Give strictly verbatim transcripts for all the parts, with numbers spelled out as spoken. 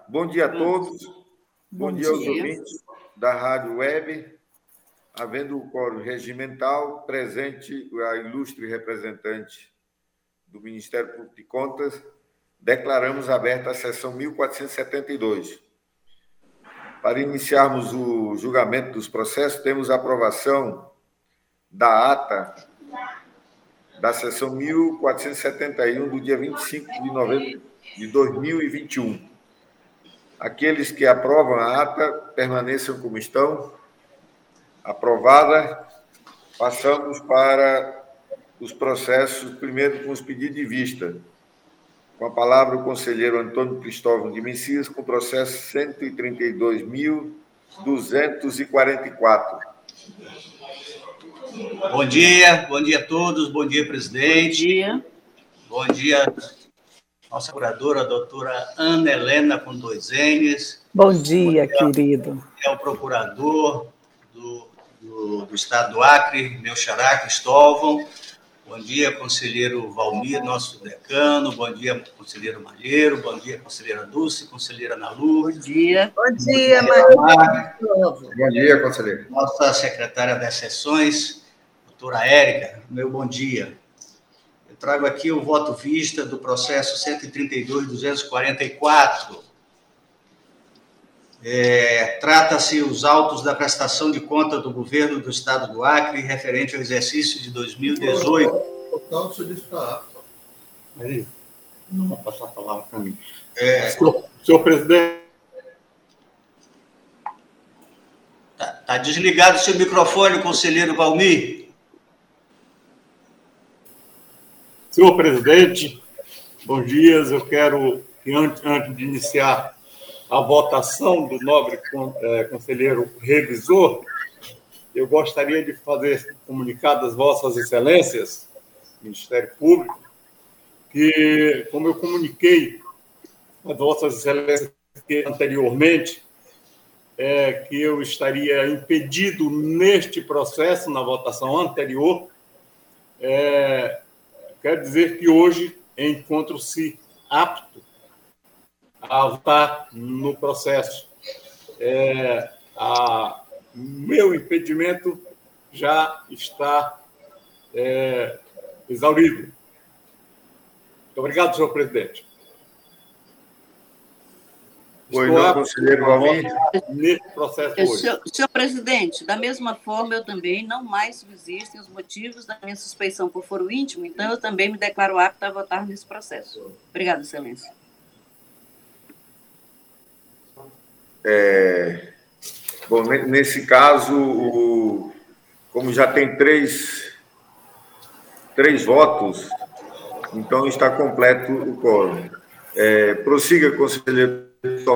Bom dia a todos. Bom, Bom dia aos dia. ouvintes da Rádio Web. Havendo o quórum regimental, presente a ilustre representante do Ministério Público de Contas, declaramos aberta a sessão mil quatrocentos e setenta e dois. Para iniciarmos o julgamento dos processos, temos a aprovação da ata da sessão mil quatrocentos e setenta e um, do dia vinte e cinco de novembro de dois mil e vinte e um. Aqueles que aprovam a ata, permaneçam como estão. Aprovada. Passamos para os processos, primeiro com os pedidos de vista. Com a palavra o conselheiro Antônio Cristóvão de Messias, com o processo cento e trinta e dois mil duzentos e quarenta e quatro. Bom dia, bom dia a todos, bom dia, presidente. Bom dia. Bom dia, nossa curadora, a doutora Ana Helena, com dois N's. Bom dia, bom dia, querido. É o procurador do, do, do Estado do Acre, meu xará, Cristóvão. Bom dia, conselheiro Valmir, nosso decano. Bom dia, conselheiro Malheiro. Bom dia, conselheira Dulce, conselheira Ana Lu. Bom dia. Bom dia, Maria. Bom dia, conselheiro. Nossa secretária das sessões, doutora Érica, meu bom dia. Eu trago aqui o voto vista do processo cento e trinta e dois mil duzentos e quarenta e quatro. É, trata-se os autos da prestação de conta do governo do Estado do Acre referente ao exercício de dois mil e dezoito. Total, você disse para apto. Aí, não vou passar a palavra para mim. É, senhor, senhor presidente. Tá, tá desligado o seu microfone, conselheiro Valmir. Senhor presidente, bom dia. Eu quero que, antes, antes de iniciar a votação do nobre é, conselheiro revisor, eu gostaria de fazer comunicado às vossas excelências, Ministério Público, que, como eu comuniquei às vossas excelências anteriormente, é, que eu estaria impedido neste processo, na votação anterior, é, quer dizer que hoje encontro-se apto a votar no processo. É, a, meu impedimento já está é, exaurido. Muito obrigado, senhor presidente. Pois não, conselheiro Valmir. Nesse processo hoje. Senhor, senhor presidente, da mesma forma, eu também não mais subsistem os motivos da minha suspeição por foro íntimo, então eu também me declaro apta a votar nesse processo. Obrigada, excelência. É, bom, nesse caso, o, como já tem três, três votos, então está completo o quórum. É, prossiga, conselheiro.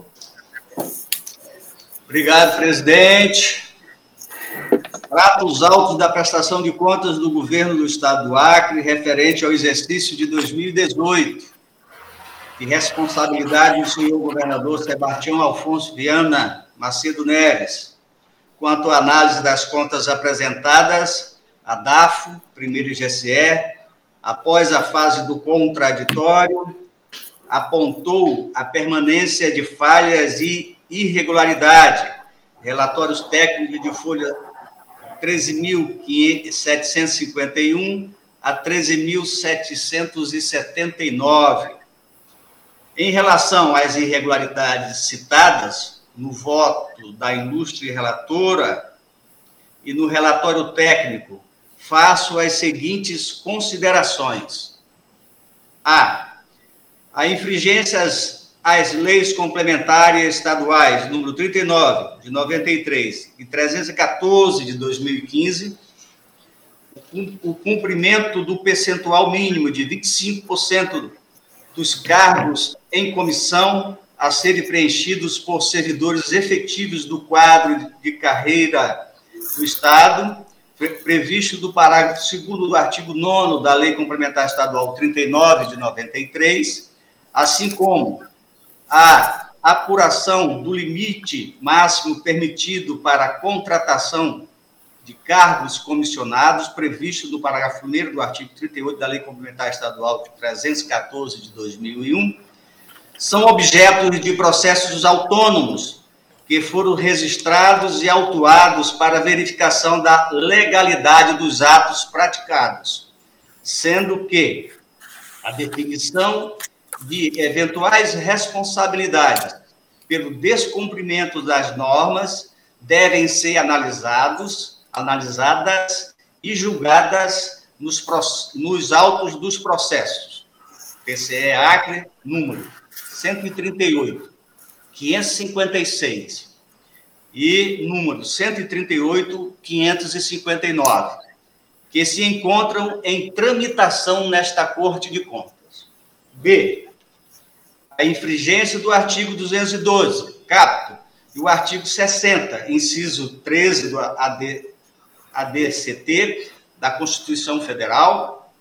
Obrigado, presidente. Trato os autos da prestação de contas do governo do Estado do Acre referente ao exercício de dois mil e dezoito. De responsabilidade do senhor governador Sebastião Alfonso Viana Macedo Neves, quanto à análise das contas apresentadas, a D A F, primeiro I G C E, após a fase do contraditório, apontou a permanência de falhas e irregularidade. Relatórios técnicos de folha treze mil setecentos e cinquenta e um a treze mil setecentos e setenta e nove. Em relação às irregularidades citadas no voto da ilustre relatora e no relatório técnico, faço as seguintes considerações. A. A infringência às, às leis complementares estaduais, número trinta e nove, de noventa e três, e trezentos e quatorze, de dois mil e quinze, o cumprimento do percentual mínimo de vinte e cinco por cento dos cargos em comissão a serem preenchidos por servidores efetivos do quadro de carreira do Estado, previsto do parágrafo segundo do artigo nono da Lei Complementar Estadual trinta e nove, de noventa e três, assim como a apuração do limite máximo permitido para a contratação de cargos comissionados, previsto no parágrafo primeiro do artigo trinta e oito da Lei Complementar Estadual trezentos e quatorze, de dois mil e um, são objetos de processos autônomos que foram registrados e autuados para verificação da legalidade dos atos praticados, sendo que a definição de eventuais responsabilidades pelo descumprimento das normas devem ser analisados, analisadas e julgadas nos, nos autos dos processos. P C E-Acre, número cento e trinta e oito, quinhentos e cinquenta e seis e número cento e trinta e oito, quinhentos e cinquenta e nove, que se encontram em tramitação nesta Corte de Contas. B. A infringência do artigo duzentos e doze, caput, e o artigo sessenta, inciso treze do A D C T, da Constituição Federal,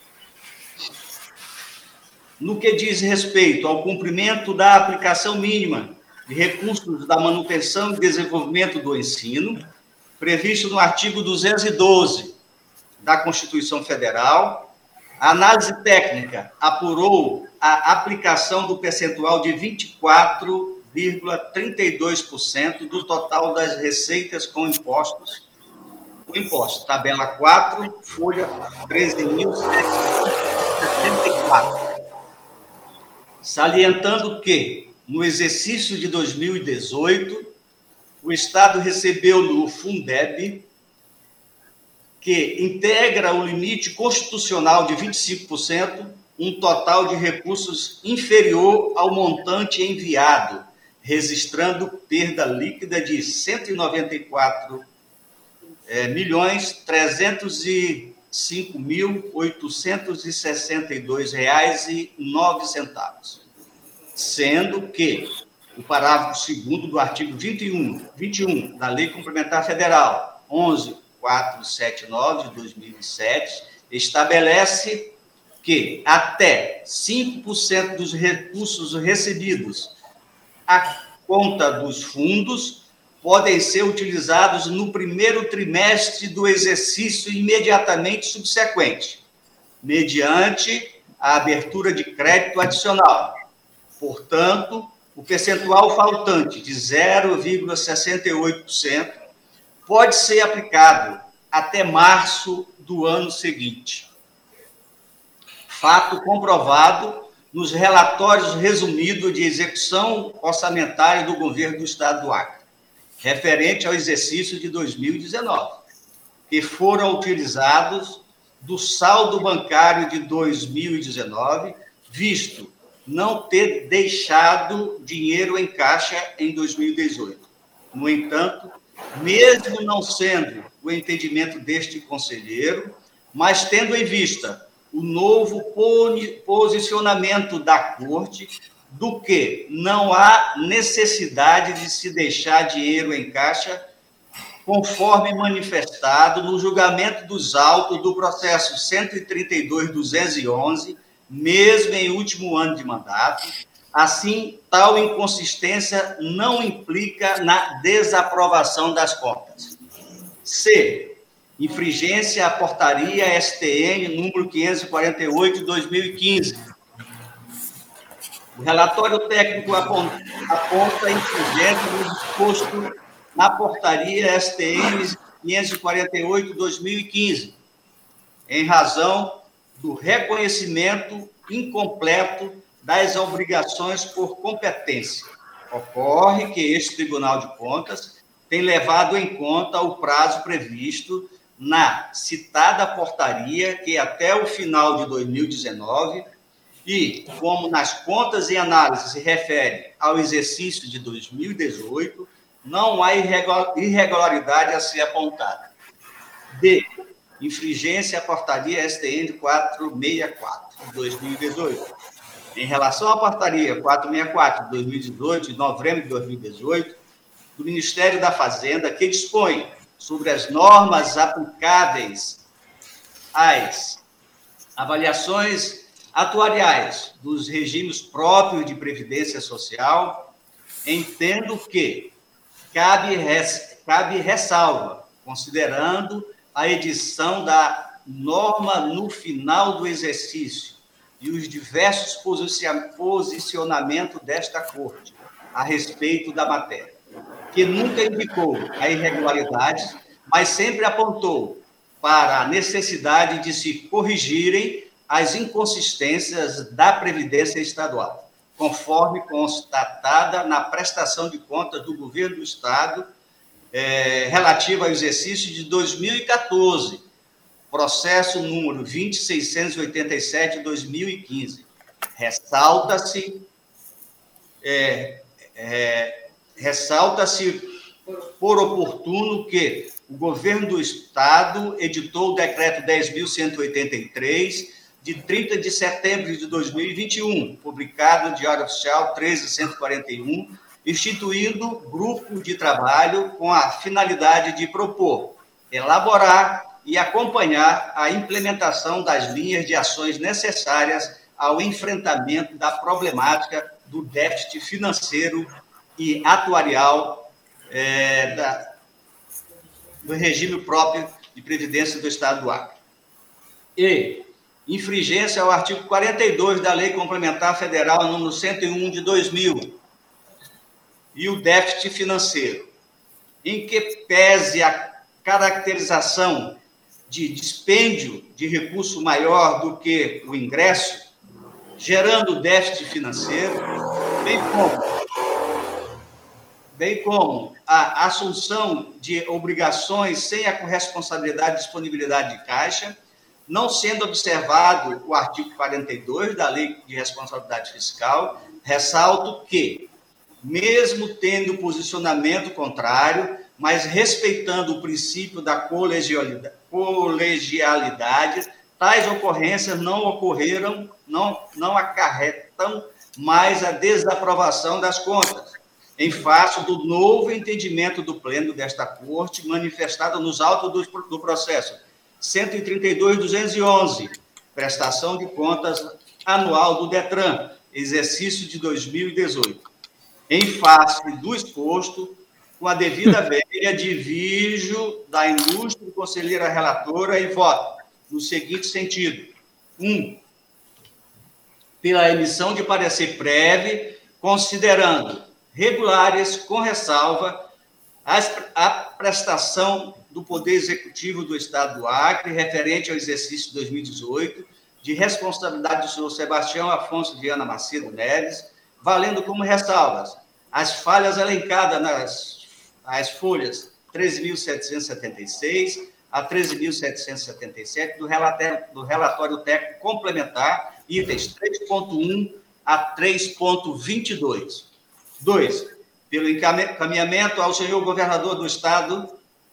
no que diz respeito ao cumprimento da aplicação mínima de recursos da manutenção e desenvolvimento do ensino, previsto no artigo duzentos e doze da Constituição Federal. A análise técnica apurou a aplicação do percentual de vinte e quatro vírgula trinta e dois por cento do total das receitas com impostos. O imposto, tabela quatro, folha treze mil setecentos e setenta e quatro. Salientando que, no exercício de dois mil e dezoito, o Estado recebeu no Fundeb, que integra o limite constitucional de vinte e cinco por cento, um total de recursos inferior ao montante enviado, registrando perda líquida de cento e noventa e quatro milhões trezentos e cinco mil oitocentos e sessenta e dois reais e nove centavos, sendo que o parágrafo segundo do artigo vinte e um, vinte e um da Lei Complementar Federal onze mil quatrocentos e setenta e nove de dois mil e sete estabelece que até cinco por cento dos recursos recebidos à conta dos fundos podem ser utilizados no primeiro trimestre do exercício imediatamente subsequente, mediante a abertura de crédito adicional. Portanto, o percentual faltante de zero vírgula sessenta e oito por cento pode ser aplicado até março do ano seguinte. Fato comprovado nos relatórios resumidos de execução orçamentária do governo do Estado do Acre, referente ao exercício de dois mil e dezenove, que foram utilizados do saldo bancário de dois mil e dezenove, visto não ter deixado dinheiro em caixa em dois mil e dezoito. No entanto, mesmo não sendo o entendimento deste conselheiro, mas tendo em vista o novo posicionamento da Corte, do que não há necessidade de se deixar dinheiro em caixa, conforme manifestado no julgamento dos autos do processo cento e trinta e dois, duzentos e onze, mesmo em último ano de mandato. Assim, tal inconsistência não implica na desaprovação das contas. C. Infringência à portaria S T N número quinhentos e quarenta e oito de dois mil e quinze. O relatório técnico aponta, aponta infringência no disposto na portaria S T N quinhentos e quarenta e oito de dois mil e quinze, em razão do reconhecimento incompleto das obrigações por competência. Ocorre que este Tribunal de Contas tem levado em conta o prazo previsto na citada portaria, que até o final de dois mil e dezenove, e, como nas contas e análises se refere ao exercício de dois mil e dezoito, não há irregularidade a ser apontada. D. Infringência à portaria S T N quatrocentos e sessenta e quatro, de dois mil e dezoito. Em relação à portaria quatrocentos e sessenta e quatro, de dois mil e dezoito, de novembro de dois mil e dezoito, do Ministério da Fazenda, que dispõe sobre as normas aplicáveis às avaliações atuariais dos regimes próprios de previdência social, entendo que cabe, res, cabe ressalva, considerando a edição da norma no final do exercício, e os diversos posicionamentos desta Corte a respeito da matéria, que nunca indicou a irregularidades, mas sempre apontou para a necessidade de se corrigirem as inconsistências da Previdência Estadual, conforme constatada na prestação de contas do Governo do Estado é, relativa ao exercício de dois mil e quatorze, processo número vinte mil seiscentos e oitenta e sete de dois mil e quinze. Ressalta-se, é, é, ressalta-se por oportuno que o Governo do Estado editou o Decreto dez mil cento e oitenta e três, de trinta de setembro de dois mil e vinte e um, publicado no Diário Oficial treze mil cento e quarenta e um, instituindo grupo de trabalho com a finalidade de propor, elaborar e acompanhar a implementação das linhas de ações necessárias ao enfrentamento da problemática do déficit financeiro e atuarial é, da, do regime próprio de previdência do Estado do Acre. E infringência ao artigo quarenta e dois da Lei Complementar Federal número cento e um de dois mil e o déficit financeiro, em que pese a caracterização de dispêndio de recurso maior do que o ingresso, gerando déficit financeiro, bem como, bem como a assunção de obrigações sem a corresponsabilidade e disponibilidade de caixa, não sendo observado o artigo quarenta e dois da Lei de Responsabilidade Fiscal, ressalto que, mesmo tendo posicionamento contrário, mas respeitando o princípio da colegialidade, colegialidade tais ocorrências não ocorreram, não, não acarretam mais a desaprovação das contas, em face do novo entendimento do Pleno desta Corte, manifestado nos autos do, do processo cento e trinta e dois, duzentos e onze, prestação de contas anual do DETRAN, exercício de dois mil e dezoito. Em face do exposto, com a devida vénia, divirjo da ilustre conselheira relatora e voto no seguinte sentido. Um, pela emissão de parecer prévio, considerando regulares, com ressalva, a prestação do Poder Executivo do Estado do Acre, referente ao exercício de dois mil e dezoito, de responsabilidade do senhor Sebastião Afonso Viana Macedo Neres, valendo como ressalvas as falhas elencadas nas as folhas treze mil setecentos e setenta e seis a treze mil setecentos e setenta e sete do relatório, do relatório técnico complementar, itens três ponto um a três ponto vinte e dois. Dois, pelo encaminhamento ao senhor governador do Estado,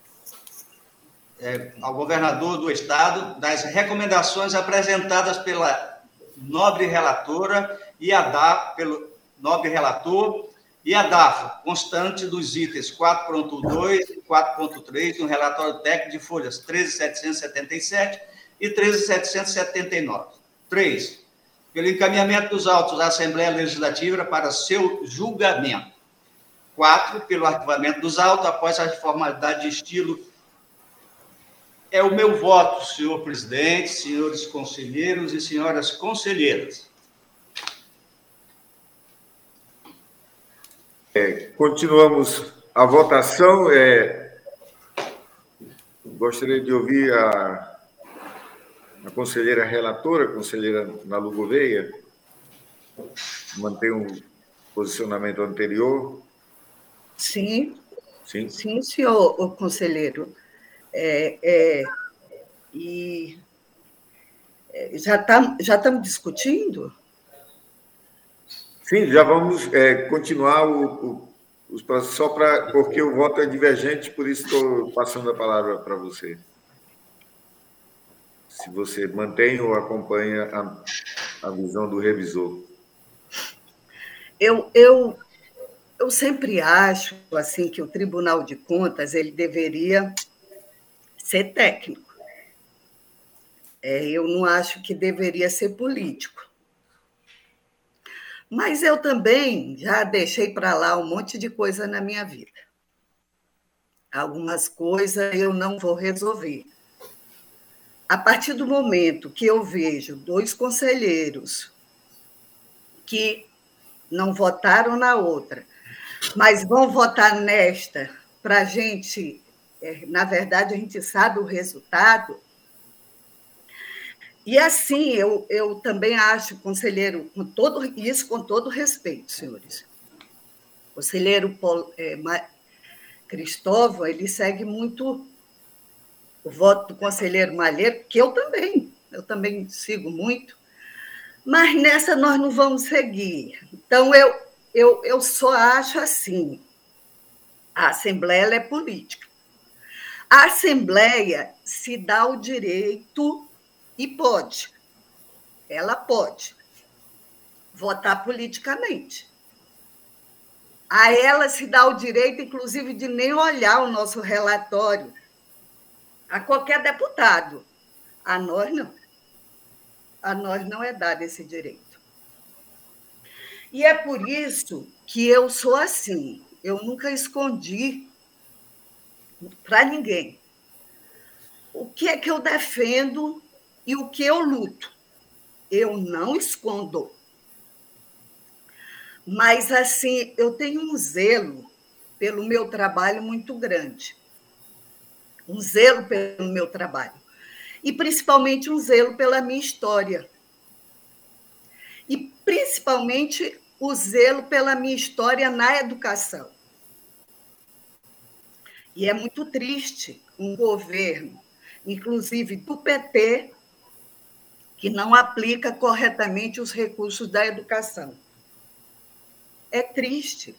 é, ao governador do Estado, das recomendações apresentadas pela nobre relatora e a D A F, pelo nobre relator e a D A F, constante dos itens quatro ponto dois e quatro ponto três do relatório técnico de folhas treze mil setecentos e setenta e sete e treze mil setecentos e setenta e nove. Três, pelo encaminhamento dos autos da Assembleia Legislativa para seu julgamento. Quatro, pelo arquivamento dos autos após a formalidade de estilo. É o meu voto, senhor presidente, senhores conselheiros e senhoras conselheiras. É, continuamos a votação. É, gostaria de ouvir a, a conselheira relatora, a conselheira Nalu Gouveia, manter um posicionamento anterior. Sim, Sim, sim, senhor o conselheiro. É, é, e é, já tá, já estamos discutindo? Sim, já vamos é, continuar o, o, os processos, só para, porque o voto é divergente, por isso estou passando a palavra para você. Se você mantém ou acompanha a, a visão do revisor. Eu, eu, eu sempre acho assim, que o Tribunal de Contas ele deveria ser técnico. É, eu não acho que deveria ser político. Mas eu também já deixei para lá um monte de coisa na minha vida. Algumas coisas eu não vou resolver. a partir do momento que eu vejo dois conselheiros que não votaram na outra, mas vão votar nesta, para a gente, na verdade, a gente sabe o resultado. E assim, eu, eu também acho, conselheiro, com todo, isso com todo respeito, senhores, o conselheiro Paulo, é, Cristóvão, ele segue muito o voto do conselheiro Malheiro, que eu também, eu também sigo muito, mas nessa nós não vamos seguir. Então, eu, eu, eu só acho assim, a Assembleia ela é política. A Assembleia se dá o direito, e pode, ela pode, votar politicamente. A ela se dá o direito, inclusive, de nem olhar o nosso relatório, a qualquer deputado. A nós, não. A nós não é dado esse direito. E é por isso que eu sou assim. Eu nunca escondi para ninguém o que é que eu defendo e o que eu luto. Eu não escondo. Mas, assim, eu tenho um zelo pelo meu trabalho muito grande. Um zelo pelo meu trabalho. E, principalmente, um zelo pela minha história. E, principalmente, o zelo pela minha história na educação. E é muito triste um governo, inclusive do P T, que não aplica corretamente os recursos da educação. É triste.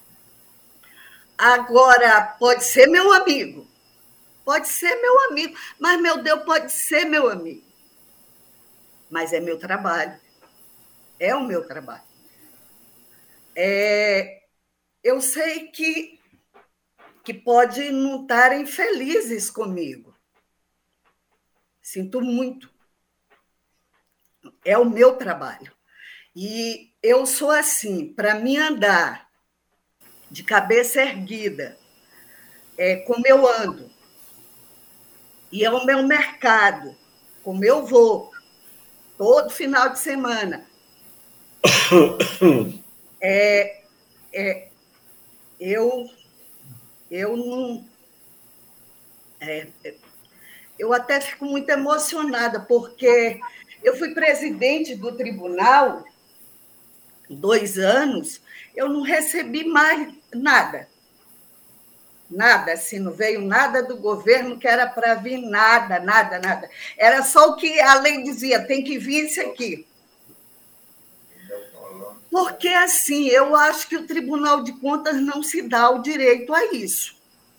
Agora, pode ser meu amigo, pode ser meu amigo, mas, meu Deus, pode ser meu amigo. Mas é meu trabalho, é o meu trabalho. É, eu sei que, que pode não estarem felizes comigo. Sinto muito. É o meu trabalho. E eu sou assim, para mim andar de cabeça erguida, é, como eu ando, e é o meu mercado, como eu vou, todo final de semana. É, é, eu, eu não... É, eu até fico muito emocionada, porque eu fui presidente do tribunal dois anos, eu não recebi mais nada. Nada, assim, não veio nada do governo que era para vir, nada, nada, nada. Era só o que a lei dizia, tem que vir isso aqui. Porque, assim, eu acho que o Tribunal de Contas não se dá o direito a isso.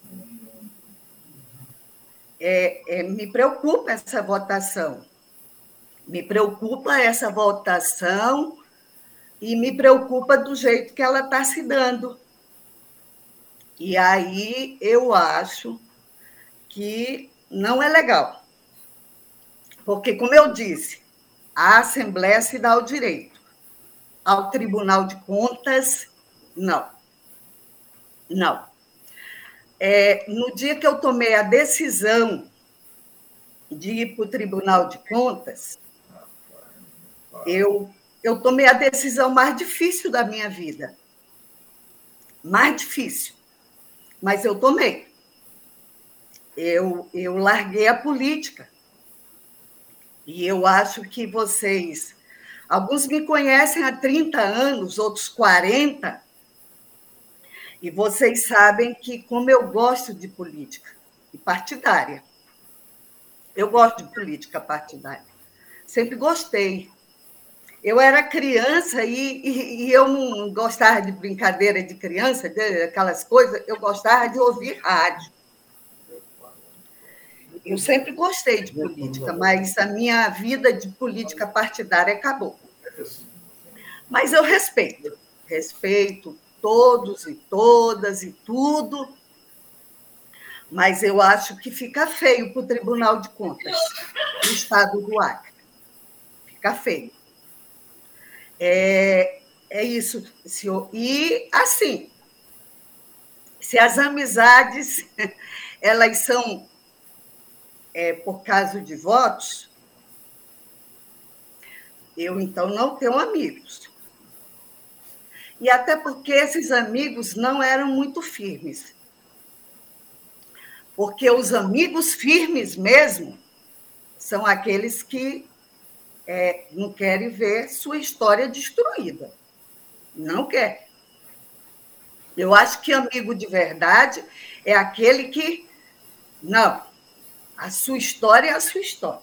É, é, me preocupa essa votação. Me preocupa essa votação e me preocupa do jeito que ela está se dando. E aí eu acho que não é legal. Porque, como eu disse, a Assembleia se dá o direito. Ao Tribunal de Contas, não. Não. É, no dia que eu tomei a decisão de ir para o Tribunal de Contas, eu, eu tomei a decisão mais difícil da minha vida. Mais difícil. Mas eu tomei. Eu, eu larguei a política. E eu acho que vocês... Alguns me conhecem há trinta anos, outros quarenta, e vocês sabem que, como eu gosto de política e partidária, eu gosto de política partidária. Sempre gostei. Eu era criança e, e, e eu não gostava de brincadeira de criança, de, aquelas coisas, eu gostava de ouvir rádio. Eu sempre gostei de política, mas a minha vida de política partidária acabou. Mas eu respeito, respeito todos e todas e tudo, mas eu acho que fica feio para o Tribunal de Contas do Estado do Acre. Fica feio. É, é isso, senhor. E, assim, se as amizades, elas são é, por causa de votos, eu, então, não tenho amigos. E até porque esses amigos não eram muito firmes. Porque os amigos firmes mesmo são aqueles que é, não querem ver sua história destruída. Não quer. Eu acho que amigo de verdade é aquele que, não, a sua história é a sua história.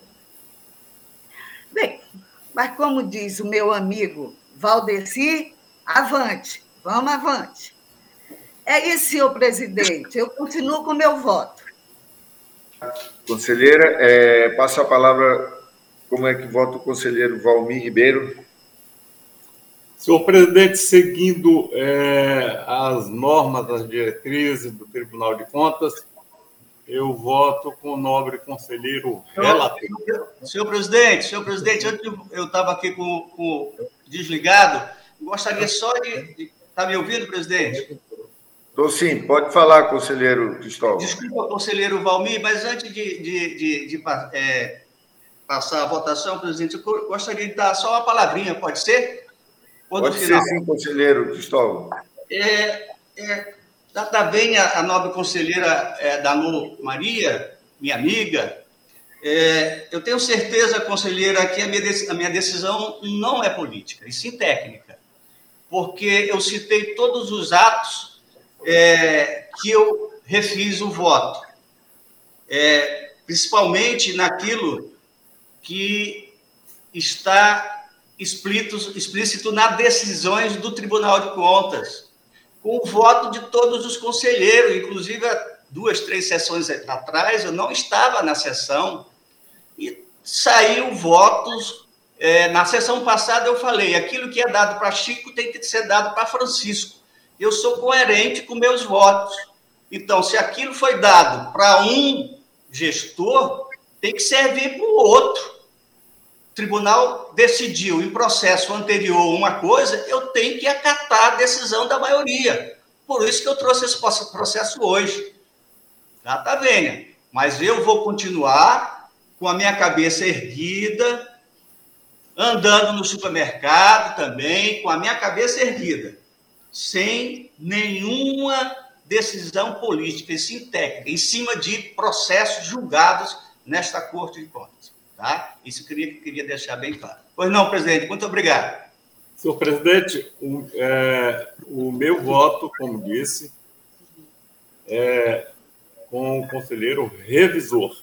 Bem, mas como diz o meu amigo Valdeci, avante, vamos avante. É isso, senhor presidente, eu continuo com o meu voto. Conselheira, é, passo a palavra, como é que vota o conselheiro Valmir Ribeiro? Senhor presidente, seguindo é, as normas, as diretrizes do Tribunal de Contas, eu voto com o nobre conselheiro relator. Senhor presidente, senhor presidente, antes eu estava aqui com, com desligado, gostaria só de... Está me ouvindo, presidente? Estou sim, pode falar, conselheiro Cristóvão. Desculpa, conselheiro Valmir, mas antes de, de, de, de é, passar a votação, presidente, eu gostaria de dar só uma palavrinha, pode ser? Ou pode ser sim, conselheiro Cristóvão. É, é, tá bem a, a nobre conselheira é, Danu Maria, minha amiga, é, eu tenho certeza, conselheira, que a minha, a minha decisão não é política, e sim técnica, porque eu citei todos os atos É, que eu refiz o voto, é, principalmente naquilo que está explícito, explícito nas decisões do Tribunal de Contas, com o voto de todos os conselheiros, inclusive há duas, três sessões atrás, eu não estava na sessão, e saiu votos, é, na sessão passada eu falei, aquilo que é dado para Chico tem que ser dado para Francisco. Eu sou coerente com meus votos. Então, se aquilo foi dado para um gestor, tem que servir para o outro. O tribunal decidiu em processo anterior uma coisa, eu tenho que acatar a decisão da maioria. Por isso que eu trouxe esse processo hoje. Já está vendo? Mas eu vou continuar com a minha cabeça erguida, andando no supermercado também, com a minha cabeça erguida, sem nenhuma decisão política, e sim técnica, em cima de processos julgados nesta Corte de Contas. Tá? Isso eu queria, queria deixar bem claro. Pois não, presidente, muito obrigado. Senhor presidente, o, é, o meu voto, como disse, é com o conselheiro revisor.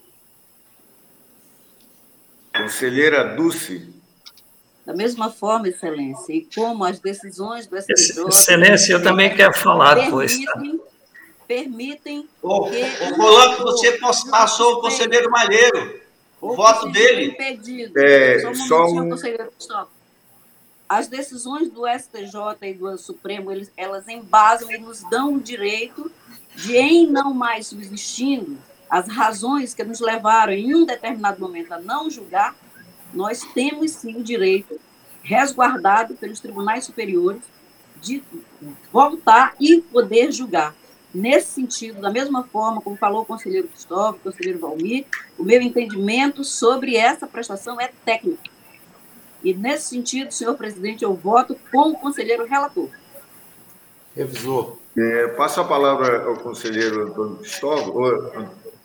Conselheira Dulce. Da mesma forma, Excelência, e como as decisões do S T J... Excelência, eu também quero falar depois. Permitem, tá? permitem Ô, que... O Polanco, você passou o conselheiro Malheiro, o voto dele. Impedido. É, só um só momentinho, um... conselheiro Cristóvão. As decisões do S T J e do Supremo, eles, elas embasam e nos dão o direito de, em não mais subsistindo as razões que nos levaram em um determinado momento a não julgar, nós temos sim o direito, resguardado pelos tribunais superiores, de voltar e poder julgar. Nesse sentido, da mesma forma como falou o conselheiro Cristóvão, o conselheiro Valmir, o meu entendimento sobre essa prestação é técnico. E, nesse sentido, senhor presidente, eu voto com o conselheiro relator. Revisor. É, passo a palavra ao conselheiro Antônio Cristóvão.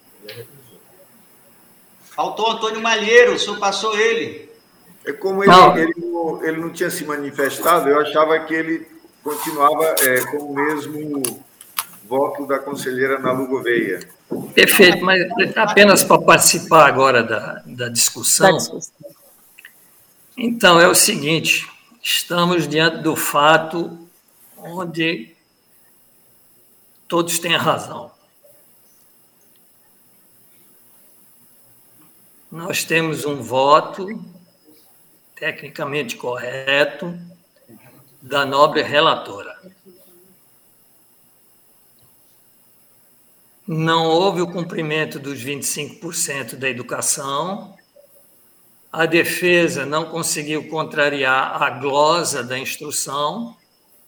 Faltou Antônio Malheiro, o senhor passou ele. É como ele não. Ele, não, ele não tinha se manifestado, eu achava que ele continuava é, com o mesmo voto da conselheira Nalu Gouveia. Perfeito, mas apenas para participar agora da, da discussão. Da discussão. Então, é o seguinte, estamos diante do fato onde todos têm a razão. Nós temos um voto tecnicamente correto da nobre relatora. Não houve o cumprimento dos vinte e cinco por cento da educação. A defesa não conseguiu contrariar a glosa da instrução.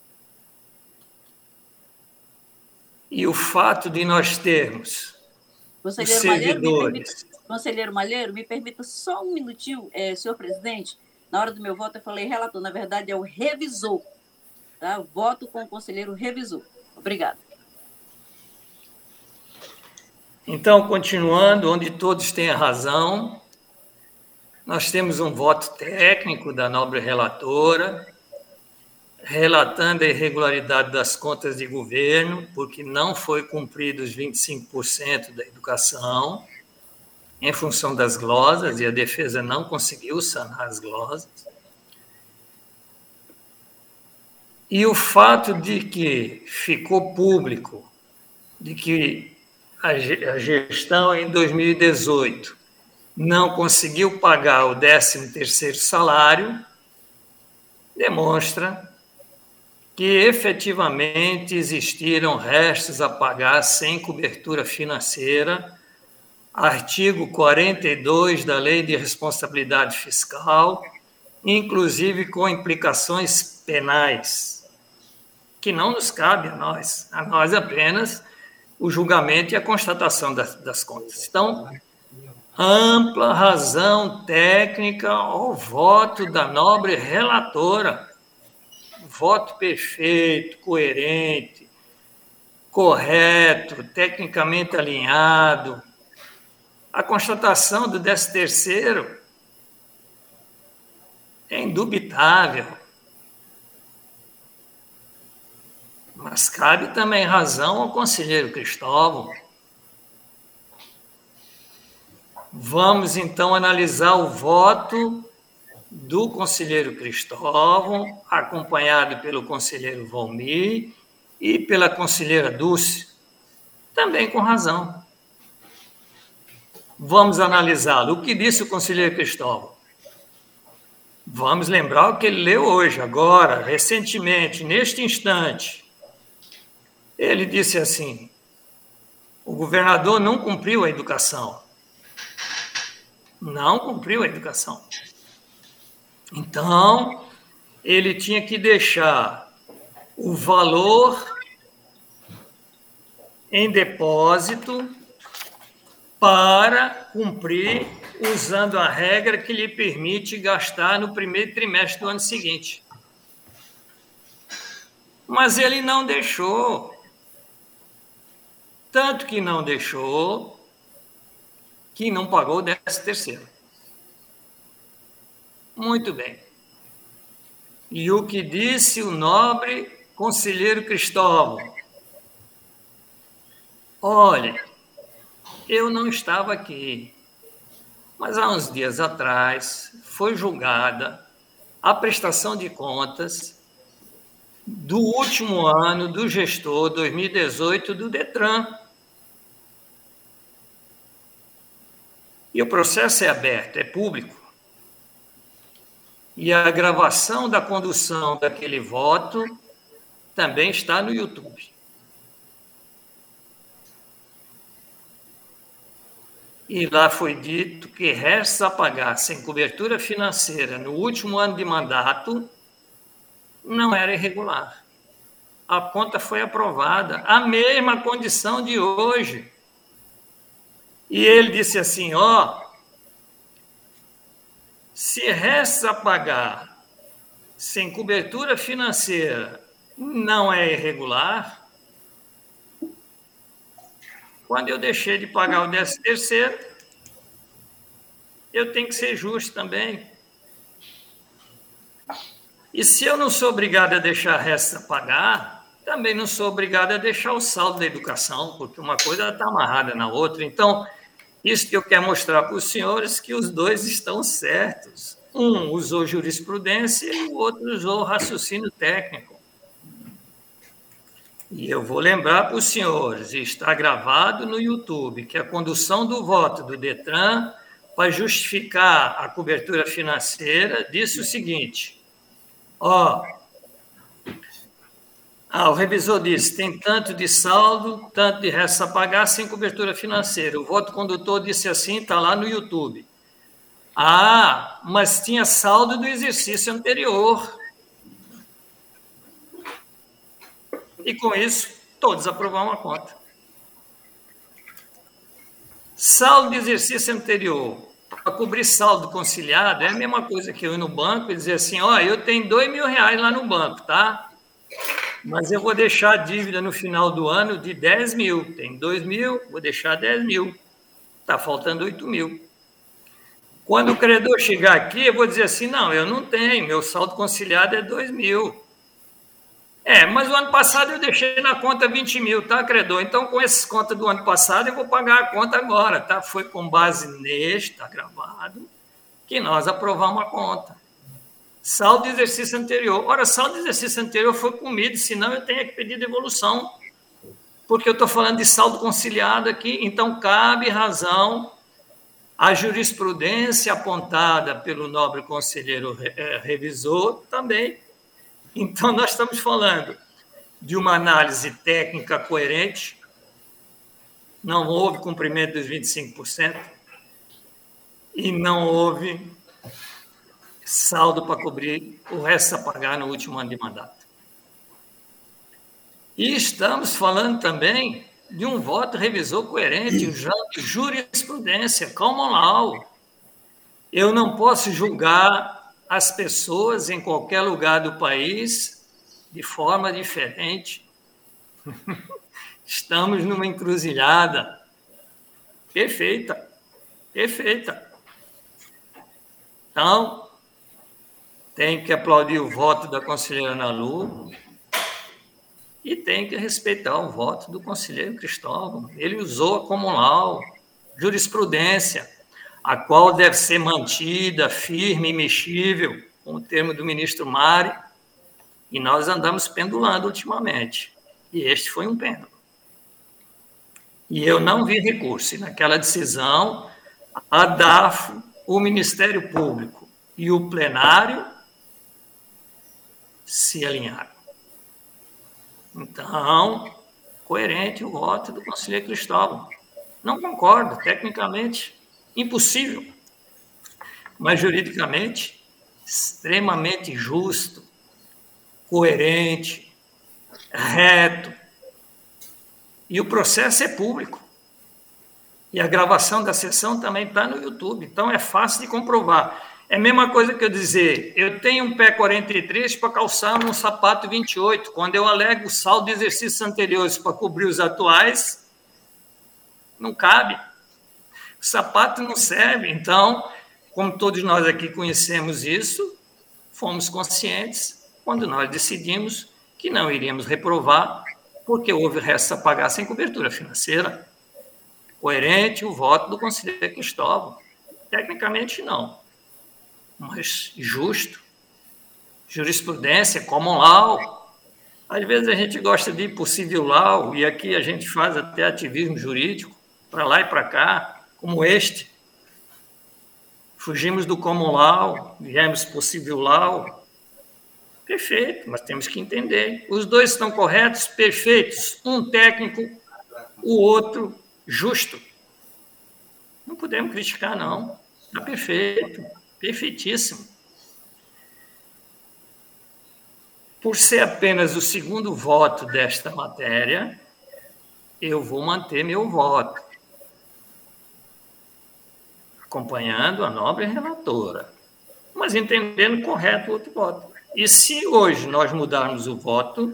E o fato de nós termos Conselheiro Malheiro, me permita, Conselheiro Malheiro, me permita só um minutinho, é, senhor presidente. Na hora do meu voto, eu falei relator, na verdade é o revisor. Tá? Eu voto com o conselheiro revisor. Obrigada. Então, continuando, onde todos têm a razão, nós temos um voto técnico da nobre relatora, relatando a irregularidade das contas de governo, porque não foi cumprido os vinte e cinco por cento da educação, em função das glosas, e a defesa não conseguiu sanar as glosas. E o fato de que ficou público, de que a gestão em dois mil e dezoito não conseguiu pagar o décimo terceiro salário, demonstra que efetivamente existiram restos a pagar sem cobertura financeira, artigo quarenta e dois da Lei de Responsabilidade Fiscal, inclusive com implicações penais, que não nos cabe a nós, a nós apenas o julgamento e a constatação das, das contas. Então, ampla razão técnica ao voto da nobre relatora, voto perfeito, coerente, correto, tecnicamente alinhado. A constatação do décimo terceiro é indubitável. Mas cabe também razão ao conselheiro Cristóvão. Vamos, então, analisar o voto do conselheiro Cristóvão, acompanhado pelo conselheiro Valmir e pela conselheira Dulce, também com razão. Vamos analisá-lo. O que disse o conselheiro Cristóvão? Vamos lembrar o que ele leu hoje, agora, recentemente, neste instante. Ele disse assim: o governador não cumpriu a educação. Não cumpriu a educação. Então, ele tinha que deixar o valor em depósito para cumprir, usando a regra que lhe permite gastar no primeiro trimestre do ano seguinte. Mas ele não deixou. Tanto que não deixou, que não pagou o décimo terceiro. Muito bem. E o que disse o nobre conselheiro Cristóvão? Olha, eu não estava aqui, mas há uns dias atrás foi julgada a prestação de contas do último ano do gestor dois mil e dezoito do Detran. E o processo é aberto, é público. E a gravação da condução daquele voto também está no YouTube. E lá foi dito que restos a pagar sem cobertura financeira no último ano de mandato não era irregular. A conta foi aprovada, a mesma condição de hoje. E ele disse assim, ó, se restos a pagar sem cobertura financeira não é irregular, quando eu deixei de pagar o décimo terceiro, eu tenho que ser justo também. E se eu não sou obrigado a deixar restos a pagar, também não sou obrigado a deixar o saldo da educação, porque uma coisa está amarrada na outra. Então, isso que eu quero mostrar para os senhores, que os dois estão certos. Um usou jurisprudência e o outro usou raciocínio técnico. E eu vou lembrar para os senhores, está gravado no YouTube, que a condução do voto do Detran, para justificar a cobertura financeira, disse o seguinte, ó, ah, o revisor disse, tem tanto de saldo, tanto de restos a pagar, sem cobertura financeira. O voto condutor disse assim, está lá no YouTube. Ah, mas tinha saldo do exercício anterior. E com isso, todos aprovaram a conta. Saldo de exercício anterior, para cobrir saldo conciliado, é a mesma coisa que eu ir no banco e dizer assim, ó, eu tenho dois mil reais lá no banco, tá? Mas eu vou deixar a dívida no final do ano de dez mil. Tem dois mil, vou deixar dez mil. Está faltando oito mil. Quando o credor chegar aqui, eu vou dizer assim, não, eu não tenho, meu saldo conciliado é dois mil. É, mas o ano passado eu deixei na conta vinte mil, tá, credor? Então, com essas contas do ano passado, eu vou pagar a conta agora, tá? Foi com base neste, está gravado, que nós aprovamos a conta. Saldo de exercício anterior. Ora, saldo de exercício anterior foi comido, senão eu tenho que pedir devolução, porque eu estou falando de saldo conciliado aqui, então cabe razão à jurisprudência apontada pelo nobre conselheiro revisor também. Então, nós estamos falando de uma análise técnica coerente, não houve cumprimento dos vinte e cinco por cento e não houve saldo para cobrir o resto a pagar no último ano de mandato. E estamos falando também de um voto revisor coerente, um jurisprudência, common law. Eu não posso julgar as pessoas em qualquer lugar do país de forma diferente. Estamos numa encruzilhada perfeita, perfeita. Então, tem que aplaudir o voto da conselheira Ana Lu e tem que respeitar o voto do conselheiro Cristóvão. Ele usou a common law, jurisprudência, a qual deve ser mantida firme e imexível, com o termo do ministro Mari, e nós andamos pendulando ultimamente, e este foi um pêndulo. E eu não vi recurso, e naquela decisão, a D A F, o Ministério Público e o plenário se alinharam. Então, coerente o voto do conselheiro Cristóvão. Não concordo, tecnicamente, impossível, mas juridicamente extremamente justo, coerente, reto. E o processo é público. E a gravação da sessão também está no YouTube, então é fácil de comprovar. É a mesma coisa que eu dizer, eu tenho um pé quarenta e três para calçar um sapato vinte e oito, quando eu alego o saldo de exercícios anteriores para cobrir os atuais, não cabe. O sapato não serve, então, como todos nós aqui conhecemos isso, fomos conscientes quando nós decidimos que não iríamos reprovar, porque houve resto a pagar sem cobertura financeira. Coerente o voto do conselheiro Cristóvão. Tecnicamente, não, mas justo. Jurisprudência, common law. Às vezes a gente gosta de ir por civil law, e aqui a gente faz até ativismo jurídico, para lá e para cá, como este. Fugimos do common law, viemos para o civil law. Perfeito, mas temos que entender. Os dois estão corretos, perfeitos. Um técnico, o outro justo. Não podemos criticar, não. Está perfeito, perfeitíssimo. Por ser apenas o segundo voto desta matéria, eu vou manter meu voto, acompanhando a nobre relatora, mas entendendo correto o outro voto. E se hoje nós mudarmos o voto,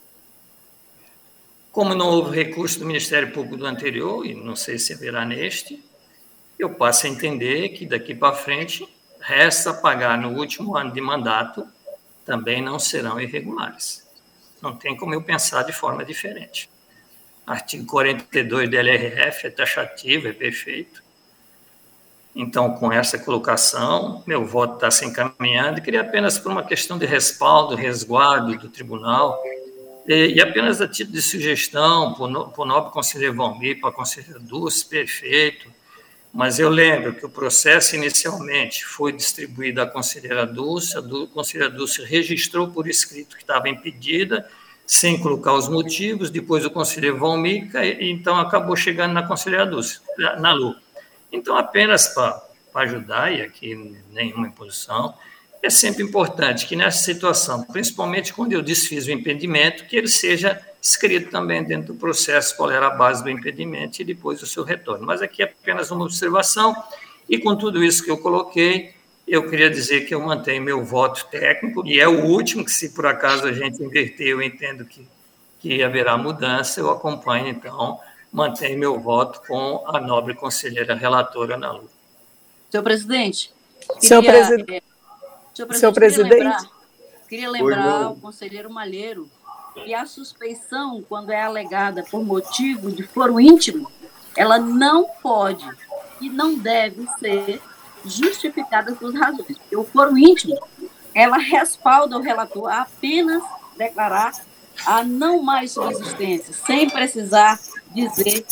como não houve recurso do Ministério Público do anterior, e não sei se haverá neste, eu passo a entender que daqui para frente, resta pagar no último ano de mandato, também não serão irregulares. Não tem como eu pensar de forma diferente. Artigo quarenta e dois da L R F é taxativo, é perfeito. Então, com essa colocação, meu voto está se encaminhando, e queria apenas por uma questão de respaldo, resguardo do tribunal, e, e apenas a título de sugestão, por, no, por nobre conselheiro Valmir, para a conselheira Dulce, perfeito, mas eu lembro que o processo inicialmente foi distribuído à conselheira Dulce, a conselheira Dulce registrou por escrito que estava impedida, sem colocar os motivos, depois o conselheiro Valmir, e então acabou chegando na conselheira Dulce, na Lu. Então, apenas para ajudar, e aqui nenhuma imposição, é sempre importante que nessa situação, principalmente quando eu desfiz o impedimento, que ele seja escrito também dentro do processo qual era a base do impedimento e depois o seu retorno. Mas aqui é apenas uma observação, e com tudo isso que eu coloquei, eu queria dizer que eu mantenho meu voto técnico, e é o último, que se por acaso a gente inverter, eu entendo que, que haverá mudança, eu acompanho, então, mantenho meu voto com a nobre conselheira relatora Ana Lu. Senhor presidente, queria, Senhor, preside... é, senhor presidente, senhor presidente, queria lembrar, queria lembrar Oi, ao conselheiro Malheiro que a suspeição, quando é alegada por motivo de foro íntimo, ela não pode e não deve ser justificada por razões. Porque o foro íntimo, ela respalda o relator a apenas declarar a não mais subsistência, sem precisar dizer.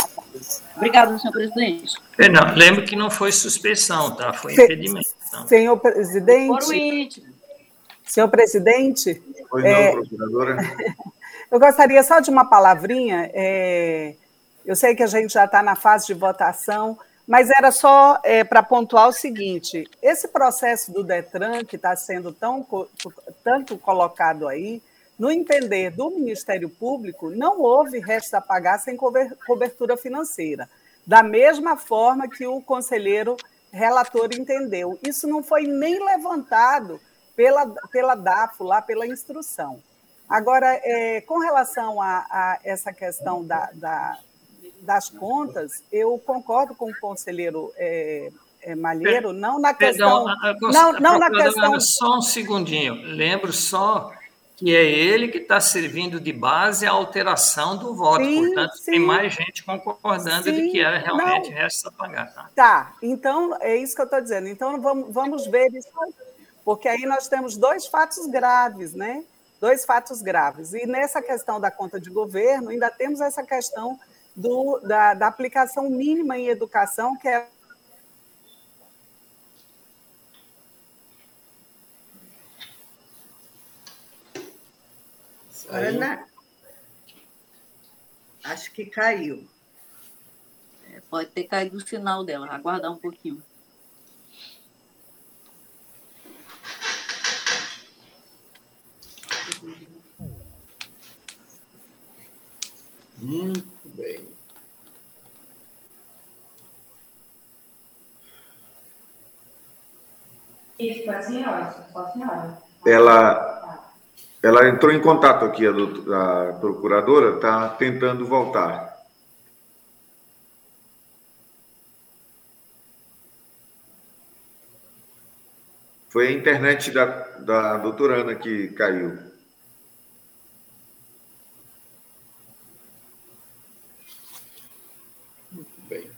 Obrigada, senhor presidente. Não, lembro que não foi suspeição, tá? Foi Se... impedimento. Não. Senhor presidente. Foro íntimo. Senhor presidente. Pois não, é... procuradora. Eu gostaria só de uma palavrinha. É... Eu sei que a gente já está na fase de votação, mas era só é, para pontuar o seguinte: esse processo do Detran, que está sendo tão, tanto colocado aí, no entender do Ministério Público, não houve resto a pagar sem cobertura financeira, da mesma forma que o conselheiro relator entendeu. Isso não foi nem levantado pela, pela D A F O, lá pela instrução. Agora, é, com relação a, a essa questão da, da, das contas, eu concordo com o conselheiro é, é, Malheiro, não na questão... Perdão, a, a, não, não na questão... Só um segundinho, lembro só que é ele que está servindo de base à alteração do voto, sim, portanto, sim. Tem mais gente concordando sim, de que era realmente não. Resta a pagar. Tá? Tá, então é isso que eu estou dizendo. Então vamos, vamos ver isso, porque aí nós temos dois fatos graves, né? Dois fatos graves. E nessa questão da conta de governo, ainda temos essa questão do, da, da aplicação mínima em educação, que é Ana, acho que caiu. É, pode ter caído o sinal dela, aguardar um pouquinho. Muito bem. Isso, para a senhora, para a senhora. Ela, ela entrou em contato aqui, a, doutor, a procuradora está tentando voltar. Foi a internet da, da doutora Ana que caiu. Muito bem.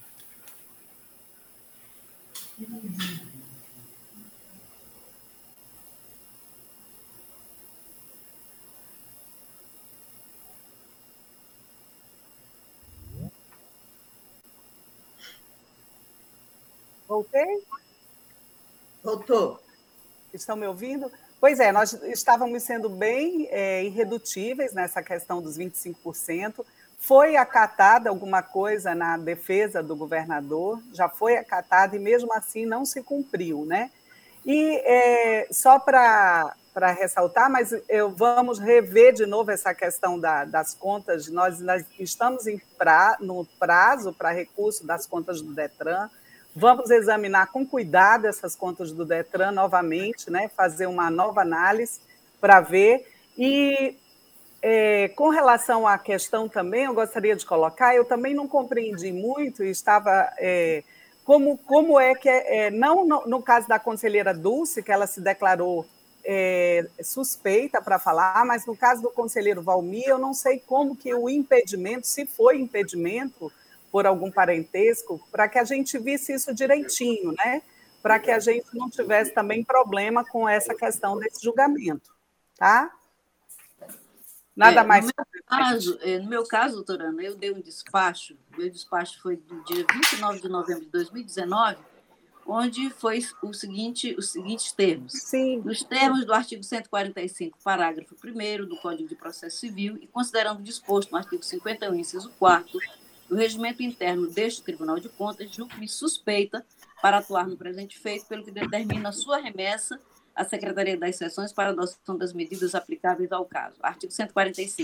Voltei? Voltou. Estão me ouvindo? Pois é, nós estávamos sendo bem é, irredutíveis nessa questão dos vinte e cinco por cento. Foi acatada alguma coisa na defesa do governador, já foi acatada e mesmo assim não se cumpriu, né? E é, só para para ressaltar, mas eu, vamos rever de novo essa questão da, das contas. Nós, nós estamos em pra, no prazo para recurso das contas do Detran. Vamos examinar com cuidado essas contas do Detran novamente, né? Fazer uma nova análise para ver. E é, com relação à questão também, eu gostaria de colocar, eu também não compreendi muito, e estava é, como, como é que, é, não no, no caso da conselheira Dulce, que ela se declarou é, suspeita para falar, mas no caso do conselheiro Valmir, eu não sei como que o impedimento, se foi impedimento, por algum parentesco, para que a gente visse isso direitinho, né? Para que a gente não tivesse também problema com essa questão desse julgamento, tá? Nada é, mais. No meu, caso, é, no meu caso, doutora Ana, eu dei um despacho, meu despacho foi do dia vinte e nove de novembro de dois mil e dezenove, onde foi o seguinte, os seguintes termos. Sim. Nos termos do artigo cento e quarenta e cinco, parágrafo primeiro do Código de Processo Civil, e considerando disposto no artigo cinquenta e um, inciso quarto, do regimento interno deste Tribunal de Contas, julgo-me suspeita para atuar no presente feito, pelo que determina a sua remessa à Secretaria das Seções para a adoção das medidas aplicáveis ao caso. Artigo cento e quarenta e cinco.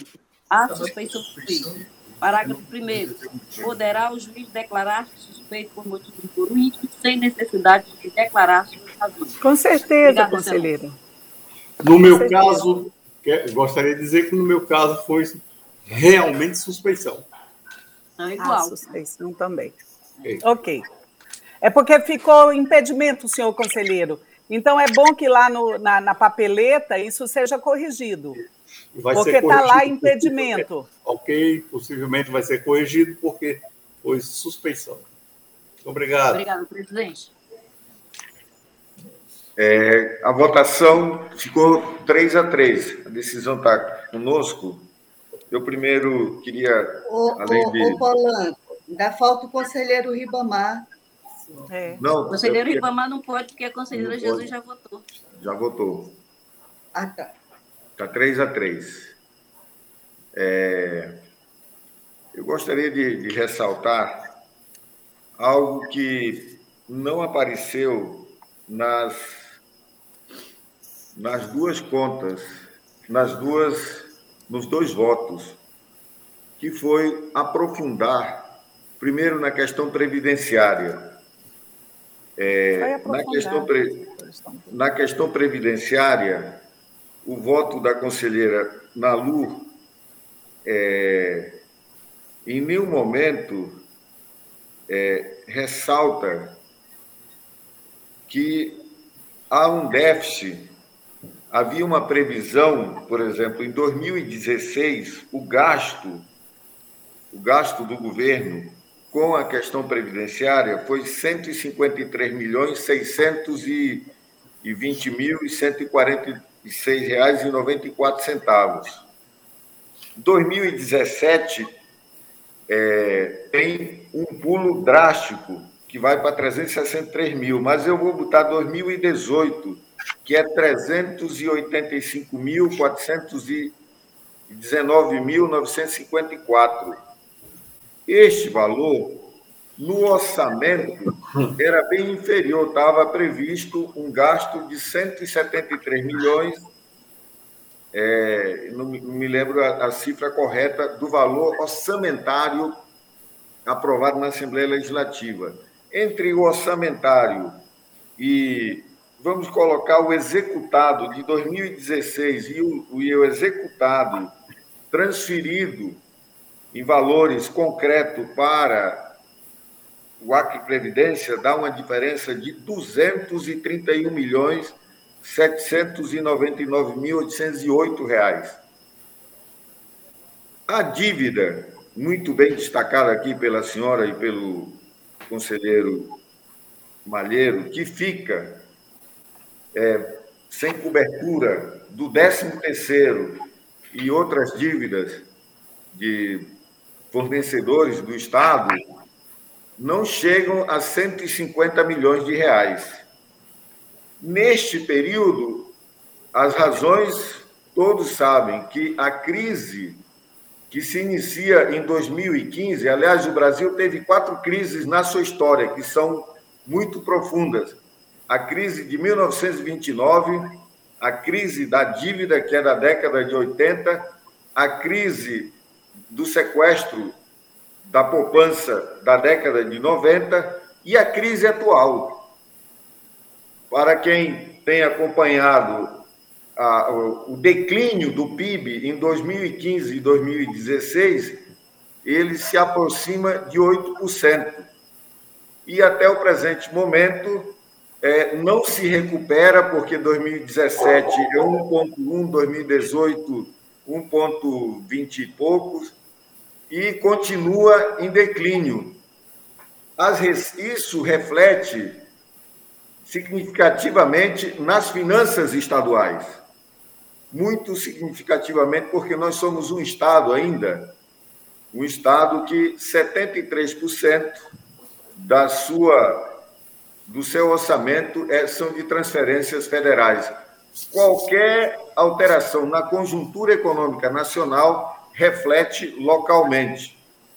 A suspeição suspeita. Parágrafo primeiro. Poderá o juiz declarar suspeito por motivo de foro íntimo sem necessidade de declarar suas razões. Com certeza, Obrigada, conselheiro. No Com meu certeza. caso, gostaria de dizer que no meu caso foi realmente suspeição. É igual. Ah, suspeição também. Okay. ok. É porque ficou impedimento, senhor conselheiro. Então, é bom que lá no, na, na papeleta isso seja corrigido. Vai porque está lá impedimento. Ok, possivelmente vai ser corrigido porque foi suspeição. Obrigado. Obrigado, presidente. É, a votação ficou três a três. A decisão está conosco. Eu primeiro queria... Ô, além ô, de... ô Polanco, ainda falta o conselheiro Ribamar. É. Não, o conselheiro eu... Ribamar não pode, porque a conselheira não Jesus pode. já votou. Já votou. Ah, tá. Está três a três. É... Eu gostaria de, de ressaltar algo que não apareceu nas, nas duas contas, nas duas, nos dois votos, que foi aprofundar, primeiro, na questão previdenciária. É, na, questão pre, na questão previdenciária, o voto da conselheira Nalu, é, em nenhum momento é, ressalta que há um déficit. Havia uma previsão, por exemplo, em dois mil e dezesseis, o gasto, o gasto do governo com a questão previdenciária foi cento e cinquenta e três milhões, seiscentos e vinte mil e cento e quarenta e seis reais e noventa e quatro centavos. dois mil e dezessete é, tem um pulo drástico que vai para trezentos e sessenta e três mil, mas eu vou botar dois mil e dezoito, que é trezentos e oitenta e cinco mil, quatrocentos e dezenove mil, novecentos e cinquenta e quatro. Este valor, no orçamento, era bem inferior, estava previsto um gasto de cento e setenta e três milhões, é, não, não me lembro a, a cifra correta, do valor orçamentário aprovado na Assembleia Legislativa. Entre o orçamentário e, vamos colocar, o executado de dois mil e dezesseis e o, e o executado transferido em valores concretos para o Acre Previdência, dá uma diferença de duzentos e trinta e um milhões, setecentos e noventa e nove mil, oitocentos e oito reais. A dívida, muito bem destacada aqui pela senhora e pelo conselheiro Malheiro, que fica é, sem cobertura do décimo terceiro e outras dívidas de fornecedores do Estado, não chegam a cento e cinquenta milhões de reais. Neste período, as razões, todos sabem que a crise que se inicia em dois mil e quinze, aliás, o Brasil teve quatro crises na sua história, que são muito profundas. A crise de mil novecentos e vinte e nove, a crise da dívida, que é da década de oitenta, a crise do sequestro da poupança da década de noventa e a crise atual. Para quem tem acompanhado a, o, o declínio do P I B em dois mil e quinze e dois mil e dezesseis, ele se aproxima de oito por cento. E até o presente momento é, não se recupera, porque dois mil e dezessete é um vírgula um, dois mil e dezoito um vírgula vinte e poucos, e continua em declínio. As, isso reflete significativamente nas finanças estaduais, muito significativamente, porque nós somos um Estado ainda, um Estado que setenta e três por cento da sua, do seu orçamento é, são de transferências federais. Qualquer alteração na conjuntura econômica nacional reflete localmente.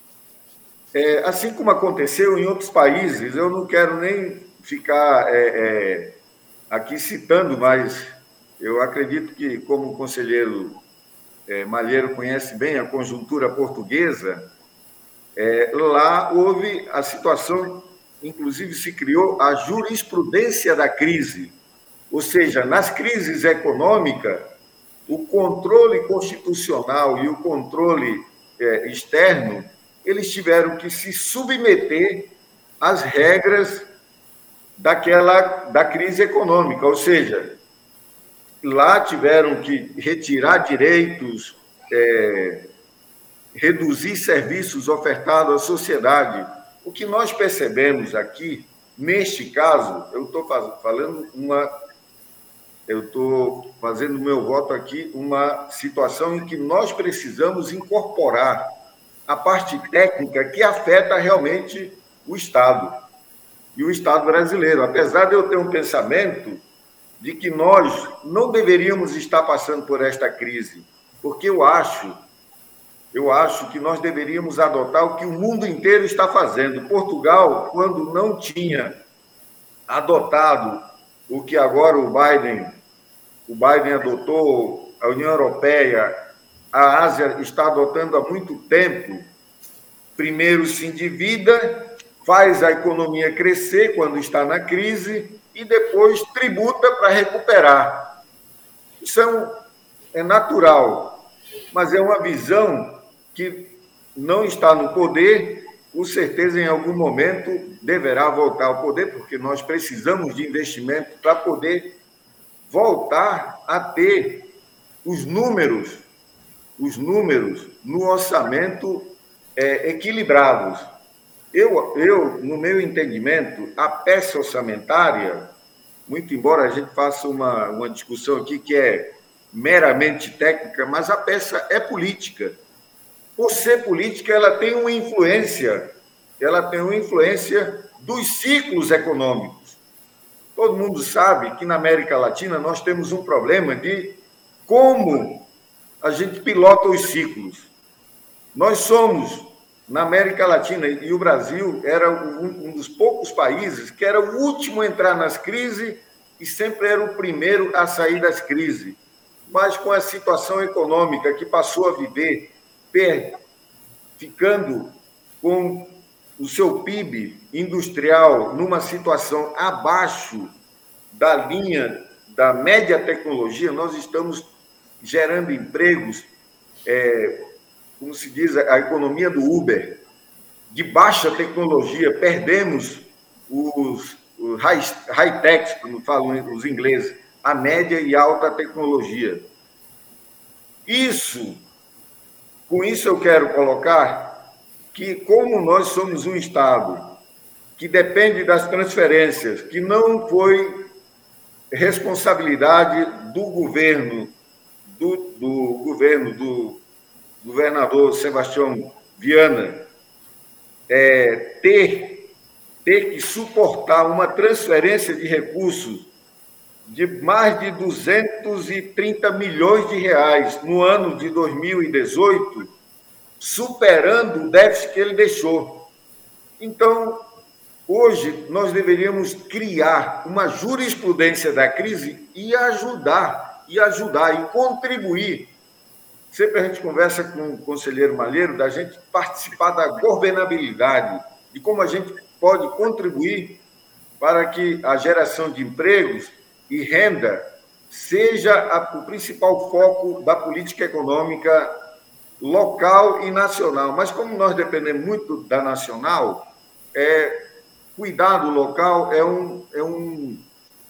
É, assim como aconteceu em outros países, eu não quero nem ficar é, é, aqui citando, mas eu acredito que, como o conselheiro é, Malheiro conhece bem a conjuntura portuguesa, é, lá houve a situação, inclusive se criou a jurisprudência da crise, ou seja, nas crises econômicas, o controle constitucional e o controle é, externo, eles tiveram que se submeter às regras daquela, da crise econômica, ou seja, lá tiveram que retirar direitos, é, reduzir serviços ofertados à sociedade. O que nós percebemos aqui, neste caso, eu estou falando uma, eu estou fazendo meu voto aqui, uma situação em que nós precisamos incorporar a parte técnica que afeta realmente o Estado e o Estado brasileiro. Apesar de eu ter um pensamento de que nós não deveríamos estar passando por esta crise, porque eu acho, eu acho que nós deveríamos adotar o que o mundo inteiro está fazendo. Portugal, quando não tinha adotado o que agora o Biden, o Biden adotou, a União Europeia, a Ásia está adotando há muito tempo, primeiro se endivida, faz a economia crescer quando está na crise e depois tributa para recuperar. Isso é, um, é natural, mas é uma visão que não está no poder, com certeza em algum momento deverá voltar ao poder, porque nós precisamos de investimento para poder voltar a ter os números, os números no orçamento é, equilibrados. Eu, eu, no meu entendimento, a peça orçamentária, muito embora a gente faça uma, uma discussão aqui que é meramente técnica, mas a peça é política. Por ser política, ela tem uma influência, ela tem uma influência dos ciclos econômicos. Todo mundo sabe que na América Latina nós temos um problema de como a gente pilota os ciclos. Nós somos, na América Latina, e o Brasil era um, um dos poucos países que era o último a entrar nas crises e sempre era o primeiro a sair das crises. Mas com a situação econômica que passou a viver, per, ficando com o seu P I B industrial numa situação abaixo da linha da média tecnologia, nós estamos gerando empregos, é, como se diz, a economia do Uber, de baixa tecnologia, perdemos os, os high-techs, como falam os ingleses, a média e alta tecnologia. Isso, com isso eu quero colocar que, como nós somos um Estado que depende das transferências, que não foi responsabilidade do governo, do, do governo do governador Sebastião Viana, é, ter, ter que suportar uma transferência de recursos de mais de duzentos e trinta milhões de reais no ano de dois mil e dezoito, superando o déficit que ele deixou. Então, hoje, nós deveríamos criar uma jurisprudência da crise e ajudar, e ajudar, e contribuir. Sempre a gente conversa com o conselheiro Malheiro da gente participar da governabilidade, de como a gente pode contribuir para que a geração de empregos e renda seja a, o principal foco da política econômica local e nacional. Mas como nós dependemos muito da nacional, é, cuidar do local é um, é um...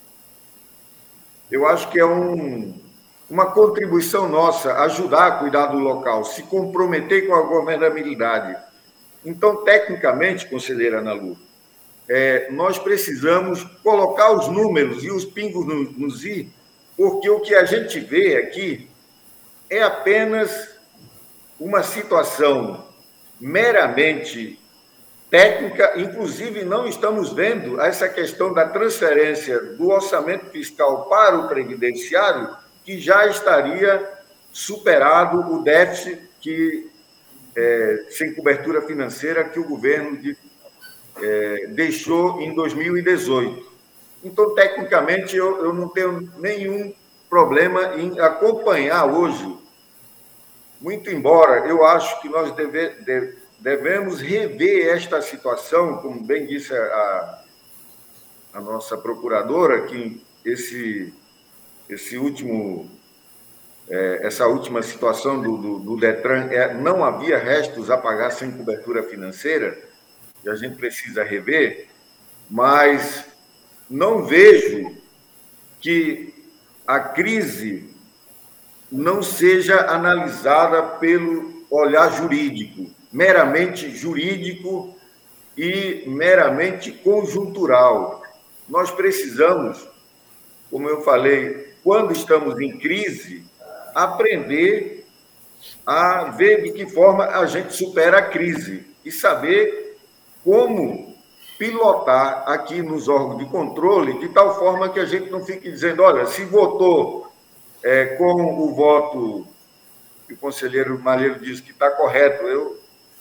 Eu acho que é um... uma contribuição nossa, ajudar a cuidar do local, se comprometer com a governabilidade. Então, tecnicamente, conselheira Ana Lu, é, nós precisamos colocar os números e os pingos nos, nos i, porque o que a gente vê aqui é apenas uma situação meramente técnica, inclusive não estamos vendo essa questão da transferência do orçamento fiscal para o previdenciário, que já estaria superado o déficit que, é, sem cobertura financeira que o governo de, é, deixou em dois mil e dezoito. Então, tecnicamente, eu, eu não tenho nenhum problema em acompanhar hoje muito embora eu acho que nós deve, deve, devemos rever esta situação, como bem disse a, a nossa procuradora, que esse, esse último, é, essa última situação do, do, do Detran, é, não havia restos a pagar sem cobertura financeira, e a gente precisa rever, mas não vejo que a crise não seja analisada pelo olhar jurídico, meramente jurídico e meramente conjuntural. Nós precisamos, como eu falei, quando estamos em crise, aprender a ver de que forma a gente supera a crise e saber como pilotar aqui nos órgãos de controle de tal forma que a gente não fique dizendo, olha, se votou é, com o voto que o conselheiro Malheiro disse que está correto, eu,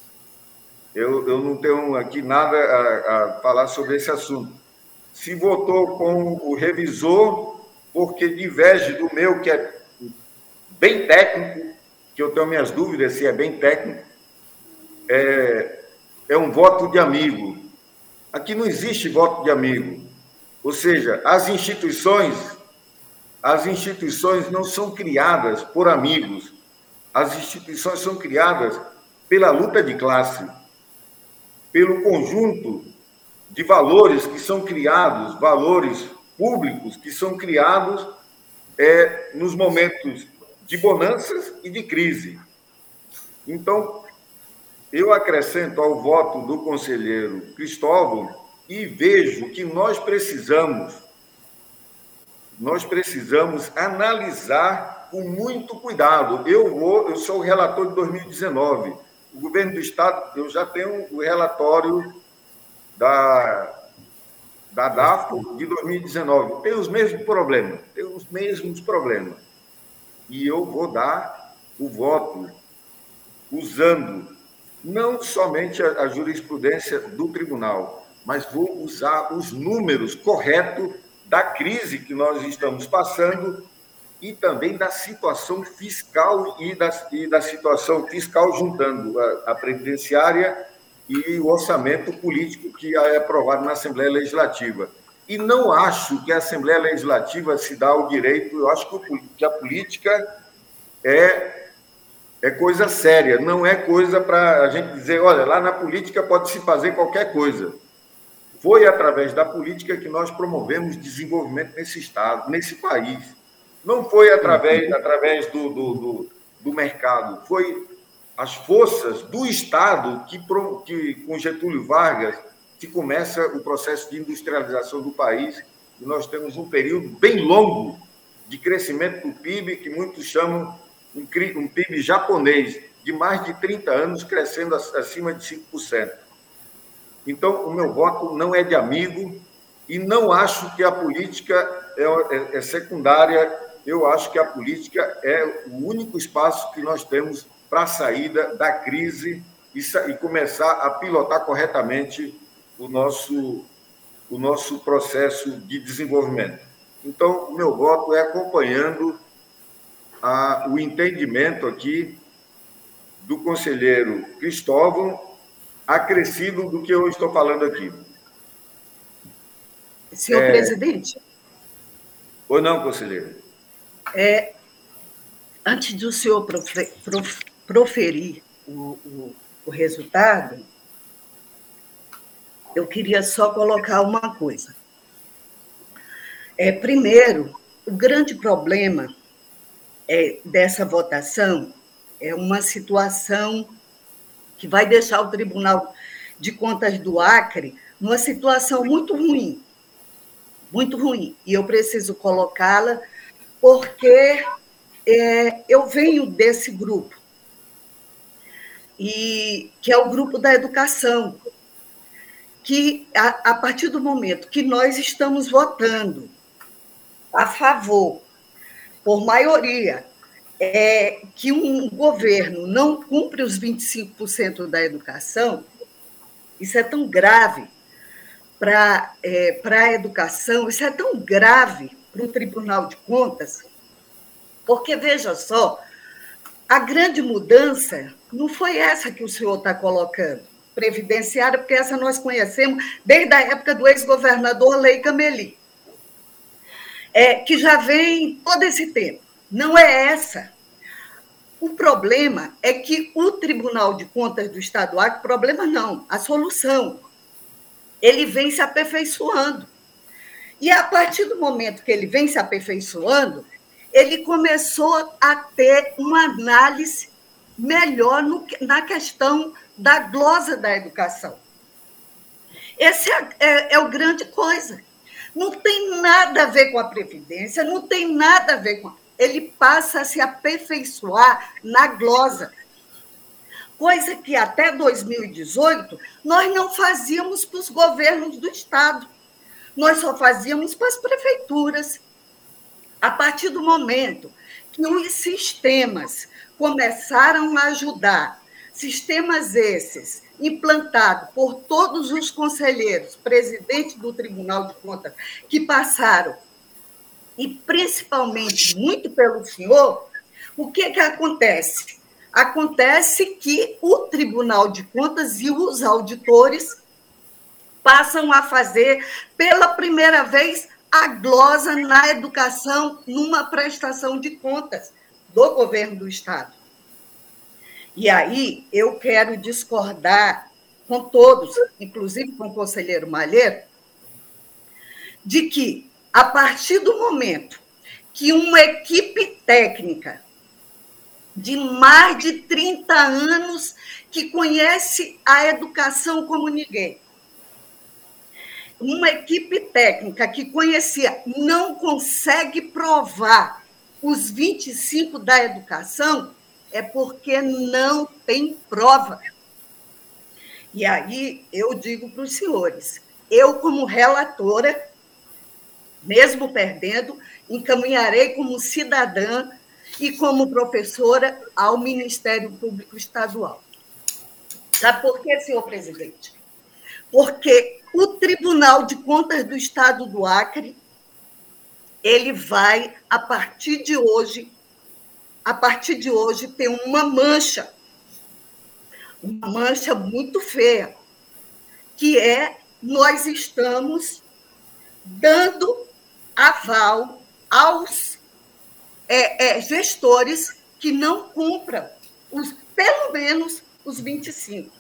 eu, eu não tenho aqui nada a, a falar sobre esse assunto. Se votou com o revisor, porque diverge do meu, que é bem técnico, que eu tenho minhas dúvidas se é bem técnico, é, é um voto de amigo. Aqui não existe voto de amigo. Ou seja, as instituições, as instituições não são criadas por amigos. As instituições são criadas pela luta de classe, pelo conjunto de valores que são criados, valores públicos que são criados é, nos momentos de bonanças e de crise. Então, eu acrescento ao voto do conselheiro Cristóvão e vejo que nós precisamos, nós precisamos analisar com muito cuidado. Eu vou, eu sou o relator de dois mil e dezenove. O governo do Estado, eu já tenho o relatório da, da DAFO de dois mil e dezenove. Tem os mesmos problemas, tem os mesmos problemas. E eu vou dar o voto usando não somente a, a jurisprudência do tribunal, mas vou usar os números corretos da crise que nós estamos passando e também da situação fiscal e da, e da situação fiscal juntando a, a previdenciária e o orçamento político que é aprovado na Assembleia Legislativa. E não acho que a Assembleia Legislativa se dá o direito, eu acho que a política é, é coisa séria, não é coisa para a gente dizer, olha, lá na política pode-se fazer qualquer coisa. Foi através da política que nós promovemos desenvolvimento nesse Estado, nesse país. Não foi através, através do, do, do, do mercado, foi as forças do Estado que, que, com Getúlio Vargas, que começa o processo de industrialização do país, e nós temos um período bem longo de crescimento do P I B, que muitos chamam um, um P I B japonês, de mais de trinta anos, crescendo acima de cinco por cento. Então, o meu voto não é de amigo, e não acho que a política é, é, é secundária, eu acho que a política é o único espaço que nós temos para a saída da crise e, e começar a pilotar corretamente o nosso, o nosso processo de desenvolvimento. Então, o meu voto é acompanhando a, o entendimento aqui do conselheiro Cristóvão, acrescido do que eu estou falando aqui. Senhor é... presidente? Ou não, conselheiro? É, antes do senhor profe, prof, proferir o, o, o resultado, eu queria só colocar uma coisa. É, primeiro, o grande problema é, dessa votação é uma situação que vai deixar o Tribunal de Contas do Acre numa situação muito ruim, muito ruim. E eu preciso colocá-la porque é, eu venho desse grupo, e, que é o grupo da educação, que a, a partir do momento que nós estamos votando a favor, por maioria, é, que um governo não cumpre os vinte e cinco por cento da educação, isso é tão grave para é, para a educação, isso é tão grave para o Tribunal de Contas, porque, veja só, a grande mudança não foi essa que o senhor está colocando, previdenciária, porque essa nós conhecemos desde a época do ex-governador Lei Cameli, é, que já vem todo esse tempo. Não é essa. O problema é que o Tribunal de Contas do Estado do Acre, problema não, a solução, ele vem se aperfeiçoando. E a partir do momento que ele vem se aperfeiçoando, ele começou a ter uma análise melhor no, na questão da glosa da educação. Essa é, é, é a grande coisa. Não tem nada a ver com a Previdência, não tem nada a ver com... Ele passa a se aperfeiçoar na glosa, coisa que até dois mil e dezoito nós não fazíamos para os governos do Estado, nós só fazíamos para as prefeituras. A partir do momento que os sistemas começaram a ajudar, sistemas esses implantados por todos os conselheiros, presidentes do Tribunal de Contas, que passaram, e principalmente muito pelo senhor, o que, que acontece? Acontece que o Tribunal de Contas e os auditores passam a fazer, pela primeira vez, a glosa na educação numa prestação de contas do governo do Estado. E aí eu quero discordar com todos, inclusive com o conselheiro Malheiro, de que, a partir do momento que uma equipe técnica de mais de trinta anos que conhece a educação como ninguém, uma equipe técnica que conhecia, não consegue provar os vinte e cinco da educação, é porque não tem prova. E aí eu digo para os senhores, eu, como relatora, mesmo perdendo, encaminharei como cidadã e como professora ao Ministério Público Estadual. Sabe por quê, senhor presidente? Porque o Tribunal de Contas do Estado do Acre, ele vai, a partir de hoje, a partir de hoje, ter uma mancha, uma mancha muito feia, que é nós estamos dando aval aos é, é, gestores que não cumpram, os, pelo menos, os vinte e cinco.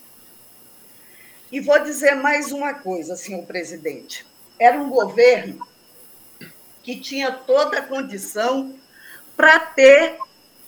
E vou dizer mais uma coisa, senhor presidente. Era um governo que tinha toda a condição para ter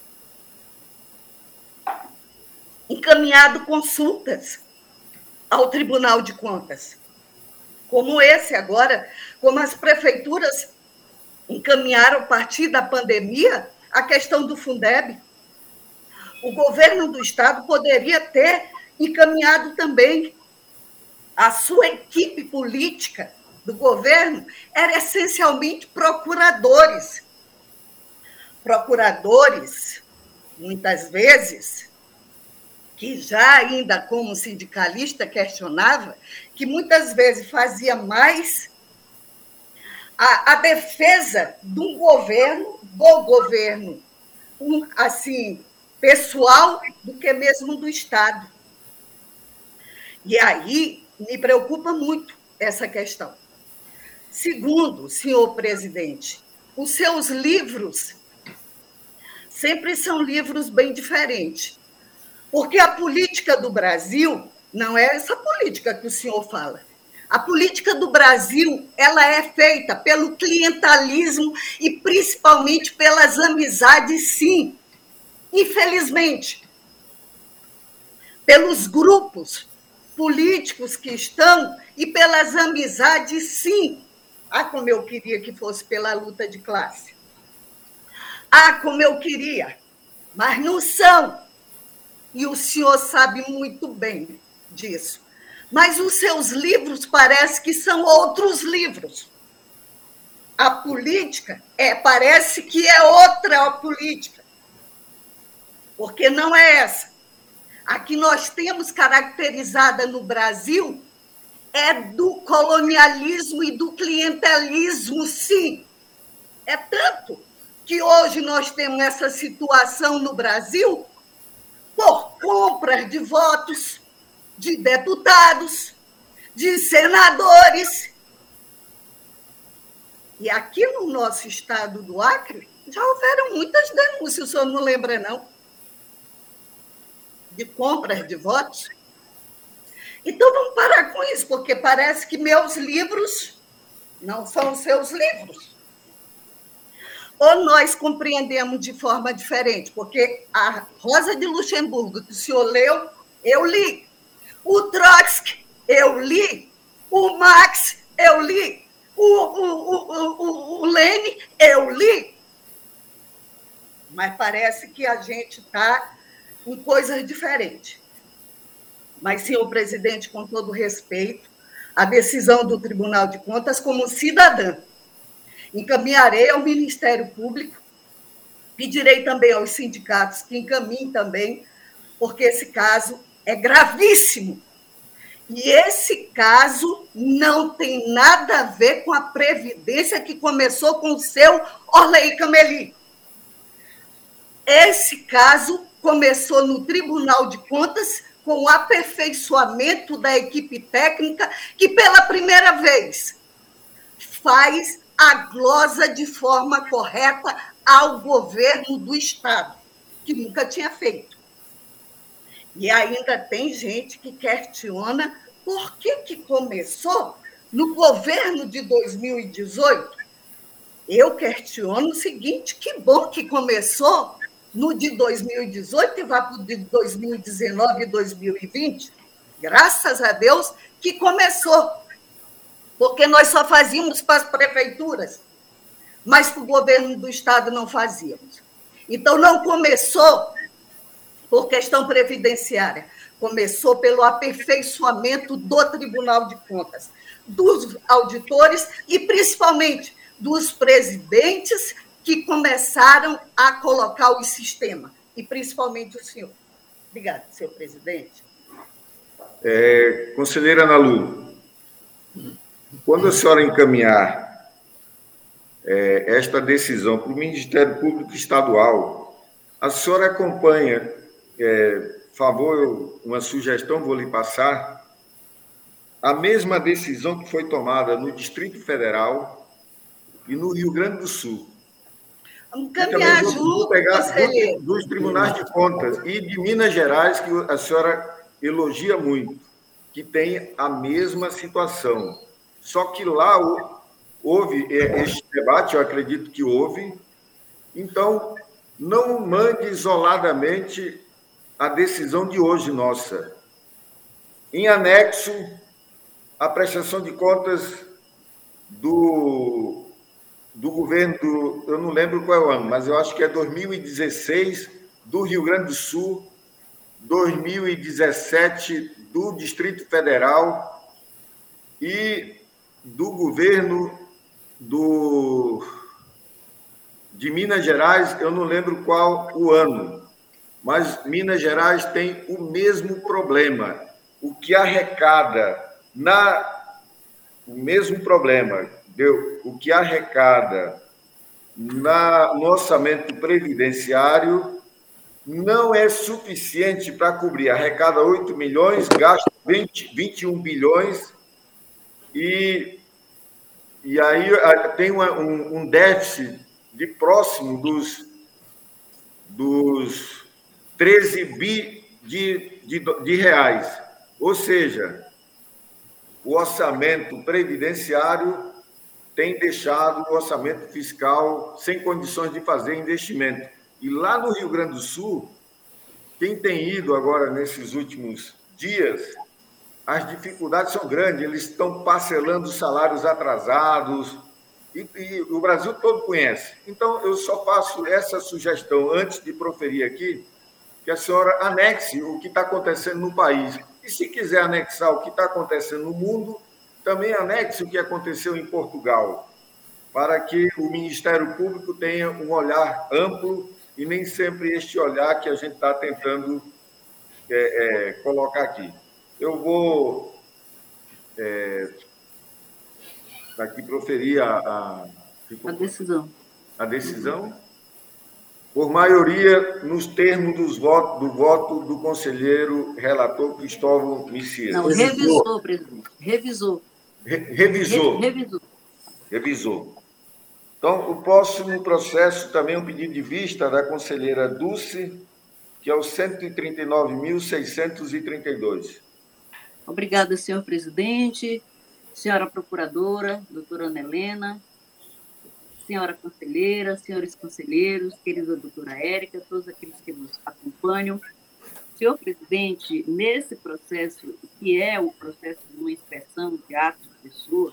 encaminhado consultas ao Tribunal de Contas, como esse agora, como as prefeituras encaminharam a partir da pandemia a questão do Fundeb. O governo do Estado poderia ter encaminhado também. A sua equipe política do governo era essencialmente procuradores. Procuradores, muitas vezes, que já ainda como sindicalista questionava, que muitas vezes fazia mais a, a defesa de um governo, do governo, um, assim, pessoal, do que mesmo do Estado. E aí me preocupa muito essa questão. Segundo, senhor presidente, os seus livros sempre são livros bem diferentes, porque a política do Brasil não é essa política que o senhor fala. A política do Brasil, ela é feita pelo clientelismo e principalmente pelas amizades, sim, infelizmente, pelos grupos políticos que estão e pelas amizades, sim. Ah, como eu queria que fosse pela luta de classe. Ah, como eu queria, mas não são. E o senhor sabe muito bem disso. Mas os seus livros parece que são outros livros. A política é, parece que é outra política, porque não é essa. A que nós temos caracterizada no Brasil é do colonialismo e do clientelismo, sim. É tanto que hoje nós temos essa situação no Brasil por compras de votos de deputados, de senadores. E aqui no nosso estado do Acre, já houveram muitas denúncias, o senhor não lembra, não? De compras de votos. Então, vamos parar com isso, porque parece que meus livros não são seus livros. Ou nós compreendemos de forma diferente, porque a Rosa de Luxemburgo, que o senhor leu, eu li. O Trotsky, eu li. O Marx, eu li. O, o, o, o, o Lenin, eu li. Mas parece que a gente está em coisas diferentes. Mas, senhor presidente, com todo respeito, a decisão do Tribunal de Contas, como cidadã, encaminharei ao Ministério Público, pedirei também aos sindicatos que encaminhem também, porque esse caso é gravíssimo. E esse caso não tem nada a ver com a Previdência que começou com o seu Orley Cameli. Esse caso começou no Tribunal de Contas com o aperfeiçoamento da equipe técnica que, pela primeira vez, faz a glosa de forma correta ao governo do Estado, que nunca tinha feito. E ainda tem gente que questiona por que, que começou no governo de dois mil e dezoito. Eu questiono o seguinte: que bom que começou no de dois mil e dezoito e vai para o de dois mil e dezenove e dois mil e vinte. Graças a Deus que começou, porque nós só fazíamos para as prefeituras, mas para o governo do Estado não fazíamos. Então, não começou por questão previdenciária, começou pelo aperfeiçoamento do Tribunal de Contas, dos auditores e, principalmente, dos presidentes que começaram a colocar o sistema, e principalmente o senhor. Obrigada, senhor presidente. É, conselheira Ana Lu, quando a senhora encaminhar é, esta decisão para o Ministério Público Estadual, a senhora acompanha, é, favor, eu, uma sugestão vou lhe passar, a mesma decisão que foi tomada no Distrito Federal e no Rio Grande do Sul. Vamos caminhar junto, vou pegar dos, dos tribunais de contas e de Minas Gerais, que a senhora elogia muito, que tem a mesma situação. Só que lá houve este debate, eu acredito que houve. Então, não mande isoladamente a decisão de hoje nossa. Em anexo, a prestação de contas do, do governo, do, eu não lembro qual é o ano, mas eu acho que é dois mil e dezesseis, do Rio Grande do Sul, dois mil e dezessete, do Distrito Federal e do governo do, de Minas Gerais, eu não lembro qual o ano, mas Minas Gerais tem o mesmo problema. O que arrecada na o mesmo problema, deu, o que arrecada na, no orçamento previdenciário não é suficiente para cobrir. Arrecada oito milhões, gasta vinte, vinte e um bilhões, e, e aí tem uma, um, um déficit de próximo dos, dos treze bi de, de, de reais. Ou seja, o orçamento previdenciário tem deixado o orçamento fiscal sem condições de fazer investimento. E lá no Rio Grande do Sul, quem tem ido agora nesses últimos dias, as dificuldades são grandes, eles estão parcelando salários atrasados, e, e o Brasil todo conhece. Então, eu só faço essa sugestão antes de proferir aqui, que a senhora anexe o que está acontecendo no país. E se quiser anexar o que está acontecendo no mundo, também anexe o que aconteceu em Portugal, para que o Ministério Público tenha um olhar amplo e nem sempre este olhar que a gente está tentando é, é, colocar aqui. Eu vou é, aqui proferir a, a, a decisão. A decisão? Por maioria, nos termos dos votos, do voto do conselheiro relator Cristóvão Messias. Não, revisou, presidente. Revisou. Re revisou. Re revisou. Revisou. Então, o próximo processo também é um pedido de vista da conselheira Dulce, que é o cento e trinta e nove mil, seiscentos e trinta e dois. Obrigada, senhor presidente, senhora procuradora, doutora Ana Helena, senhora conselheira, senhores conselheiros, querida doutora Érica, todos aqueles que nos acompanham. Senhor presidente, nesse processo, que é o processo de uma inspeção de atos de pessoas,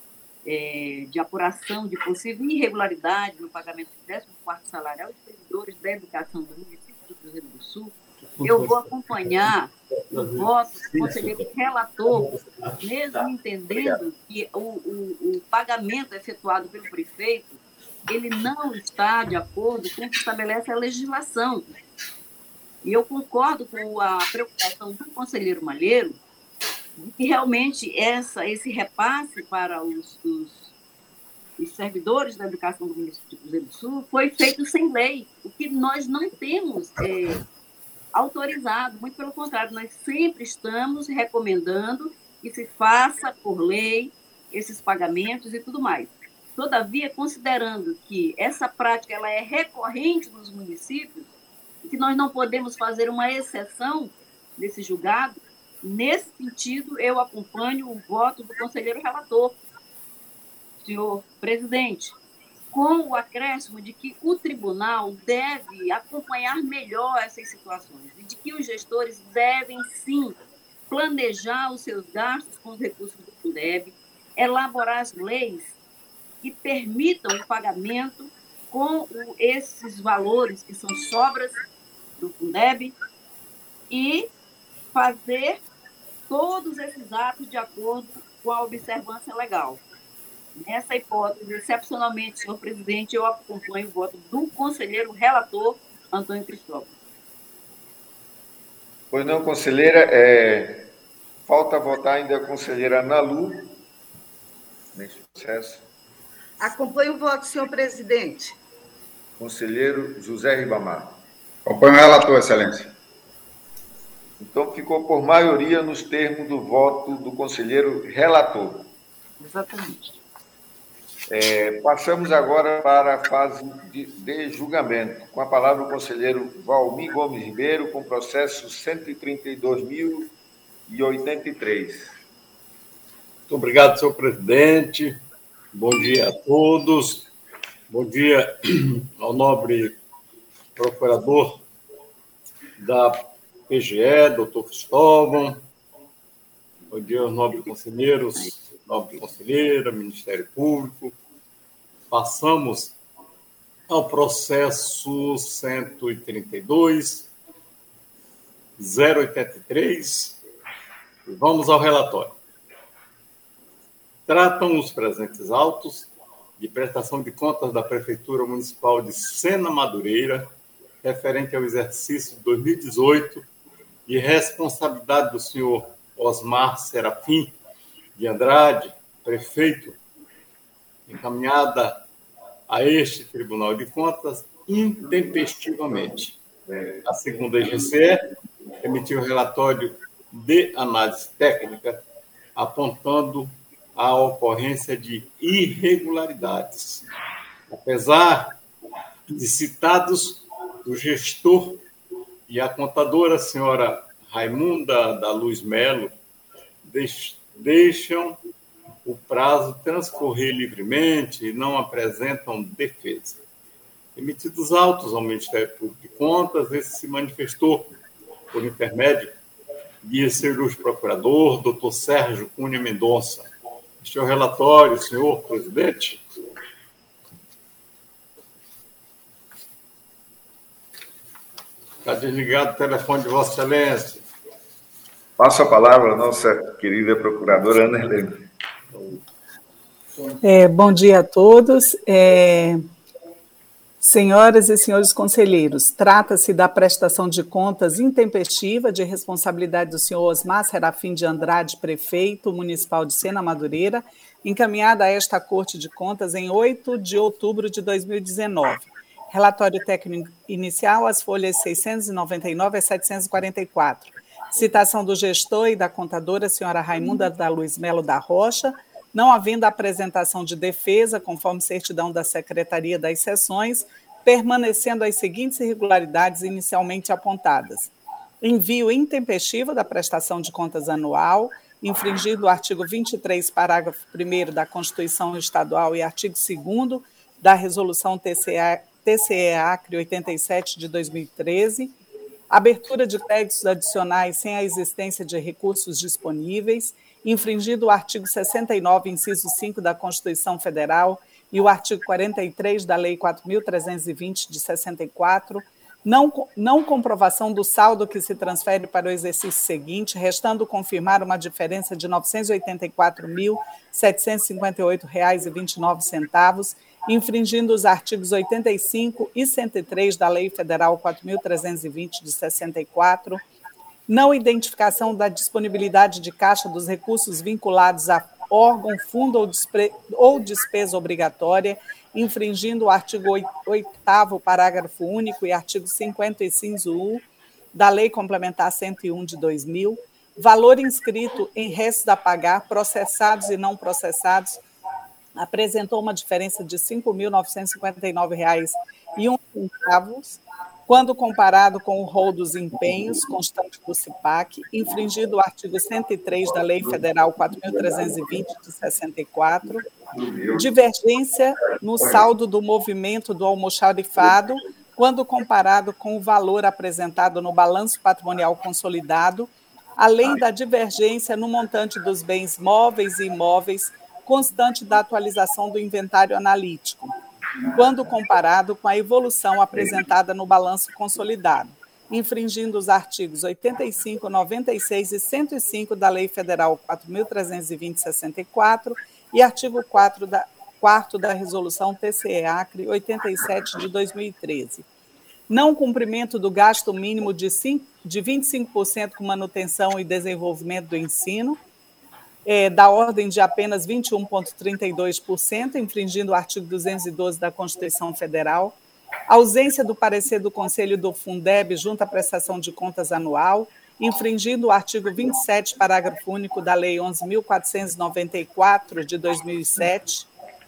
é, de apuração de possível irregularidade no pagamento do décimo quarto salário aos servidores da educação do município do Cruzeiro do Sul, eu vou acompanhar o voto do conselheiro relator, mesmo entendendo que o, o, o pagamento efetuado pelo prefeito, ele não está de acordo com o que estabelece a legislação. E eu concordo com a preocupação do conselheiro Malheiro de que realmente essa, esse repasse para os, os, os servidores da educação do município de Cruzeiro do Sul foi feito sem lei, o que nós não temos é, autorizado, muito pelo contrário, nós sempre estamos recomendando que se faça por lei esses pagamentos e tudo mais. Todavia, considerando que essa prática ela é recorrente nos municípios, e que nós não podemos fazer uma exceção nesse julgado, nesse sentido, eu acompanho o voto do conselheiro relator, senhor presidente, com o acréscimo de que o tribunal deve acompanhar melhor essas situações e de que os gestores devem, sim, planejar os seus gastos com os recursos do Fundeb, elaborar as leis que permitam o pagamento com esses valores que são sobras do Fundeb e fazer todos esses atos de acordo com a observância legal. Nessa hipótese, excepcionalmente, senhor presidente, eu acompanho o voto do conselheiro relator Antônio Cristóvão. Pois não, conselheira, é... falta votar ainda a conselheira Ana Lu nesse processo. Acompanho o voto, senhor presidente. Conselheiro José Ribamar. Acompanho o relator, excelência. Então, ficou por maioria nos termos do voto do conselheiro relator. Exatamente. É, passamos agora para a fase de, de julgamento. Com a palavra o conselheiro Valmir Gomes Ribeiro, com processo cento e trinta e dois mil e oitenta e três. Muito obrigado, senhor presidente. Bom dia a todos. Bom dia ao nobre procurador da P G E, doutor Cristóvão. Bom dia aos nobres conselheiros, nobre conselheira, Ministério Público. Passamos ao processo cento e trinta e dois, zero oitenta e três, e vamos ao relatório. Tratam os presentes autos de prestação de contas da Prefeitura Municipal de Sena Madureira, referente ao exercício de dois mil e dezoito, de responsabilidade do senhor Osmar Serafim de Andrade, prefeito, encaminhada a este Tribunal de Contas intempestivamente. A segunda I G C E emitiu um relatório de análise técnica apontando a ocorrência de irregularidades. Apesar de citados do gestor e a contadora, a senhora Raimunda da Luz Melo, deixam o prazo transcorrer livremente e não apresentam defesa. Emitidos autos ao Ministério Público de Contas, esse se manifestou por intermédio de seu ilustre procurador, doutor Sérgio Cunha Mendonça. Este é o relatório, senhor presidente. Está desligado o telefone de Vossa Excelência. Passo a palavra à nossa querida procuradora Ana Helena. É, bom dia a todos. É, senhoras e senhores conselheiros, trata-se da prestação de contas intempestiva de responsabilidade do senhor Osmar Serafim de Andrade, prefeito municipal de Sena Madureira, encaminhada a esta Corte de Contas em oito de outubro de dois mil e dezenove, Relatório técnico inicial, as folhas seiscentos e noventa e nove a setecentos e quarenta e quatro. Citação do gestor e da contadora, senhora Raimunda da Luz Melo da Rocha, não havendo apresentação de defesa, conforme certidão da Secretaria das Seções, permanecendo as seguintes irregularidades inicialmente apontadas. Envio intempestivo da prestação de contas anual, infringindo o artigo vinte e três, parágrafo primeiro da Constituição Estadual e artigo segundo da Resolução T C E Acre oitenta e sete de dois mil e treze, abertura de créditos adicionais sem a existência de recursos disponíveis, infringido o artigo sessenta e nove, inciso cinco da Constituição Federal e o artigo quarenta e três da Lei quatro mil trezentos e vinte de sessenta e quatro, não, não comprovação do saldo que se transfere para o exercício seguinte, restando confirmar uma diferença de novecentos e oitenta e quatro mil, setecentos e cinquenta e oito reais e vinte e nove centavos, infringindo os artigos oitenta e cinco e cento e três da Lei Federal quatro mil trezentos e vinte de sessenta e quatro, não identificação da disponibilidade de caixa dos recursos vinculados a órgão, fundo ou, despre, ou despesa obrigatória, infringindo o artigo oitavo, parágrafo único e artigo cinquenta, inciso um da Lei Complementar cento e um de dois mil, valor inscrito em restos a pagar, processados e não processados, apresentou uma diferença de cinco mil novecentos e cinquenta e nove reais e um centavos, quando comparado com o rol dos empenhos constante do CIPAC, infringido o artigo cento e três da Lei Federal quatro mil trezentos e vinte de sessenta e quatro, divergência no saldo do movimento do almoxarifado, quando comparado com o valor apresentado no balanço patrimonial consolidado, além da divergência no montante dos bens móveis e imóveis, constante da atualização do inventário analítico, quando comparado com a evolução apresentada no balanço consolidado, infringindo os artigos oitenta e cinco, noventa e seis e cento e cinco da Lei Federal quatro mil trezentos e vinte de sessenta e quatro e artigo quarto da, quarto da Resolução T C E Acre oitenta e sete de dois mil e treze. Não cumprimento do gasto mínimo de, cinco, de vinte e cinco por cento com manutenção e desenvolvimento do ensino, É, da ordem de apenas vinte e um vírgula trinta e dois por cento, infringindo o artigo duzentos e doze da Constituição Federal, ausência do parecer do Conselho do Fundeb junto à prestação de contas anual, infringindo o artigo vinte e sete, parágrafo único da Lei onze mil quatrocentos e noventa e quatro de dois mil e sete,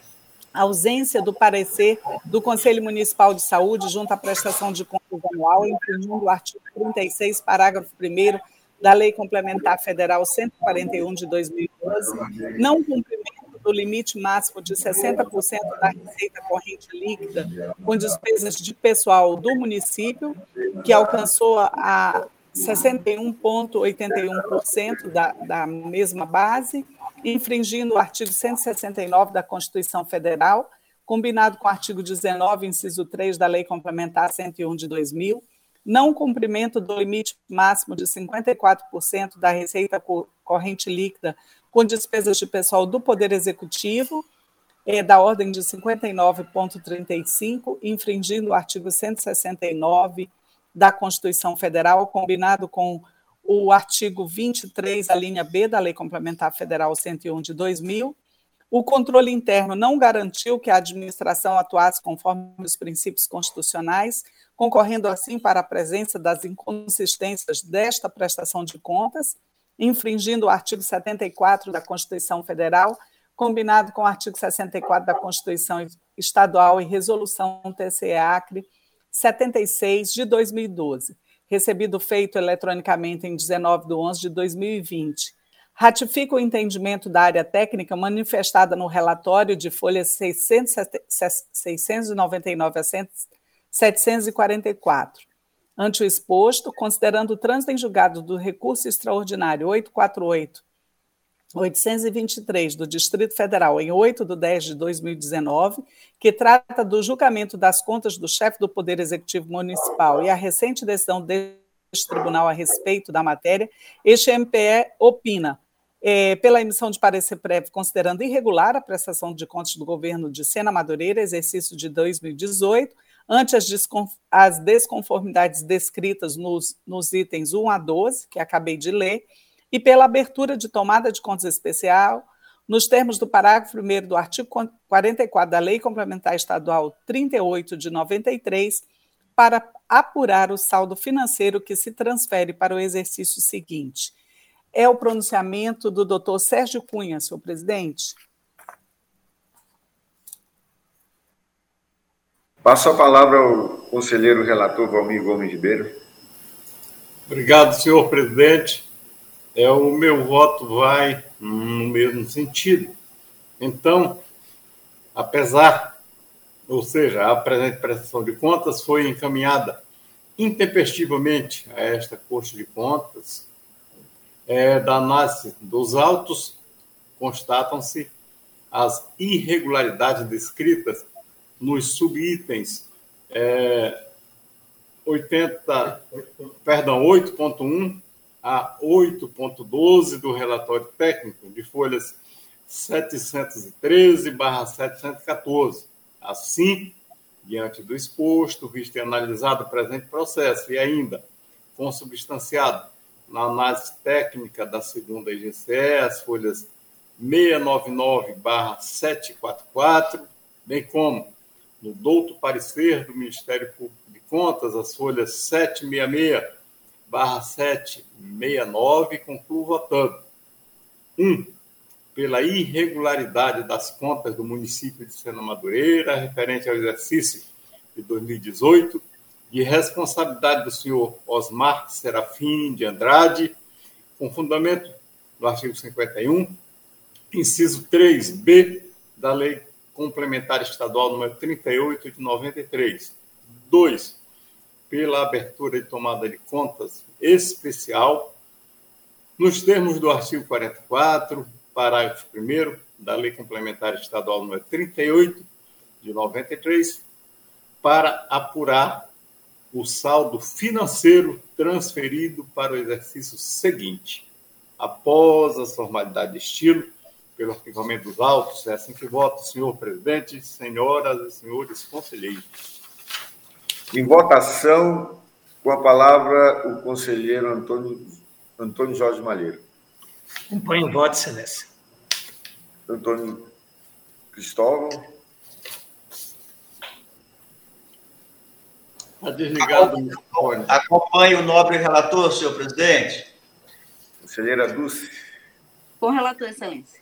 ausência do parecer do Conselho Municipal de Saúde junto à prestação de contas anual, infringindo o artigo trinta e seis, parágrafo primeiro da Lei Complementar Federal cento e quarenta e um de dois mil e doze, não cumprimento do limite máximo de sessenta por cento da receita corrente líquida com despesas de pessoal do município, que alcançou a sessenta e um vírgula oitenta e um por cento da, da mesma base, infringindo o artigo cento e sessenta e nove da Constituição Federal, combinado com o artigo dezenove, inciso três da Lei Complementar cento e um de dois mil, não cumprimento do limite máximo de cinquenta e quatro por cento da receita corrente líquida com despesas de pessoal do Poder Executivo, é, da ordem de cinquenta e nove vírgula trinta e cinco, infringindo o artigo cento e sessenta e nove da Constituição Federal, combinado com o artigo vinte e três, a linha B da Lei Complementar Federal cento e um de dois mil. O controle interno não garantiu que a administração atuasse conforme os princípios constitucionais, concorrendo assim para a presença das inconsistências desta prestação de contas, infringindo o artigo setenta e quatro da Constituição Federal, combinado com o artigo sessenta e quatro da Constituição Estadual e Resolução T C E Acre setenta e seis de dois mil e doze, recebido feito eletronicamente em dezenove de onze de dois mil e vinte. Ratifica o entendimento da área técnica manifestada no relatório de folhas seiscentos e noventa e nove a setecentos e quarenta e quatro. Ante o exposto, considerando o trânsito em julgado do recurso extraordinário oitocentos e quarenta e oito, oitocentos e vinte e três do Distrito Federal em oito de dez de dois mil e dezenove, que trata do julgamento das contas do chefe do Poder Executivo Municipal e a recente decisão deste tribunal a respeito da matéria, este M P E opina É, pela emissão de parecer prévio, considerando irregular a prestação de contas do governo de Sena Madureira, exercício de dois mil e dezoito, ante as, as desconformidades descritas nos, nos itens um a doze, que acabei de ler, e pela abertura de tomada de contas especial nos termos do parágrafo primeiro do artigo quarenta e quatro da Lei Complementar Estadual trinta e oito de noventa e três, para apurar o saldo financeiro que se transfere para o exercício seguinte. É o pronunciamento do doutor Sérgio Cunha, senhor presidente. Passo a palavra ao conselheiro relator Valmir Gomes Ribeiro. Obrigado, senhor presidente. É, o meu voto vai no mesmo sentido. Então, apesar, ou seja, a presente prestação de contas foi encaminhada intempestivamente a esta Corte de Contas, é, da análise dos autos, constatam-se as irregularidades descritas nos subitens é, oitenta, perdão, oito ponto um a oito ponto doze do relatório técnico de folhas setecentos e treze barra setecentos e quatorze. Assim, diante do exposto, visto e analisado o presente processo e ainda consubstanciado na análise técnica da segunda I G C E, as folhas seiscentos e noventa e nove barra setecentos e quarenta e quatro, bem como no douto parecer do Ministério Público de Contas, as folhas setecentos e sessenta e seis barra setecentos e sessenta e nove, concluo votando. um. Pela irregularidade das contas do município de Sena Madureira, referente ao exercício de dois mil e dezoito, de responsabilidade do senhor Osmar Serafim de Andrade, com fundamento no artigo cinquenta e um, inciso três B da Lei Complementar Estadual número trinta e oito de noventa e três. dois. Pela abertura de tomada de contas especial, nos termos do artigo quarenta e quatro, parágrafo primeiro da Lei Complementar Estadual número trinta e oito de noventa e três, para apurar o saldo financeiro transferido para o exercício seguinte. Após a formalidade de estilo, pelo arquivamento dos autos, é assim que voto, senhor presidente, senhoras e senhores conselheiros. Em votação, com a palavra, o conselheiro Antônio, Antônio Jorge Malheiro. Acompanho o voto, excelência. Antônio Cristóvão. Está desligado o microfone. Acompanhe o nobre relator, senhor presidente. Conselheira Dulce. Com relator, excelência.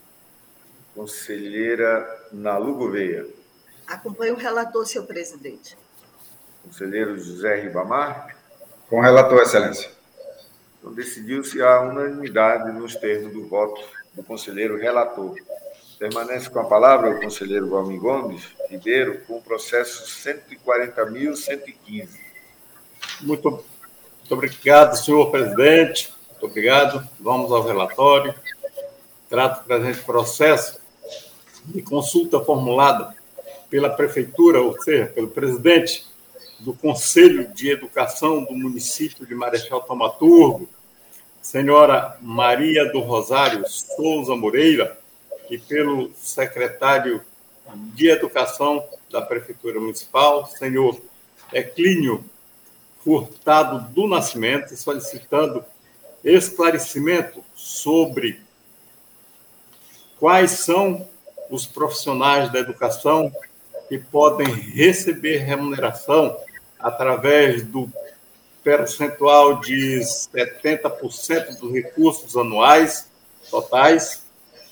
Conselheira Nalu Gouveia. Acompanhe o relator, senhor presidente. Conselheiro José Ribamar. Com relator, excelência. Então, decidiu-se a unanimidade nos termos do voto do conselheiro relator. Permanece com a palavra o conselheiro Valmir Gomes Ribeiro, com o processo cento e quarenta mil cento e quinze. Muito, muito obrigado, senhor presidente. Muito obrigado. Vamos ao relatório. Trato do presente processo de consulta formulada pela prefeitura, ou seja, pelo presidente do Conselho de Educação do município de Marechal Thaumaturgo, senhora Maria do Rosário Souza Moreira, e pelo secretário de Educação da Prefeitura Municipal, senhor Eclínio Furtado do Nascimento, solicitando esclarecimento sobre quais são os profissionais da educação que podem receber remuneração através do percentual de setenta por cento dos recursos anuais totais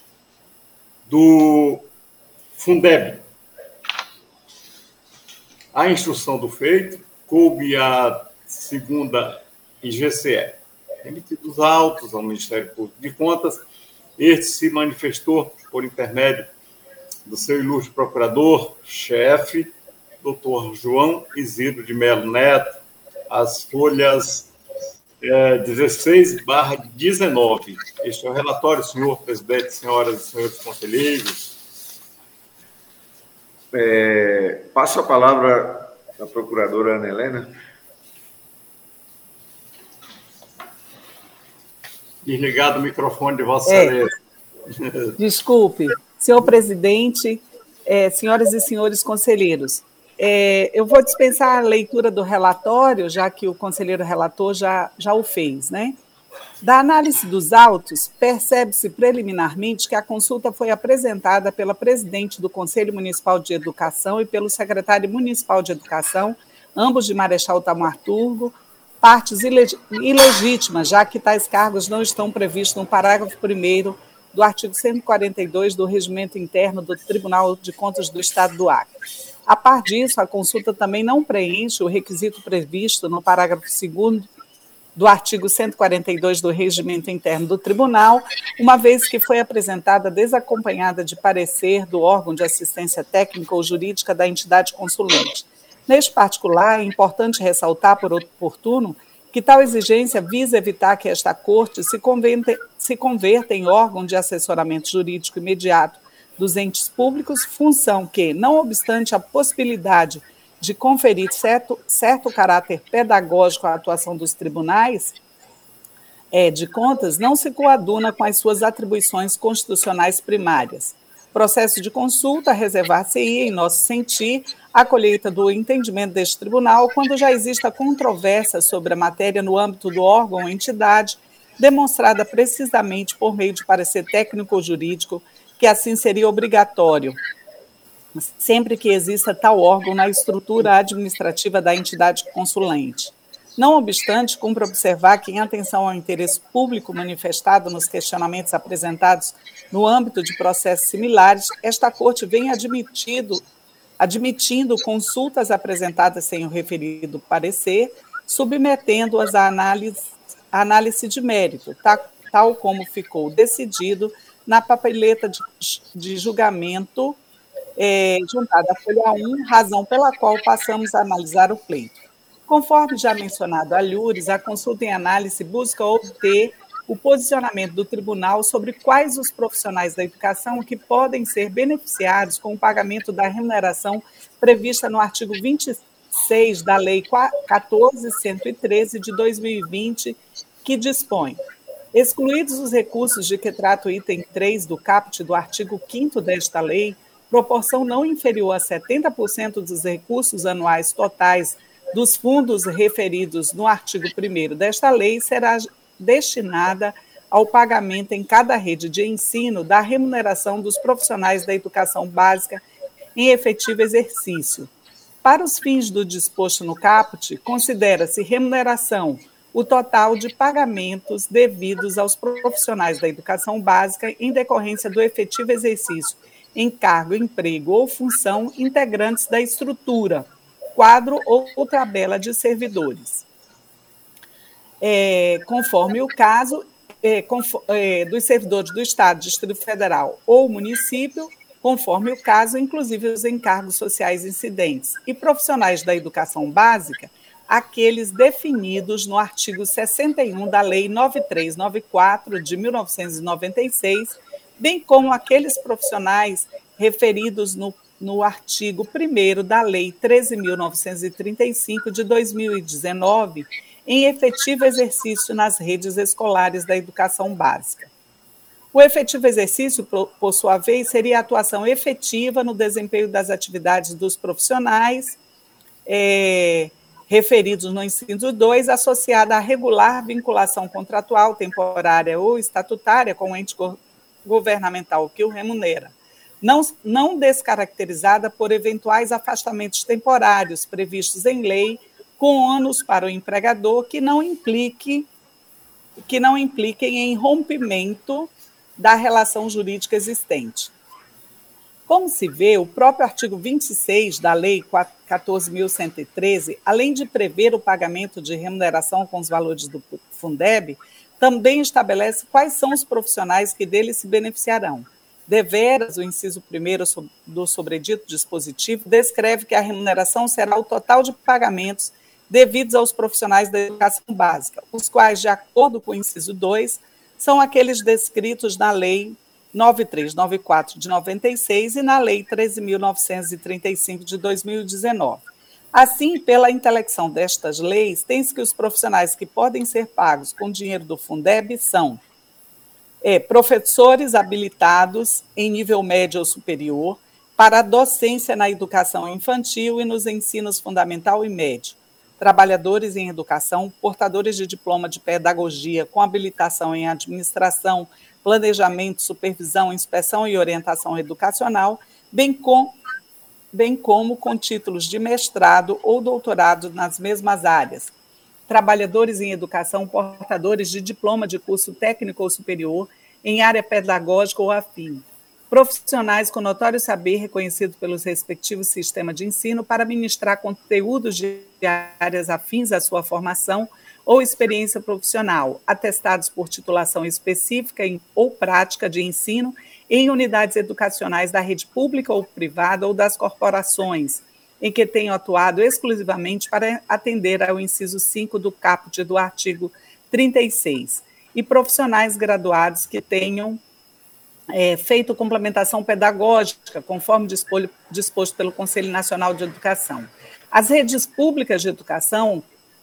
do Fundeb. A instrução do feito coube à segunda I G C E. Remetidos autos ao Ministério Público de Contas, este se manifestou por intermédio do seu ilustre procurador-chefe, doutor João Isidro de Melo Neto, as folhas é, dezesseis barra dezenove. Este é o relatório, senhor presidente, senhoras e senhores conselheiros. É, passo a palavra à procuradora Ana Helena. Desligado o microfone de Vossa É. Excelência. Desculpe, senhor presidente, é, senhoras e senhores conselheiros, é, eu vou dispensar a leitura do relatório, já que o conselheiro relator já, já o fez, né? Da análise dos autos, percebe-se preliminarmente que a consulta foi apresentada pela presidente do Conselho Municipal de Educação e pelo secretário municipal de Educação, ambos de Marechal Thaumaturgo, partes ilegítimas, já que tais cargos não estão previstos no parágrafo primeiro do artigo cento e quarenta e dois do Regimento Interno do Tribunal de Contas do Estado do Acre. A par disso, a consulta também não preenche o requisito previsto no parágrafo segundo do artigo cento e quarenta e dois do Regimento Interno do Tribunal, uma vez que foi apresentada desacompanhada de parecer do órgão de assistência técnica ou jurídica da entidade consulente. Neste particular, é importante ressaltar, por oportuno, que tal exigência visa evitar que esta Corte se converta, se converta em órgão de assessoramento jurídico imediato dos entes públicos, função que, não obstante a possibilidade de conferir certo, certo caráter pedagógico à atuação dos tribunais é, de contas, não se coaduna com as suas atribuições constitucionais primárias. Processo de consulta reservar-se-ia, em nosso sentir, a colheita do entendimento deste tribunal quando já exista controvérsia sobre a matéria no âmbito do órgão ou entidade, demonstrada precisamente por meio de parecer técnico ou jurídico, que assim seria obrigatório, sempre que exista tal órgão na estrutura administrativa da entidade consulente. Não obstante, cumpre observar que, em atenção ao interesse público manifestado nos questionamentos apresentados no âmbito de processos similares, esta Corte vem admitido, admitindo consultas apresentadas sem o referido parecer, submetendo-as à análise, à análise de mérito, tal, tal como ficou decidido na papeleta de, de julgamento É, juntada à folha um, razão pela qual passamos a analisar o pleito. Conforme já mencionado a Lures, a consulta em análise busca obter o posicionamento do tribunal sobre quais os profissionais da educação que podem ser beneficiados com o pagamento da remuneração prevista no artigo vinte e seis da Lei quatorze mil cento e treze de dois mil e vinte, que dispõe: excluídos os recursos de que trata o item três do caput do artigo quinto desta lei, proporção não inferior a setenta por cento dos recursos anuais totais dos fundos referidos no artigo primeiro desta lei será destinada ao pagamento em cada rede de ensino da remuneração dos profissionais da educação básica em efetivo exercício. Para os fins do disposto no caput, considera-se remuneração o total de pagamentos devidos aos profissionais da educação básica em decorrência do efetivo exercício em cargo, emprego ou função integrantes da estrutura, quadro ou tabela de servidores. É, conforme o caso é, conforme, é, dos servidores do Estado, Distrito Federal ou município, conforme o caso, inclusive os encargos sociais incidentes, e profissionais da educação básica, aqueles definidos no artigo sessenta e um da Lei nove mil trezentos e noventa e quatro, de mil novecentos e noventa e seis, bem como aqueles profissionais referidos no, no artigo primeiro da Lei treze mil novecentos e trinta e cinco, de dois mil e dezenove, em efetivo exercício nas redes escolares da educação básica. O efetivo exercício, por sua vez, seria a atuação efetiva no desempenho das atividades dos profissionais é, referidos no inciso dois, associada à regular vinculação contratual, temporária ou estatutária com o ente governamental que o remunera, não, não descaracterizada por eventuais afastamentos temporários previstos em lei, com ônus para o empregador que não implique, que não impliquem em rompimento da relação jurídica existente. Como se vê, o próprio artigo vinte e seis da Lei quatorze mil cento e treze, além de prever o pagamento de remuneração com os valores do Fundeb, também estabelece quais são os profissionais que dele se beneficiarão. Deveras, o inciso primeiro do sobredito dispositivo descreve que a remuneração será o total de pagamentos devidos aos profissionais da educação básica, os quais, de acordo com o inciso dois, são aqueles descritos na Lei nove mil trezentos e noventa e quatro, de noventa e seis, e na Lei treze mil novecentos e trinta e cinco, de dois mil e dezenove. Assim, pela intelecção destas leis, tem-se que os profissionais que podem ser pagos com dinheiro do Fundeb são é, professores habilitados em nível médio ou superior para a docência na educação infantil e nos ensinos fundamental e médio, trabalhadores em educação, portadores de diploma de pedagogia com habilitação em administração, planejamento, supervisão, inspeção e orientação educacional, bem, com, bem como com títulos de mestrado ou doutorado nas mesmas áreas. Trabalhadores em educação, portadores de diploma de curso técnico ou superior em área pedagógica ou afim. Profissionais com notório saber reconhecido pelos respectivos sistemas de ensino para ministrar conteúdos de áreas afins à sua formação ou experiência profissional, atestados por titulação específica em, ou prática de ensino em unidades educacionais da rede pública ou privada ou das corporações, em que tenham atuado exclusivamente para atender ao inciso cinco do caput do artigo trinta e seis, e profissionais graduados que tenham é, feito complementação pedagógica, conforme disposto pelo Conselho Nacional de Educação. As redes públicas de educação,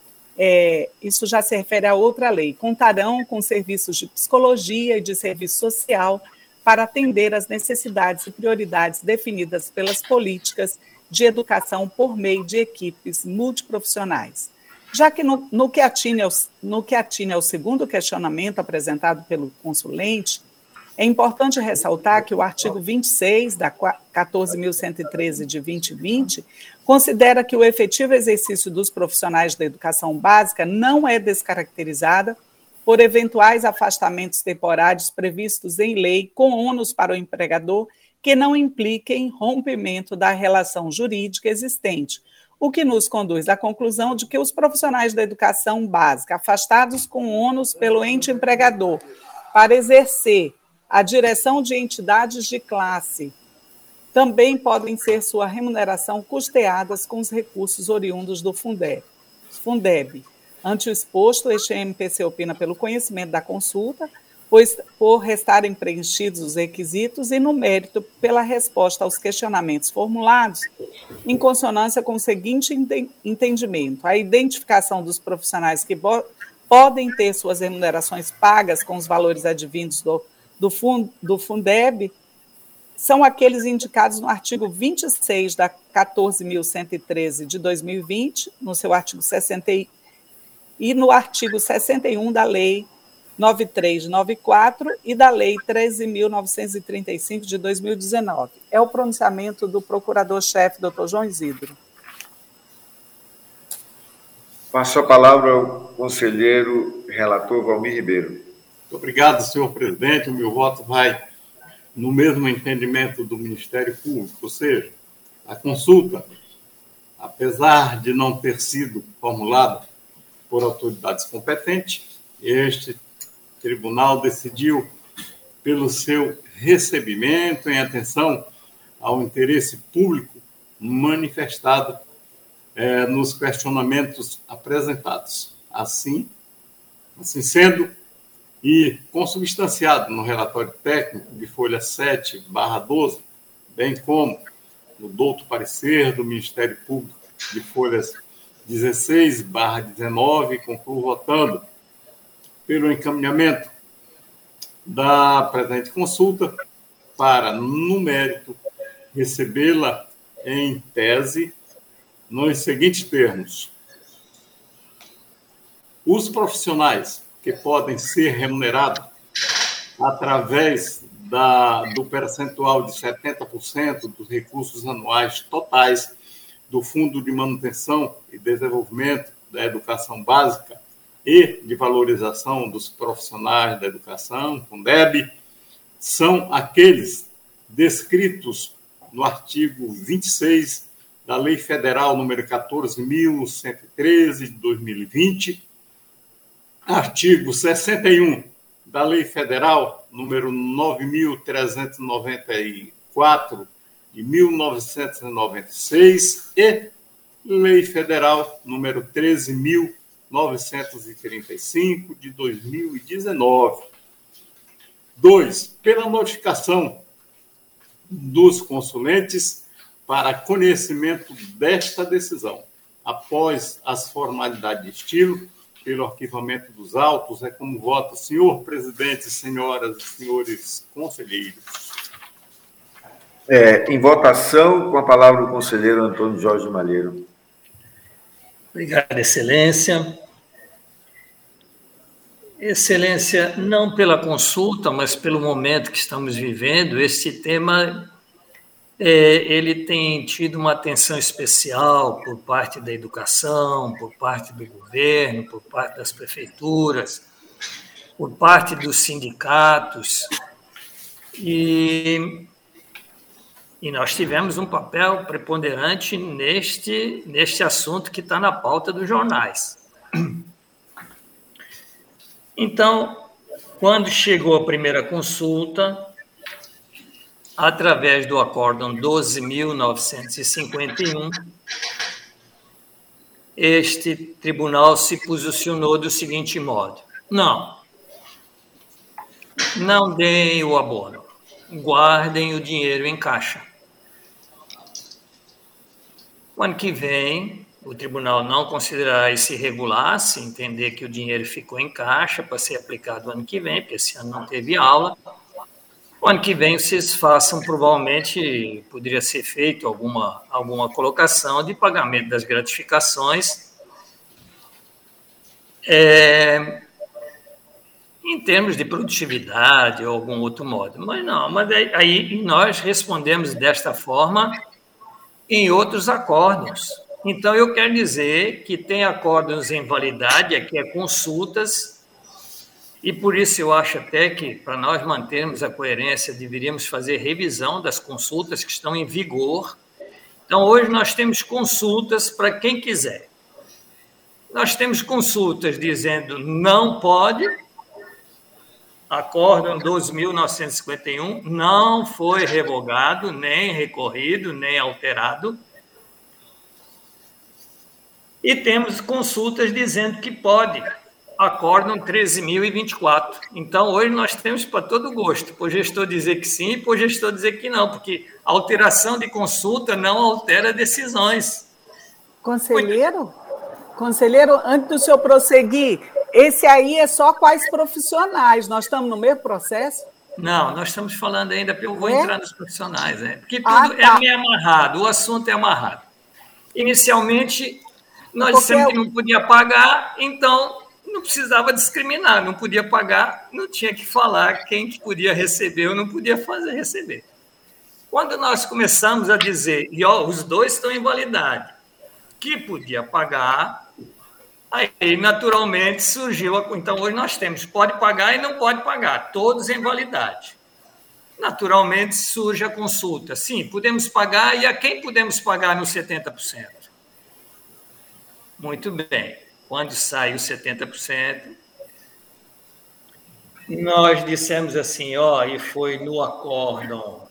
É, isso já se refere a outra lei, contarão com serviços de psicologia e de serviço social para atender às necessidades e prioridades definidas pelas políticas de educação por meio de equipes multiprofissionais. Já que no, no, que atine ao, no que atine ao segundo questionamento apresentado pelo consulente, é importante ressaltar que o artigo vinte e seis da quatorze mil cento e treze de dois mil e vinte considera que o efetivo exercício dos profissionais da educação básica não é descaracterizada por eventuais afastamentos temporários previstos em lei com ônus para o empregador que não impliquem rompimento da relação jurídica existente, o que nos conduz à conclusão de que os profissionais da educação básica afastados com ônus pelo ente empregador para exercer a direção de entidades de classe também podem ser sua remuneração custeadas com os recursos oriundos do Fundeb. Fundeb. Ante o exposto, este M P C opina pelo conhecimento da consulta, pois por restarem preenchidos os requisitos e, no mérito, pela resposta aos questionamentos formulados, em consonância com o seguinte entendimento: a identificação dos profissionais que podem ter suas remunerações pagas com os valores advindos do Do, fund, do Fundeb são aqueles indicados no artigo vinte e seis da quatorze mil cento e treze de dois mil e vinte, no seu artigo sessenta e no artigo sessenta e um da Lei nove mil trezentos e noventa e quatro e da Lei treze mil novecentos e trinta e cinco de dois mil e dezenove. É o pronunciamento do procurador-chefe, doutor João Isidro. Passo a palavra ao conselheiro relator Valmir Ribeiro. Muito obrigado, senhor presidente. O meu voto vai no mesmo entendimento do Ministério Público, ou seja, a consulta, apesar de não ter sido formulada por autoridades competentes, este tribunal decidiu pelo seu recebimento em atenção ao interesse público manifestado eh, nos questionamentos apresentados. Assim, assim sendo, e consubstanciado no relatório técnico de folha sete barra doze, bem como no douto parecer do Ministério Público de folhas dezesseis barra dezenove, concluo votando pelo encaminhamento da presente consulta para, no mérito, recebê-la em tese nos seguintes termos: os profissionais que podem ser remunerados através da, do percentual de setenta por cento dos recursos anuais totais do Fundo de Manutenção e Desenvolvimento da Educação Básica e de Valorização dos Profissionais da Educação, Fundeb, são aqueles descritos no artigo vinte e seis da Lei Federal número quatorze mil cento e treze, de dois mil e vinte, artigo sessenta e um da Lei Federal número nove mil trezentos e noventa e quatro, de mil novecentos e noventa e seis, e Lei Federal número treze mil novecentos e trinta e cinco, de dois mil e dezenove. Dois, pela notificação dos consulentes para conhecimento desta decisão, após as formalidades de estilo, pelo arquivamento dos autos, é como vota, senhor presidente, senhoras e senhores conselheiros. É, em votação, com a palavra o conselheiro Antônio Jorge Malheiro. Obrigado, Excelência. Excelência, não pela consulta, mas pelo momento que estamos vivendo, esse tema é, ele tem tido uma atenção especial por parte da educação, por parte do governo, por parte das prefeituras, por parte dos sindicatos, e, e nós tivemos um papel preponderante neste, neste assunto que está na pauta dos jornais. Então, quando chegou a primeira consulta, através do Acórdão doze mil novecentos e cinquenta e um, este tribunal se posicionou do seguinte modo: não, não deem o abono, guardem o dinheiro em caixa. O ano que vem, o tribunal não considerará isso irregular, se entender que o dinheiro ficou em caixa para ser aplicado ano que vem, porque esse ano não teve aula. O ano que vem vocês façam, provavelmente, poderia ser feito alguma, alguma colocação de pagamento das gratificações é, em termos de produtividade ou algum outro modo. Mas não, mas aí nós respondemos desta forma em outros acórdãos. Então, eu quero dizer que tem acórdãos em validade, aqui é consultas, e por isso eu acho até que, para nós mantermos a coerência, deveríamos fazer revisão das consultas que estão em vigor. Então, hoje nós temos consultas para quem quiser. Nós temos consultas dizendo não pode, Acórdão doze mil novecentos e cinquenta e um não foi revogado, nem recorrido, nem alterado. E temos consultas dizendo que pode, Acórdão treze mil e vinte e quatro. Então, hoje nós temos para todo gosto, por gestor dizer que sim, por gestor dizer que não, porque a alteração de consulta não altera decisões. Conselheiro, conselheiro, antes do senhor prosseguir, esse aí é só quais profissionais? Nós estamos no mesmo processo? Não, nós estamos falando ainda, eu vou é? entrar nos profissionais, é, porque tudo ah, tá. é meio amarrado, o assunto é amarrado. Inicialmente, nós porque dissemos eu... que não podia pagar, então não precisava discriminar, não podia pagar, não tinha que falar quem que podia receber ou não podia fazer receber. Quando nós começamos a dizer, e ó, os dois estão em validade, que podia pagar, aí naturalmente surgiu, a, então hoje nós temos pode pagar e não pode pagar, todos em validade. Naturalmente surge a consulta, sim, podemos pagar, e a quem podemos pagar nos setenta por cento? Muito bem. Quando sai os setenta por cento, nós dissemos assim, ó, e foi no acórdão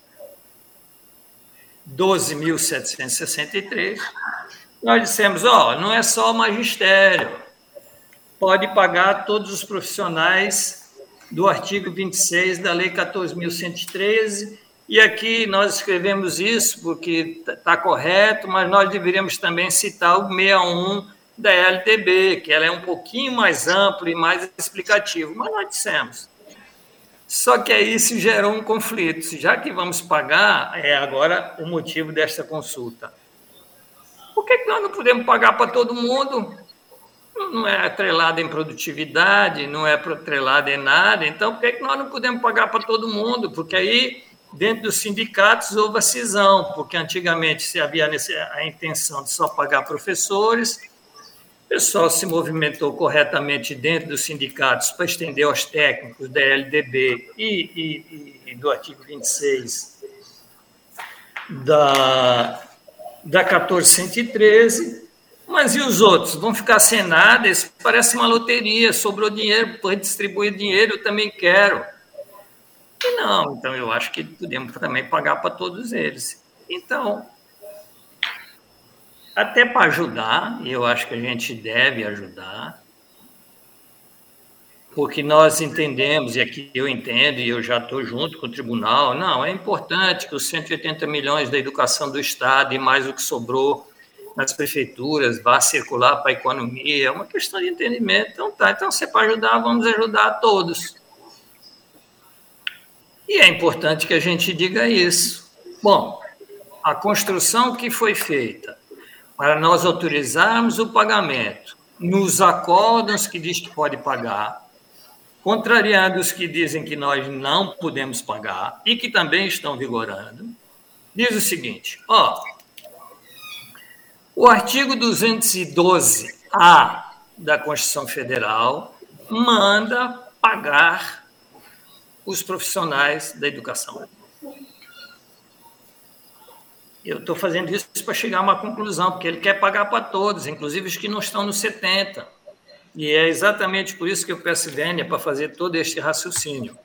doze mil setecentos e sessenta e três, nós dissemos, ó, não é só o magistério, pode pagar todos os profissionais do artigo vinte e seis da Lei quatorze mil cento e treze, e aqui nós escrevemos isso porque está correto, mas nós deveríamos também citar o sessenta e um da L D B, que ela é um pouquinho mais ampla e mais explicativo, mas nós dissemos. Só que aí isso gerou um conflito. Já que vamos pagar, é agora o motivo desta consulta. Por que, que nós não podemos pagar para todo mundo? Não é atrelado em produtividade, não é atrelado em nada, então por que, que nós não podemos pagar para todo mundo? Porque aí, dentro dos sindicatos, houve a cisão, porque antigamente se havia a intenção de só pagar professores. O pessoal se movimentou corretamente dentro dos sindicatos para estender aos técnicos da L D B e, e, e do artigo vinte e seis da, da quatorze mil cento e treze, mas e os outros? Vão ficar sem nada? Isso parece uma loteria, sobrou dinheiro para distribuir dinheiro, eu também quero. E não, então eu acho que podemos também pagar para todos eles. Então, até para ajudar, e eu acho que a gente deve ajudar, porque nós entendemos, e aqui eu entendo, e eu já estou junto com o tribunal, não, é importante que os cento e oitenta milhões da educação do Estado e mais o que sobrou nas prefeituras vá circular para a economia, é uma questão de entendimento. Então, tá, então se é para ajudar, vamos ajudar a todos. E é importante que a gente diga isso. Bom, a construção que foi feita para nós autorizarmos o pagamento nos acórdãos que diz que pode pagar, contrariando os que dizem que nós não podemos pagar e que também estão vigorando, diz o seguinte, ó, o artigo duzentos e doze A da Constituição Federal manda pagar os profissionais da educação. Eu estou fazendo isso para chegar a uma conclusão, porque ele quer pagar para todos, inclusive os que não estão nos setenta. E é exatamente por isso que eu peço Vênia para fazer todo este raciocínio.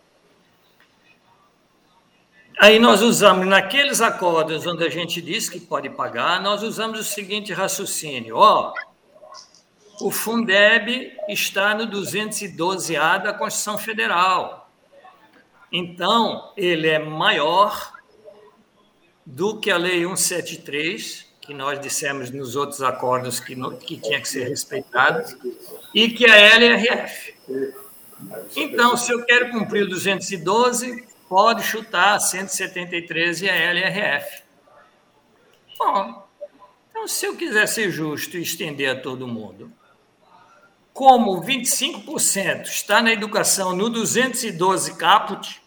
Aí nós usamos, naqueles acordos onde a gente diz que pode pagar, nós usamos o seguinte raciocínio, ó, o Fundeb está no duzentos e doze A da Constituição Federal. Então, ele é maior do que a Lei cento e setenta e três, que nós dissemos nos outros acordos que, não, que tinha que ser respeitado, e que a L R F. Então, se eu quero cumprir o duzentos e doze, pode chutar a cento e setenta e três e a L R F. Bom, então, se eu quiser ser justo e estender a todo mundo, como vinte e cinco por cento está na educação no duzentos e doze caput,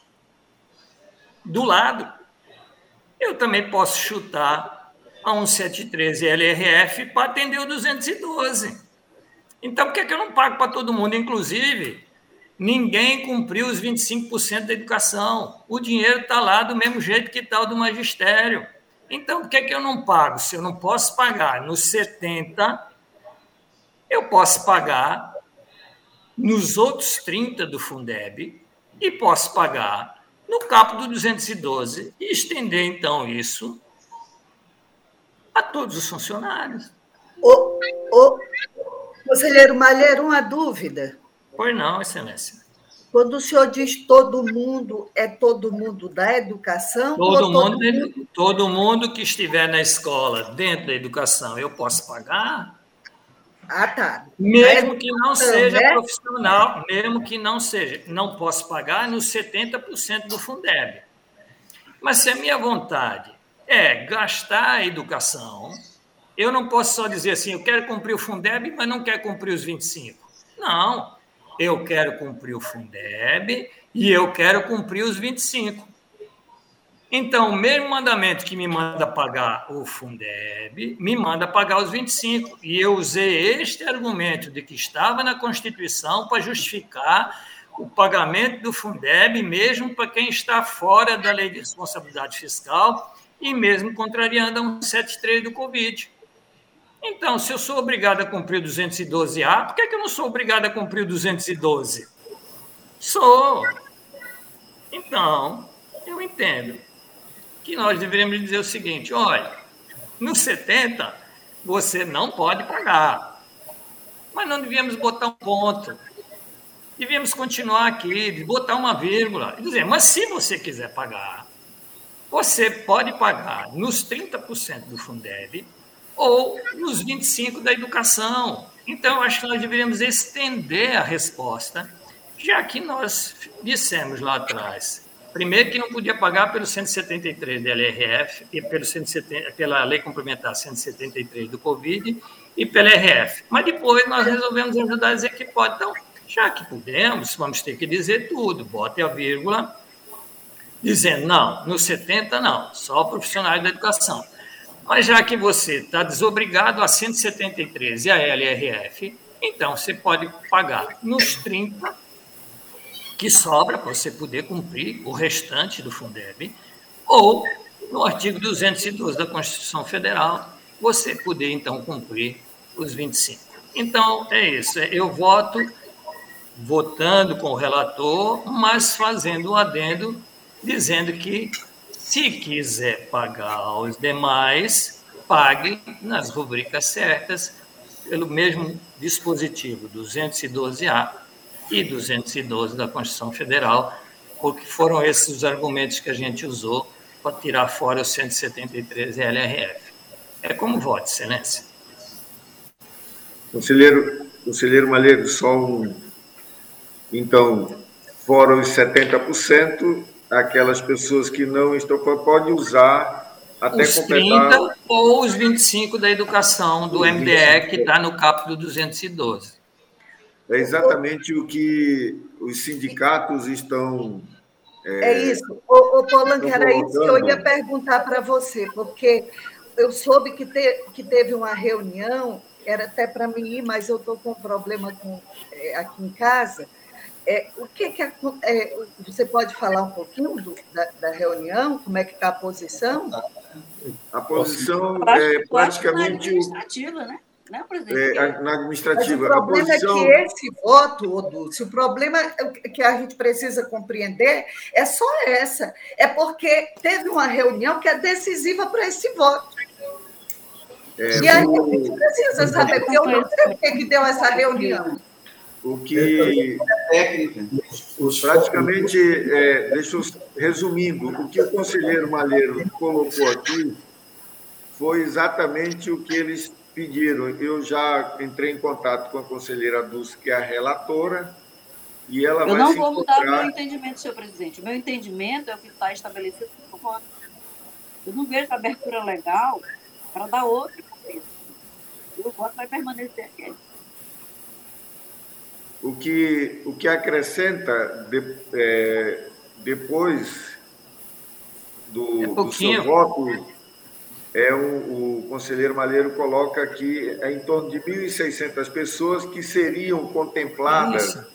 do lado, eu também posso chutar a cento e setenta e três e L R F para atender o duzentos e doze. Então, por que, é que eu não pago para todo mundo? Inclusive, ninguém cumpriu os vinte e cinco por cento da educação. O dinheiro está lá do mesmo jeito que está o do magistério. Então, por que, é que eu não pago? Se eu não posso pagar nos setenta, eu posso pagar nos outros trinta do Fundeb e posso pagar no capo do duzentos e doze e estender, então, isso a todos os funcionários. Ô, ô, conselheiro Malheiro, uma dúvida. Pois não, excelência. Quando o senhor diz todo mundo, é todo mundo da educação? Todo, ou mundo, todo, mundo... todo mundo que estiver na escola, dentro da educação, eu posso pagar? Ah, tá. Mesmo que não seja né? profissional, mesmo que não seja, não posso pagar nos setenta por cento do Fundeb. Mas se a minha vontade é gastar a educação, eu não posso só dizer assim, eu quero cumprir o Fundeb, mas não quero cumprir os vinte e cinco. Não, eu quero cumprir o Fundeb e eu quero cumprir os vinte e cinco. Então, o mesmo mandamento que me manda pagar o Fundeb, me manda pagar os vinte e cinco. E eu usei este argumento de que estava na Constituição para justificar o pagamento do Fundeb, mesmo para quem está fora da lei de responsabilidade fiscal e mesmo contrariando a cento e setenta e três do Covid. Então, se eu sou obrigado a cumprir o duzentos e doze A, por que, que eu não sou obrigado a cumprir o duzentos e doze? Sou. Então, eu entendo que nós deveríamos dizer o seguinte, olha, no setenta, você não pode pagar, mas não devíamos botar um ponto, devíamos continuar aqui, botar uma vírgula, e dizer, mas se você quiser pagar, você pode pagar nos trinta por cento do Fundeb ou nos vinte e cinco por cento da educação. Então, eu acho que nós deveríamos estender a resposta, já que nós dissemos lá atrás, primeiro que não podia pagar pelo cento e setenta e três da L R F, e pelo cento e setenta, pela Lei Complementar cento e setenta e três do Covid e pela R F. Mas depois nós resolvemos ajudar a dizer que pode. Então, já que podemos, vamos ter que dizer tudo. Bote a vírgula, dizendo, não, no setenta não, só profissionais da educação. Mas já que você está desobrigado a cento e setenta e três e a L R F, então você pode pagar nos trinta que sobra para você poder cumprir o restante do Fundeb, ou no artigo duzentos e doze da Constituição Federal, você poder, então, cumprir os vinte e cinco. Então, é isso. Eu voto votando com o relator, mas fazendo um adendo, dizendo que, se quiser pagar os demais, pague nas rubricas certas, pelo mesmo dispositivo duzentos e doze A, e duzentos e doze da Constituição Federal, porque foram esses os argumentos que a gente usou para tirar fora o cento e setenta e três e L R F. É como voto, excelência. Conselheiro, conselheiro Malheiro, só um... Então, fora os setenta por cento, aquelas pessoas que não estão, podem usar até os completar... trinta ou os vinte e cinco da educação do M D E, que está no capítulo duzentos e doze. É exatamente o que os sindicatos estão... É, é isso. Ô, ô Polanco, era isso que eu ia perguntar para você, porque eu soube que, te, que teve uma reunião, era até para mim ir, mas eu estou com um problema com, é, aqui em casa. É, o que, que é, você pode falar um pouquinho do, da, da reunião? Como é que está a posição? A posição é praticamente... administrativa, né? Não, presidente? É, na administrativa. Mas o problema posição... é que esse voto, Odúcio, o problema que a gente precisa compreender é só essa. É porque teve uma reunião que é decisiva para esse voto. É, e aí o... a gente precisa saber, porque eu não sei o que, que deu essa reunião. O que, praticamente, é, deixa eu, resumindo, o que o conselheiro Malheiro colocou aqui foi exatamente o que eles pediram. Eu já entrei em contato com a conselheira Dulce, que é a relatora, e ela eu vai não se vou encontrar... mudar o meu entendimento, senhor presidente. O meu entendimento é o que está estabelecido no voto. Eu não vejo abertura legal para dar outro. O voto vai permanecer aqui. O que, o que acrescenta de, é, depois do, é do seu voto é um, o conselheiro Malheiro coloca que é em torno de mil e seiscentas pessoas que seriam contempladas Isso.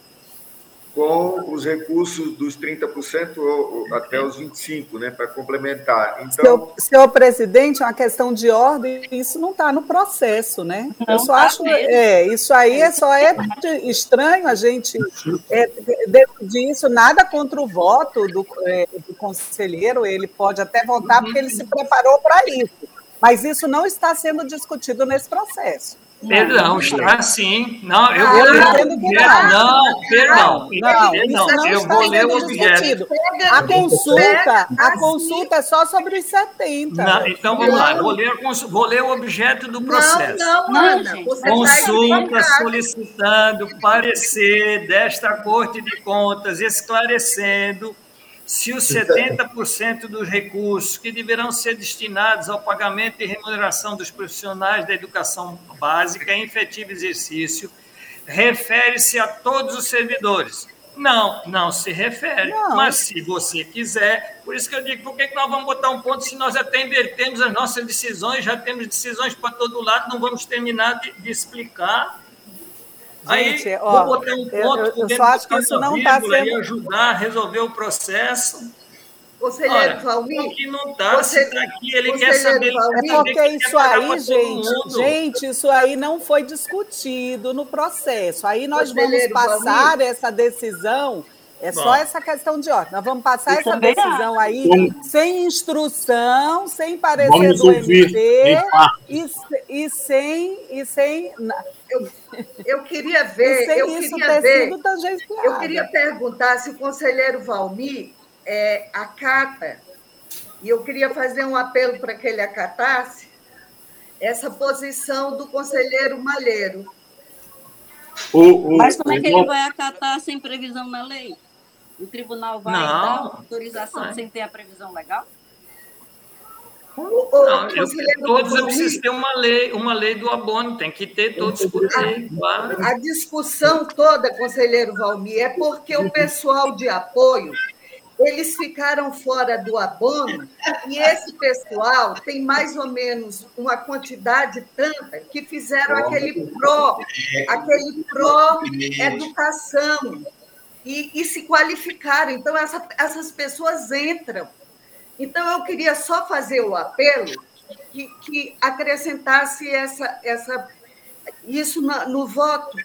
com os recursos dos trinta por cento ou, ou até os vinte e cinco por cento, né, para complementar. Então, senhor, senhor presidente, é uma questão de ordem, isso não está no processo, né? Não, Eu só tá acho, é, isso aí é só é estranho a gente é, decidir isso, nada contra o voto do, é, do conselheiro, ele pode até votar porque ele se preparou para isso, mas isso não está sendo discutido nesse processo. Perdão, está sim. Não, eu ah, vou ler o objeto. Não, perdão. Não, não, não eu vou ler o objeto. A consulta, a consulta é só sobre os setenta. Não, então vamos lá, vou ler, vou ler o objeto do processo. Não, não, Ana. Consulta solicitando parecer desta Corte de Contas, esclarecendo se os setenta por cento dos recursos que deverão ser destinados ao pagamento e remuneração dos profissionais da educação básica em efetivo exercício refere-se a todos os servidores. Não, não se refere. Não. Mas se você quiser, por isso que eu digo, por que nós vamos botar um ponto se nós até invertemos as nossas decisões, já temos decisões para todo lado, não vamos terminar de, de explicar. Gente, aí, ó, vou botar um ponto eu, eu, eu só acho que isso não está sendo... E ajudar a resolver o processo. Conselheiro Valmir, o que não está, se está aqui, ele quer saber... É porque isso aí, gente, gente, isso aí não foi discutido no processo. Aí nós vamos passar Valmir. essa decisão... É Bom, só essa questão de ordem. Nós vamos passar essa decisão aí vamos, sem instrução, sem parecer do M P e, e sem... E sem eu, eu queria ver... sem eu isso queria ter ver, sido tangenciado. Eu queria perguntar se o conselheiro Valmir é, acata, e eu queria fazer um apelo para que ele acatasse, essa posição do conselheiro Malheiro. O, o, Mas como é que ele vai acatar sem previsão na lei? O tribunal vai não, dar autorização não. sem ter a previsão legal? Não, eu, todos precisam ter uma lei, uma lei do abono, tem que ter todos por lei. Claro. A discussão toda, conselheiro Valmir, é porque o pessoal de apoio, eles ficaram fora do abono e esse pessoal tem mais ou menos uma quantidade tanta que fizeram aquele pró, aquele pró-educação e, e se qualificaram. Então, essa, essas pessoas entram. Então, eu queria só fazer o apelo que, que acrescentasse essa, essa, isso no, no voto.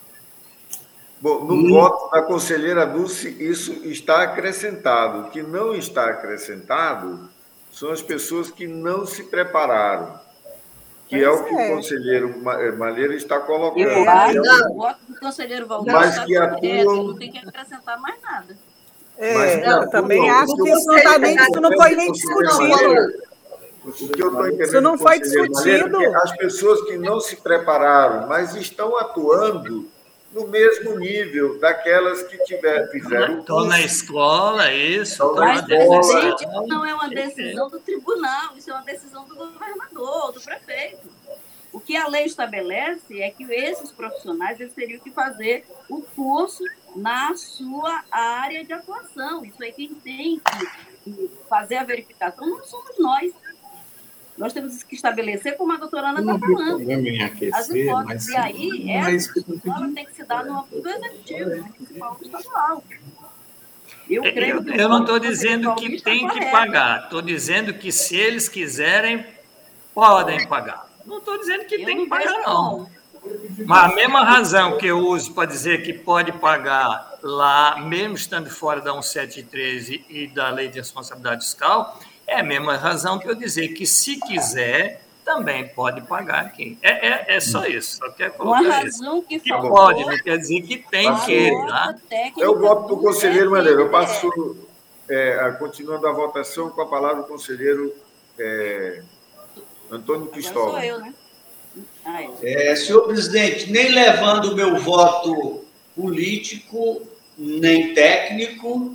Bom, no hum. voto da conselheira Dulce, isso está acrescentado. O que não está acrescentado são as pessoas que não se prepararam, que pois é o que é. o conselheiro Malheiro está colocando. Eu acho que o voto do conselheiro Valmir mas que atuam... não tem que acrescentar mais nada. É, eu também acho que isso não, tá nem, isso não foi nem discutido. O que eu estou entendendo, isso não foi discutido. Malheiro, é que as pessoas que não se prepararam, mas estão atuando no mesmo nível daquelas que tiver, fizeram. Estou na escola, isso. Mas, presidente, isso não é uma decisão do tribunal, isso é uma decisão do governador, do prefeito. O que a lei estabelece é que esses profissionais eles teriam que fazer o curso na sua área de atuação. Isso aí quem tem que fazer a verificação não somos nós. Nós temos que estabelecer, como a doutora Ana está falando, as hipóteses. E aí, essa escola tem que se dar no âmbito do executivo, municipal ou estadual. Eu, creio eu, que eu não estou dizendo que tem que pagar, estou dizendo que se eles quiserem, podem pagar. Não estou dizendo que tem que pagar, não. Mas a mesma razão que eu uso para dizer que pode pagar lá, mesmo estando fora da cento e setenta e três e, e da Lei de Responsabilidade Fiscal, é a mesma razão que eu dizer que, se quiser, também pode pagar aqui. É, é, é só isso. Só quer colocar Uma razão isso. que, que faltou, pode, não quer dizer que tem que. Tá? É o voto do conselheiro Malheiro. Eu passo, é, continuando a votação, com a palavra do conselheiro é, Antônio Cristóvão. Sou eu, né? Ah, é, senhor presidente, nem levando o meu voto político, nem técnico,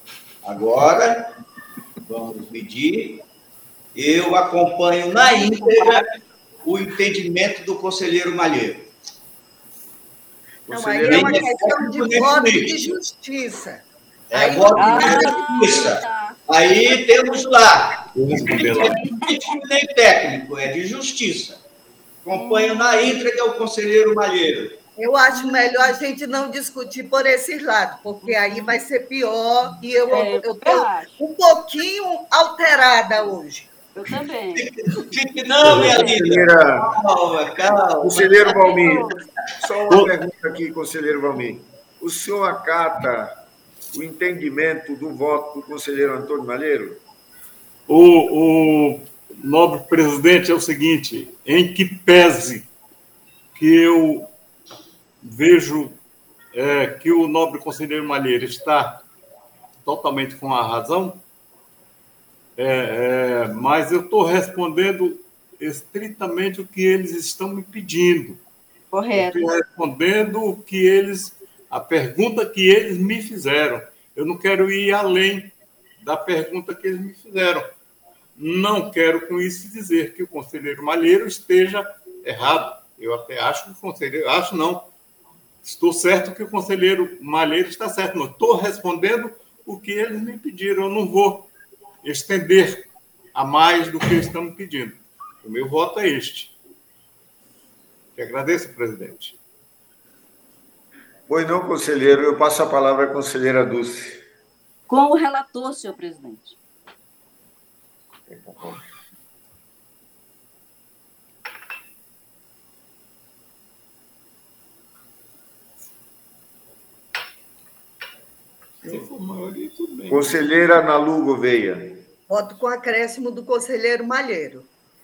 agora, vamos medir, eu acompanho na íntegra o entendimento do conselheiro Malheiro. Não, aí é uma questão de voto de justiça. É aí, voto de justiça. Ah, aí temos lá, nem técnico, é de justiça. Acompanho na íntegra o conselheiro Malheiro. Eu acho melhor a gente não discutir por esses lados, porque aí vai ser pior e eu é, estou um pouquinho alterada hoje. Eu também. Não, minha linda. Calma, calma. Conselheiro Valmir, só uma pergunta aqui, conselheiro Valmir. O senhor acata o entendimento do voto do conselheiro Antônio Malheiro? O, o nobre presidente é o seguinte, em que pese que eu vejo é, que o nobre conselheiro Malheiro está totalmente com a razão, é, é, mas eu estou respondendo estritamente o que eles estão me pedindo. Correto. Estou respondendo o que eles, a pergunta que eles me fizeram. Eu não quero ir além da pergunta que eles me fizeram. Não quero com isso dizer que o conselheiro Malheiro esteja errado. Eu até acho que o conselheiro... Acho não. Estou certo que o conselheiro Malheiro está certo. Não estou respondendo o que eles me pediram. Eu não vou estender a mais do que eles estão me pedindo. O meu voto é este. Te agradeço, presidente. Pois não, conselheiro. Eu passo a palavra à conselheira Dulce. Com o relator, senhor presidente. Conselheira Nalu Gouveia. Voto com acréscimo do conselheiro Malheiro.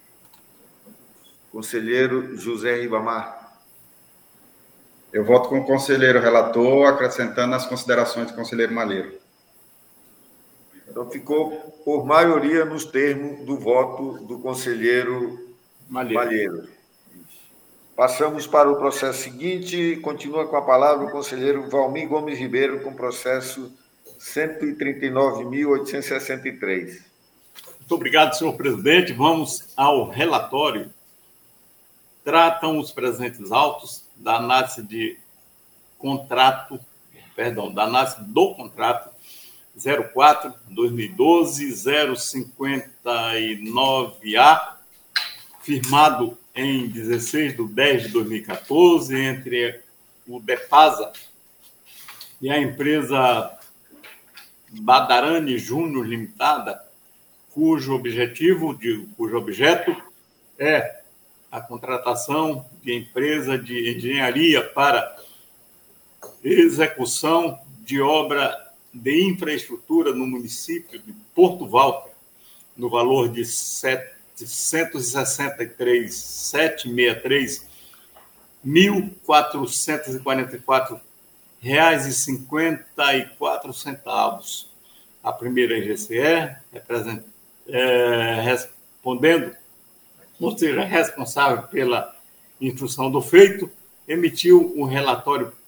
Conselheiro José Ribamar. Eu voto com o conselheiro relator, acrescentando as considerações do conselheiro Malheiro. Então, ficou por maioria nos termos do voto do conselheiro Malheiro. Malheiro. Passamos para o processo seguinte. Continua com a palavra o conselheiro Valmir Gomes Ribeiro, com processo cento e trinta e nove mil oitocentos e sessenta e três. Muito obrigado, senhor presidente. Vamos ao relatório. Tratam os presentes autos da análise de contrato, perdão, da análise do contrato zero quatro barra dois mil e doze, zero cinquenta e nove A, firmado em dezesseis de dez de dois mil e quatorze, entre o DEPASA e a empresa Badarani Júnior Limitada, cujo objetivo, de, cujo objeto é a contratação de empresa de engenharia para execução de obra de infraestrutura no município de Porto Walter, no valor de setecentos e sessenta e três mil setecentos e sessenta e três mil quatrocentos e quarenta e quatro reais e cinquenta e quatro centavos. A primeira I G C E, represent, é, respondendo, ou seja, responsável pela instrução do feito, emitiu um relatório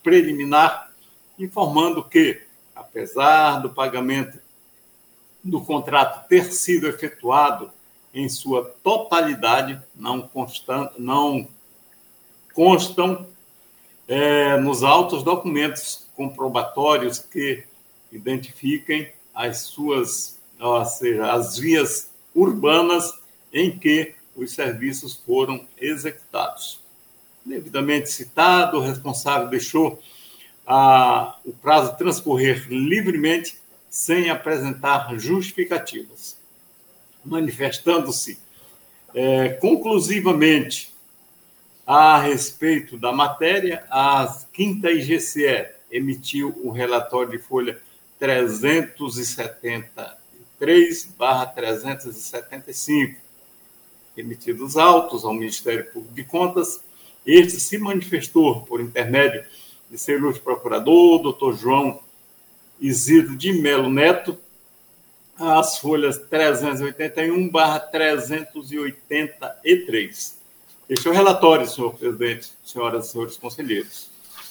preliminar, informando que, apesar do pagamento do contrato ter sido efetuado em sua totalidade, não constam, não constam é, nos autos documentos comprobatórios que identifiquem as suas, ou seja, as vias urbanas em que os serviços foram executados. Devidamente citado, o responsável deixou ah, o prazo transcorrer livremente sem apresentar justificativas, manifestando-se é, conclusivamente a respeito da matéria. A quinta I G C E emitiu o relatório de folha trezentos e setenta e três barra trezentos e setenta e cinco, emitidos autos ao Ministério Público de Contas. Este se manifestou por intermédio de seu ilustre procurador, doutor João Isidro de Melo Neto, as folhas trezentos e oitenta e um barra trezentos e oitenta e três. Este é o relatório, senhor presidente, senhoras e senhores conselheiros.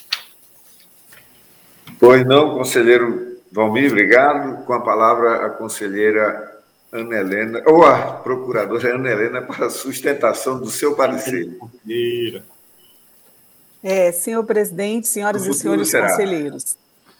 Pois não, conselheiro Valmir, obrigado. Com a palavra, a conselheira Ana Helena, ou a procuradora Ana Helena, para a sustentação do seu parecer. É, senhor presidente, senhoras e senhores conselheiros,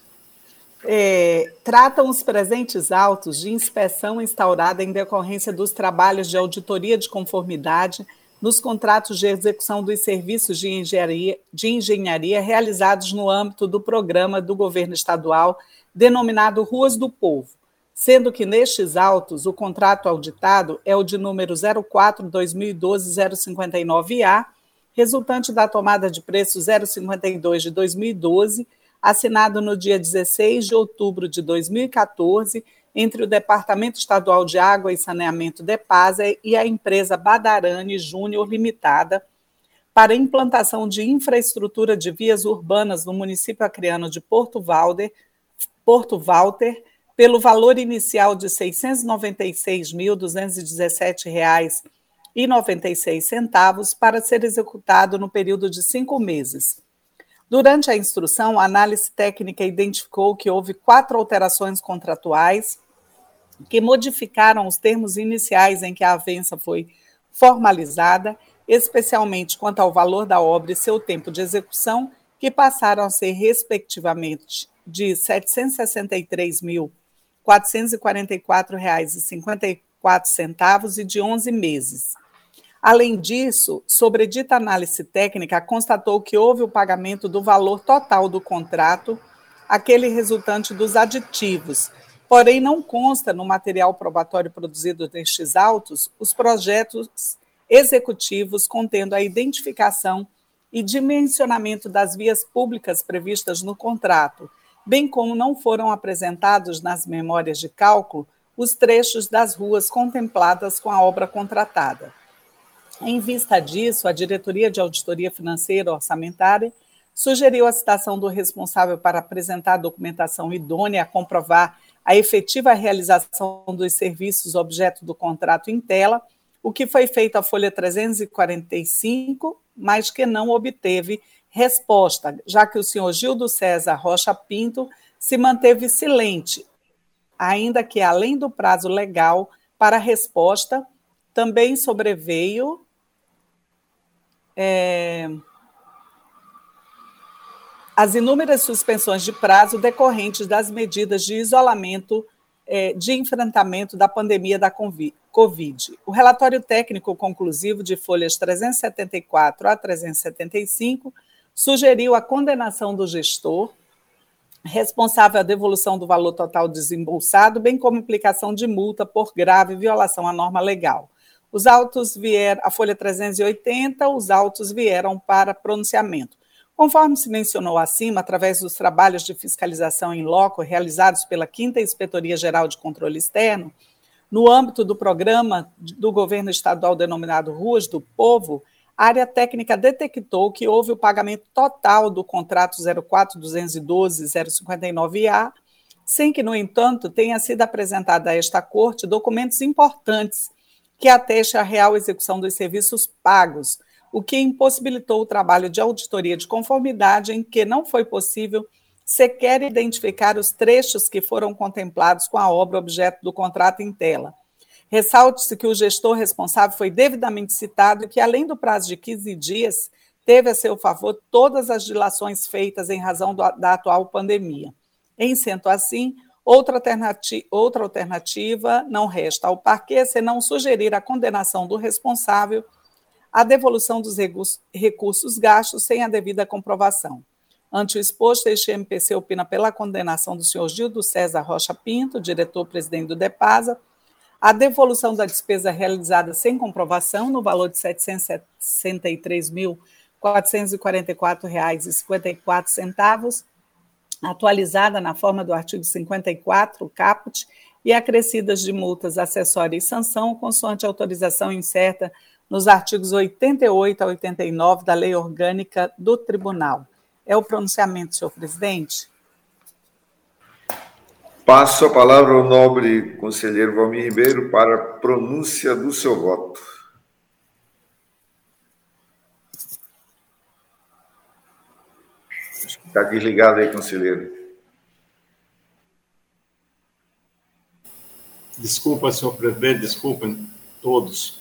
é, tratam os presentes autos de inspeção instaurada em decorrência dos trabalhos de auditoria de conformidade nos contratos de execução dos serviços de engenharia, de engenharia realizados no âmbito do programa do governo estadual denominado Ruas do Povo, sendo que nestes autos o contrato auditado é o de número zero quatro barra dois mil e doze barra zero cinquenta e nove A, resultante da tomada de preço zero cinquenta e dois de dois mil e doze, assinado no dia dezesseis de outubro de dois mil e quatorze, entre o Departamento Estadual de Água e Saneamento DEPASA e a empresa Badarani Júnior Limitada, para implantação de infraestrutura de vias urbanas no município acreano de Porto Walter, Porto Walter, pelo valor inicial de seiscentos e noventa e seis mil, duzentos e dezessete reais e noventa e seis centavos para ser executado no período de cinco meses. Durante a instrução, a análise técnica identificou que houve quatro alterações contratuais que modificaram os termos iniciais em que a avença foi formalizada, especialmente quanto ao valor da obra e seu tempo de execução, que passaram a ser, respectivamente, de setecentos e sessenta e três mil, quatrocentos e quarenta e quatro reais e cinquenta e quatro centavos e de onze meses. Além disso, sobre dita análise técnica, constatou que houve o pagamento do valor total do contrato, aquele resultante dos aditivos, porém não consta no material probatório produzido nestes autos os projetos executivos contendo a identificação e dimensionamento das vias públicas previstas no contrato, bem como não foram apresentados nas memórias de cálculo os trechos das ruas contempladas com a obra contratada. Em vista disso, a Diretoria de Auditoria Financeira e Orçamentária sugeriu a citação do responsável para apresentar a documentação idônea a comprovar a efetiva realização dos serviços objeto do contrato em tela, o que foi feito à folha trezentos e quarenta e cinco, mas que não obteve resposta, já que o senhor Gildo César Rocha Pinto se manteve silente, ainda que, além do prazo legal para a resposta, também sobreveio é, as inúmeras suspensões de prazo decorrentes das medidas de isolamento é, de enfrentamento da pandemia da Covid. O relatório técnico conclusivo de folhas trezentos e setenta e quatro a trezentos e setenta e cinco sugeriu a condenação do gestor responsável à devolução do valor total desembolsado, bem como implicação de multa por grave violação à norma legal. Os autos vieram, a folha trezentos e oitenta, os autos vieram para pronunciamento. Conforme se mencionou acima, através dos trabalhos de fiscalização em loco realizados pela quinta Inspetoria Geral de Controle Externo, no âmbito do programa do governo estadual denominado Ruas do Povo, a área técnica detectou que houve o pagamento total do contrato zero quatro barra duzentos e doze barra zero cinquenta e nove A, sem que, no entanto, tenha sido apresentada a esta Corte documentos importantes que atestem a real execução dos serviços pagos, o que impossibilitou o trabalho de auditoria de conformidade, em que não foi possível sequer identificar os trechos que foram contemplados com a obra objeto do contrato em tela. Ressalte-se que o gestor responsável foi devidamente citado e que, além do prazo de quinze dias, teve a seu favor todas as dilações feitas em razão do, da atual pandemia. Em sendo assim, outra alternativa, outra alternativa não resta ao parquê senão sugerir a condenação do responsável, a devolução dos recursos gastos sem a devida comprovação. Ante o exposto, este M P C opina pela condenação do senhor Gildo César Rocha Pinto, diretor-presidente do DEPASA, a devolução da despesa realizada sem comprovação, no valor de setecentos e sessenta e três mil, quatrocentos e quarenta e quatro reais e cinquenta e quatro centavos, atualizada na forma do artigo cinquenta e quatro, caput, e acrescidas de multas acessórias e sanção, consoante autorização incerta nos artigos oitenta e oito a oitenta e nove da Lei Orgânica do Tribunal. É o pronunciamento, senhor presidente. Passo a palavra ao nobre conselheiro Valmir Ribeiro para a pronúncia do seu voto. Acho que está desligado aí, conselheiro. Desculpa, senhor presidente, desculpem todos.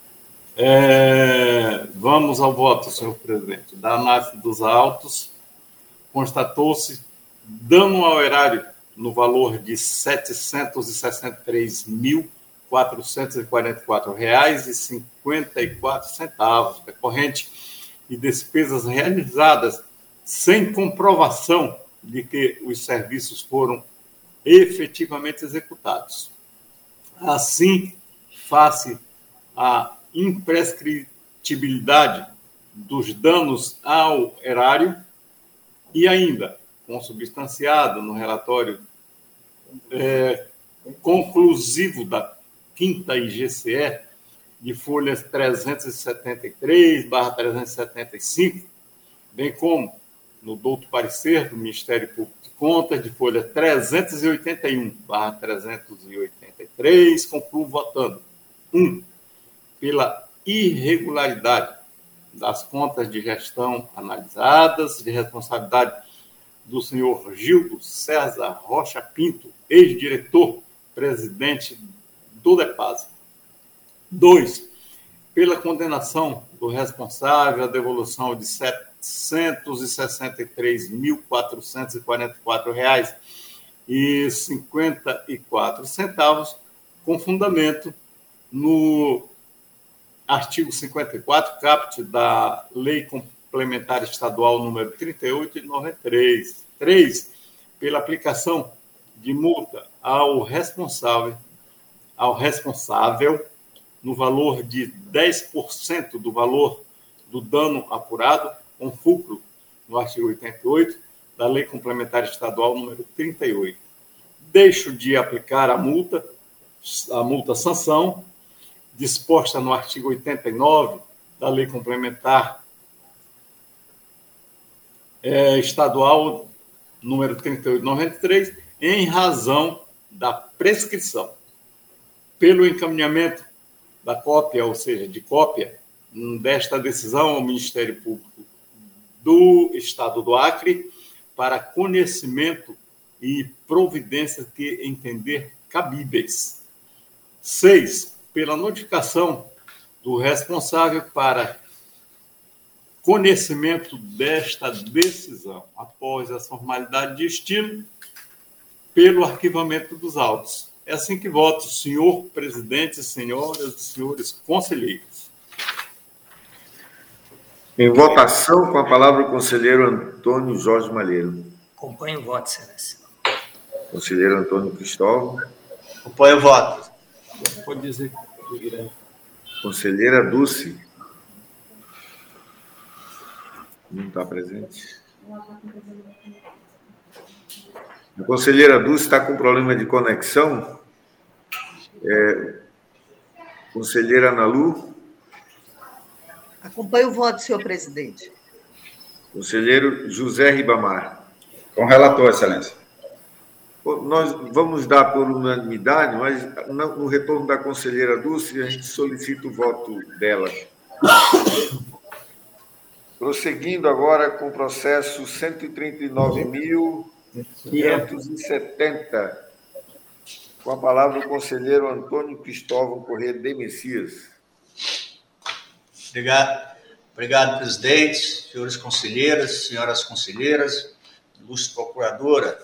É, vamos ao voto, senhor presidente. Da análise dos autos, constatou-se dano ao erário no valor de setecentos e sessenta e três mil, quatrocentos e quarenta e quatro reais e cinquenta e quatro centavos, decorrente de despesas realizadas sem comprovação de que os serviços foram efetivamente executados. Assim, face à imprescritibilidade dos danos ao erário e ainda consubstanciado no relatório é, conclusivo da quinta I G C E, de folhas trezentos e setenta e três barra trezentos e setenta e cinco, bem como no douto parecer do Ministério Público de Contas, de folha trezentos e oitenta e um barra trezentos e oitenta e três, concluo votando um pela irregularidade das contas de gestão analisadas, de responsabilidade do senhor Gildo César Rocha Pinto, ex-diretor, presidente do DEPASA. Dois, pela condenação do responsável à devolução de setecentos e sessenta e três mil, quatrocentos e quarenta e quatro reais e cinquenta e quatro centavos, com fundamento no artigo cinquenta e quatro, caput da Lei Complementar Estadual número trinta e oito de noventa e três. Três, pela aplicação de multa ao responsável, ao responsável no valor de dez por cento do valor do dano apurado, com fulcro no artigo oitenta e oito da Lei Complementar Estadual número trinta e oito. Deixo de aplicar a multa, a multa sanção, disposta no artigo oitenta e nove da Lei Complementar é, Estadual número trinta e oito de noventa e três, em razão da prescrição. Pelo encaminhamento da cópia, ou seja, de cópia, desta decisão ao Ministério Público do Estado do Acre, para conhecimento e providências que entender cabíveis. Seis, pela notificação do responsável para conhecimento desta decisão, após as formalidades de estilo, pelo arquivamento dos autos. É assim que voto, senhor presidente, senhoras e senhores conselheiros. Em votação, com a palavra o conselheiro Antônio Jorge Malheiro. Acompanho o voto, excelência. Conselheiro Antônio Cristóvão. Acompanho o voto. Pode dizer. Conselheira Dulce. Não está presente. A conselheira Dulce está com problema de conexão. É, conselheira Ana Lu. Acompanho o voto, senhor presidente. Conselheiro José Ribamar. Com o relator, excelência. Nós vamos dar por unanimidade, mas no retorno da conselheira Dulce, a gente solicita o voto dela. Prosseguindo agora com o processo cento e trinta e nove mil quinhentos e setenta, com a palavra o conselheiro Antônio Cristóvão Corrêa de Messias. Obrigado. Obrigado, presidente, senhores conselheiras, senhoras conselheiras, ilustre procuradora.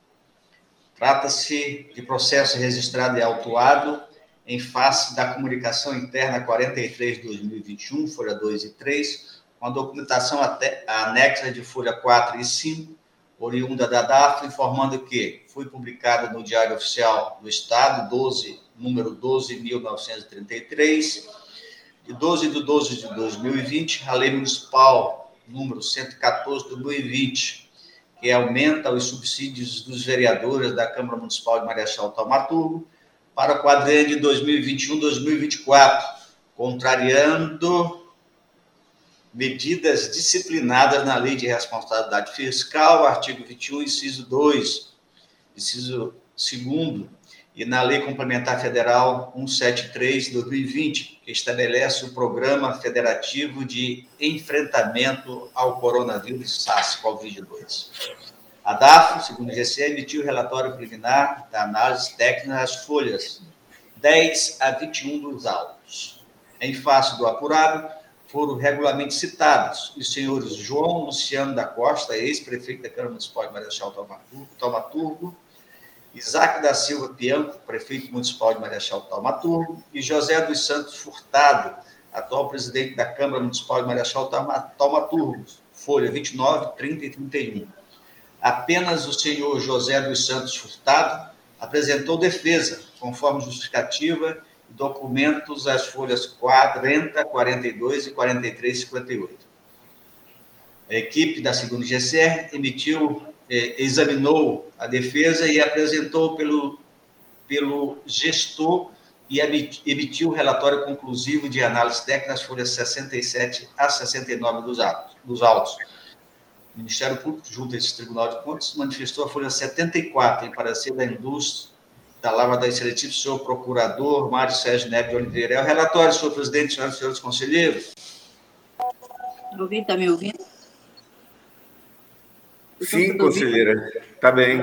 Trata-se de processo registrado e autuado em face da comunicação interna quarenta e três de dois mil e vinte e um, folha dois e três, com a documentação até, anexa de folha quatro e cinco, oriunda da D A F, informando que foi publicado no Diário Oficial do Estado, doze, número doze mil novecentos e trinta e três, de doze de doze de dois mil e vinte, a Lei Municipal número cento e quatorze de dois mil e vinte, que aumenta os subsídios dos vereadores da Câmara Municipal de Marechal Thaumaturgo para o quadriênio de dois mil e vinte e um a dois mil e vinte e quatro, contrariando medidas disciplinadas na Lei de Responsabilidade Fiscal, artigo vinte e um, inciso dois, inciso segundo, e na Lei Complementar Federal cento e setenta e três de dois mil e vinte, que estabelece o Programa Federativo de Enfrentamento ao Coronavírus SARS-CoV dois. A D A F, segundo o G C, emitiu o relatório preliminar da análise técnica das folhas dez a vinte e um dos autos. Em face do apurado, foram regularmente citados os senhores João Luciano da Costa, ex-prefeito da Câmara Municipal de Marechal Thaumaturgo, Isaac da Silva Pianco, prefeito municipal de Marechal Thaumaturgo, e José dos Santos Furtado, atual presidente da Câmara Municipal de Marechal Thaumaturgo, folha vinte e nove, trinta e trinta e um. Apenas o senhor José dos Santos Furtado apresentou defesa, conforme justificativa, documentos as folhas quarenta, quarenta e dois e quarenta e três, cinquenta e oito. A equipe da segunda G C R emitiu, eh, examinou a defesa e apresentou pelo, pelo gestor e emitiu o relatório conclusivo de análise técnica das folhas sessenta e sete a sessenta e nove dos autos. Dos autos. O Ministério Público, junto a esse Tribunal de Contas, manifestou a folha setenta e quatro, em parecer da indústria, da Lavra da Seletiva, senhor procurador Mário Sérgio Neves de Oliveira. É o relatório, senhor presidente, senhoras e senhores conselheiros. Ouvindo, está me ouvindo? Sim, conselheira, está bem.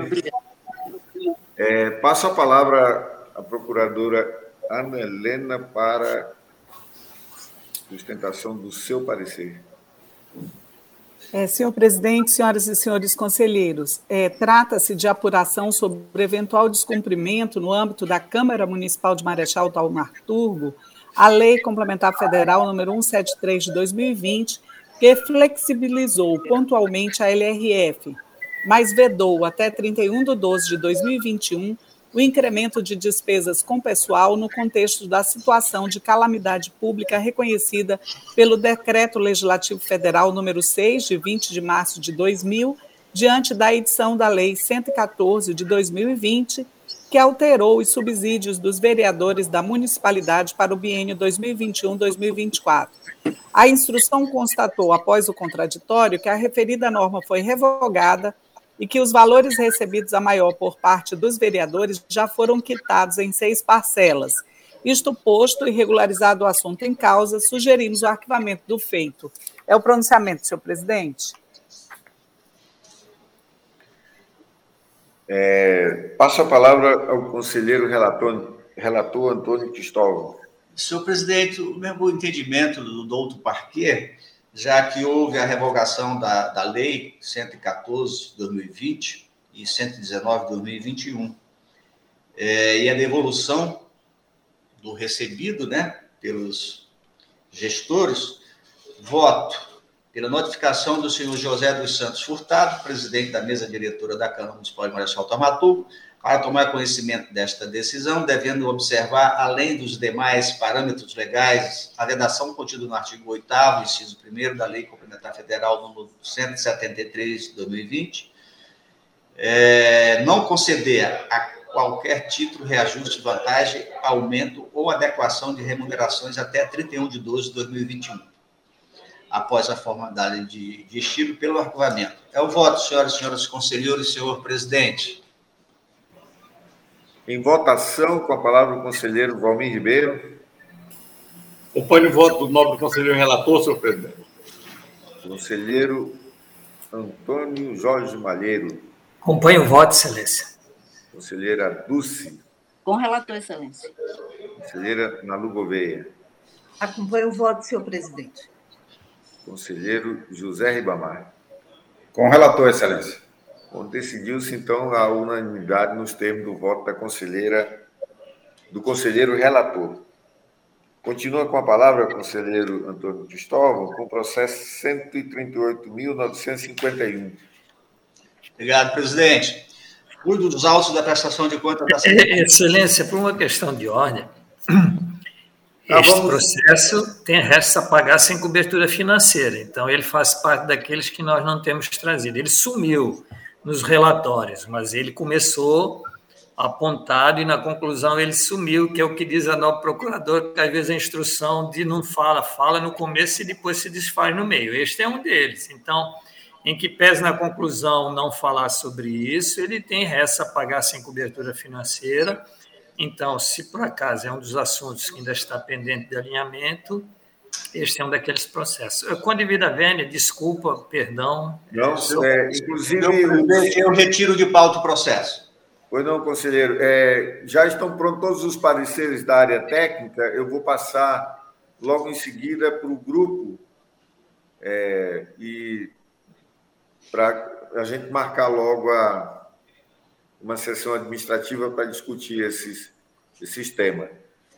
É, passo a palavra à procuradora Ana Helena para sustentação do seu parecer. É, senhor presidente, senhoras e senhores conselheiros, é, trata-se de apuração sobre eventual descumprimento no âmbito da Câmara Municipal de Marechal Thaumaturgo, a Lei Complementar Federal número cento e setenta e três de dois mil e vinte, que flexibilizou pontualmente a L R F, mas vedou até trinta e um de doze de dois mil e vinte e um o incremento de despesas com pessoal no contexto da situação de calamidade pública reconhecida pelo Decreto Legislativo Federal número seis, de vinte de março de dois mil, diante da edição da Lei cento e quatorze de dois mil e vinte, que alterou os subsídios dos vereadores da municipalidade para o biênio dois mil e vinte e um a dois mil e vinte e quatro. A instrução constatou, após o contraditório, que a referida norma foi revogada e que os valores recebidos a maior por parte dos vereadores já foram quitados em seis parcelas. Isto posto e regularizado o assunto em causa, sugerimos o arquivamento do feito. É o pronunciamento, senhor presidente. É, passo a palavra ao conselheiro relator, relator Antônio Cristóvão. Senhor presidente, o mesmo entendimento do doutor Parquet, já que houve a revogação da, da Lei cento e quatorze de dois mil e vinte e cento e dezenove de dois mil e vinte e um, é, e a devolução do recebido, né, pelos gestores, voto pela notificação do senhor José dos Santos Furtado, presidente da mesa diretora da Câmara Municipal de Marechal Thaumaturgo, para tomar conhecimento desta decisão, devendo observar, além dos demais parâmetros legais, a redação contida no artigo oitavo, inciso primeiro da Lei Complementar Federal número cento e setenta e três de dois mil e vinte, é, não conceder a qualquer título, reajuste, vantagem, aumento ou adequação de remunerações até trinta e um de doze de dois mil e vinte e um, após a formalidade de, de estilo pelo arquivamento. É o voto, senhoras e senhores conselheiros, senhor presidente. Em votação, com a palavra o conselheiro Valmir Ribeiro. Acompanho o voto do nobre conselheiro relator, senhor presidente. Conselheiro Antônio Jorge Malheiro. Acompanho o voto, Excelência. Conselheira Dulce. Com relator, Excelência. Conselheira Nalu Gouveia. Acompanho o voto, senhor presidente. Conselheiro José Ribamar. Com o relator, Excelência. Bom, decidiu-se, então, a unanimidade nos termos do voto da conselheira, do conselheiro relator. Continua com a palavra, conselheiro Antônio Cristóvão, com o processo cento e trinta e oito mil novecentos e cinquenta e um. Obrigado, presidente. Cuido dos autos da prestação de contas da Excelência, por uma questão de ordem, tá, este vamos... processo tem restos a pagar sem cobertura financeira, então ele faz parte daqueles que nós não temos trazido. Ele sumiu nos relatórios, mas ele começou apontado e na conclusão ele sumiu, que é o que diz a nova procuradora, que às vezes a instrução de não fala, fala no começo e depois se desfaz no meio. Este é um deles. Então, em que pese na conclusão não falar sobre isso, ele tem resta a pagar sem cobertura financeira. Então, se por acaso é um dos assuntos que ainda está pendente de alinhamento, este é um daqueles processos. Com devida vênia, desculpa, perdão. Não, sou... é, inclusive... Eu, eu retiro de pauta o processo. Pois não, conselheiro. É, já estão prontos todos os pareceres da área técnica. Eu vou passar logo em seguida para o grupo é, e para a gente marcar logo a, uma sessão administrativa para discutir esses, esses temas.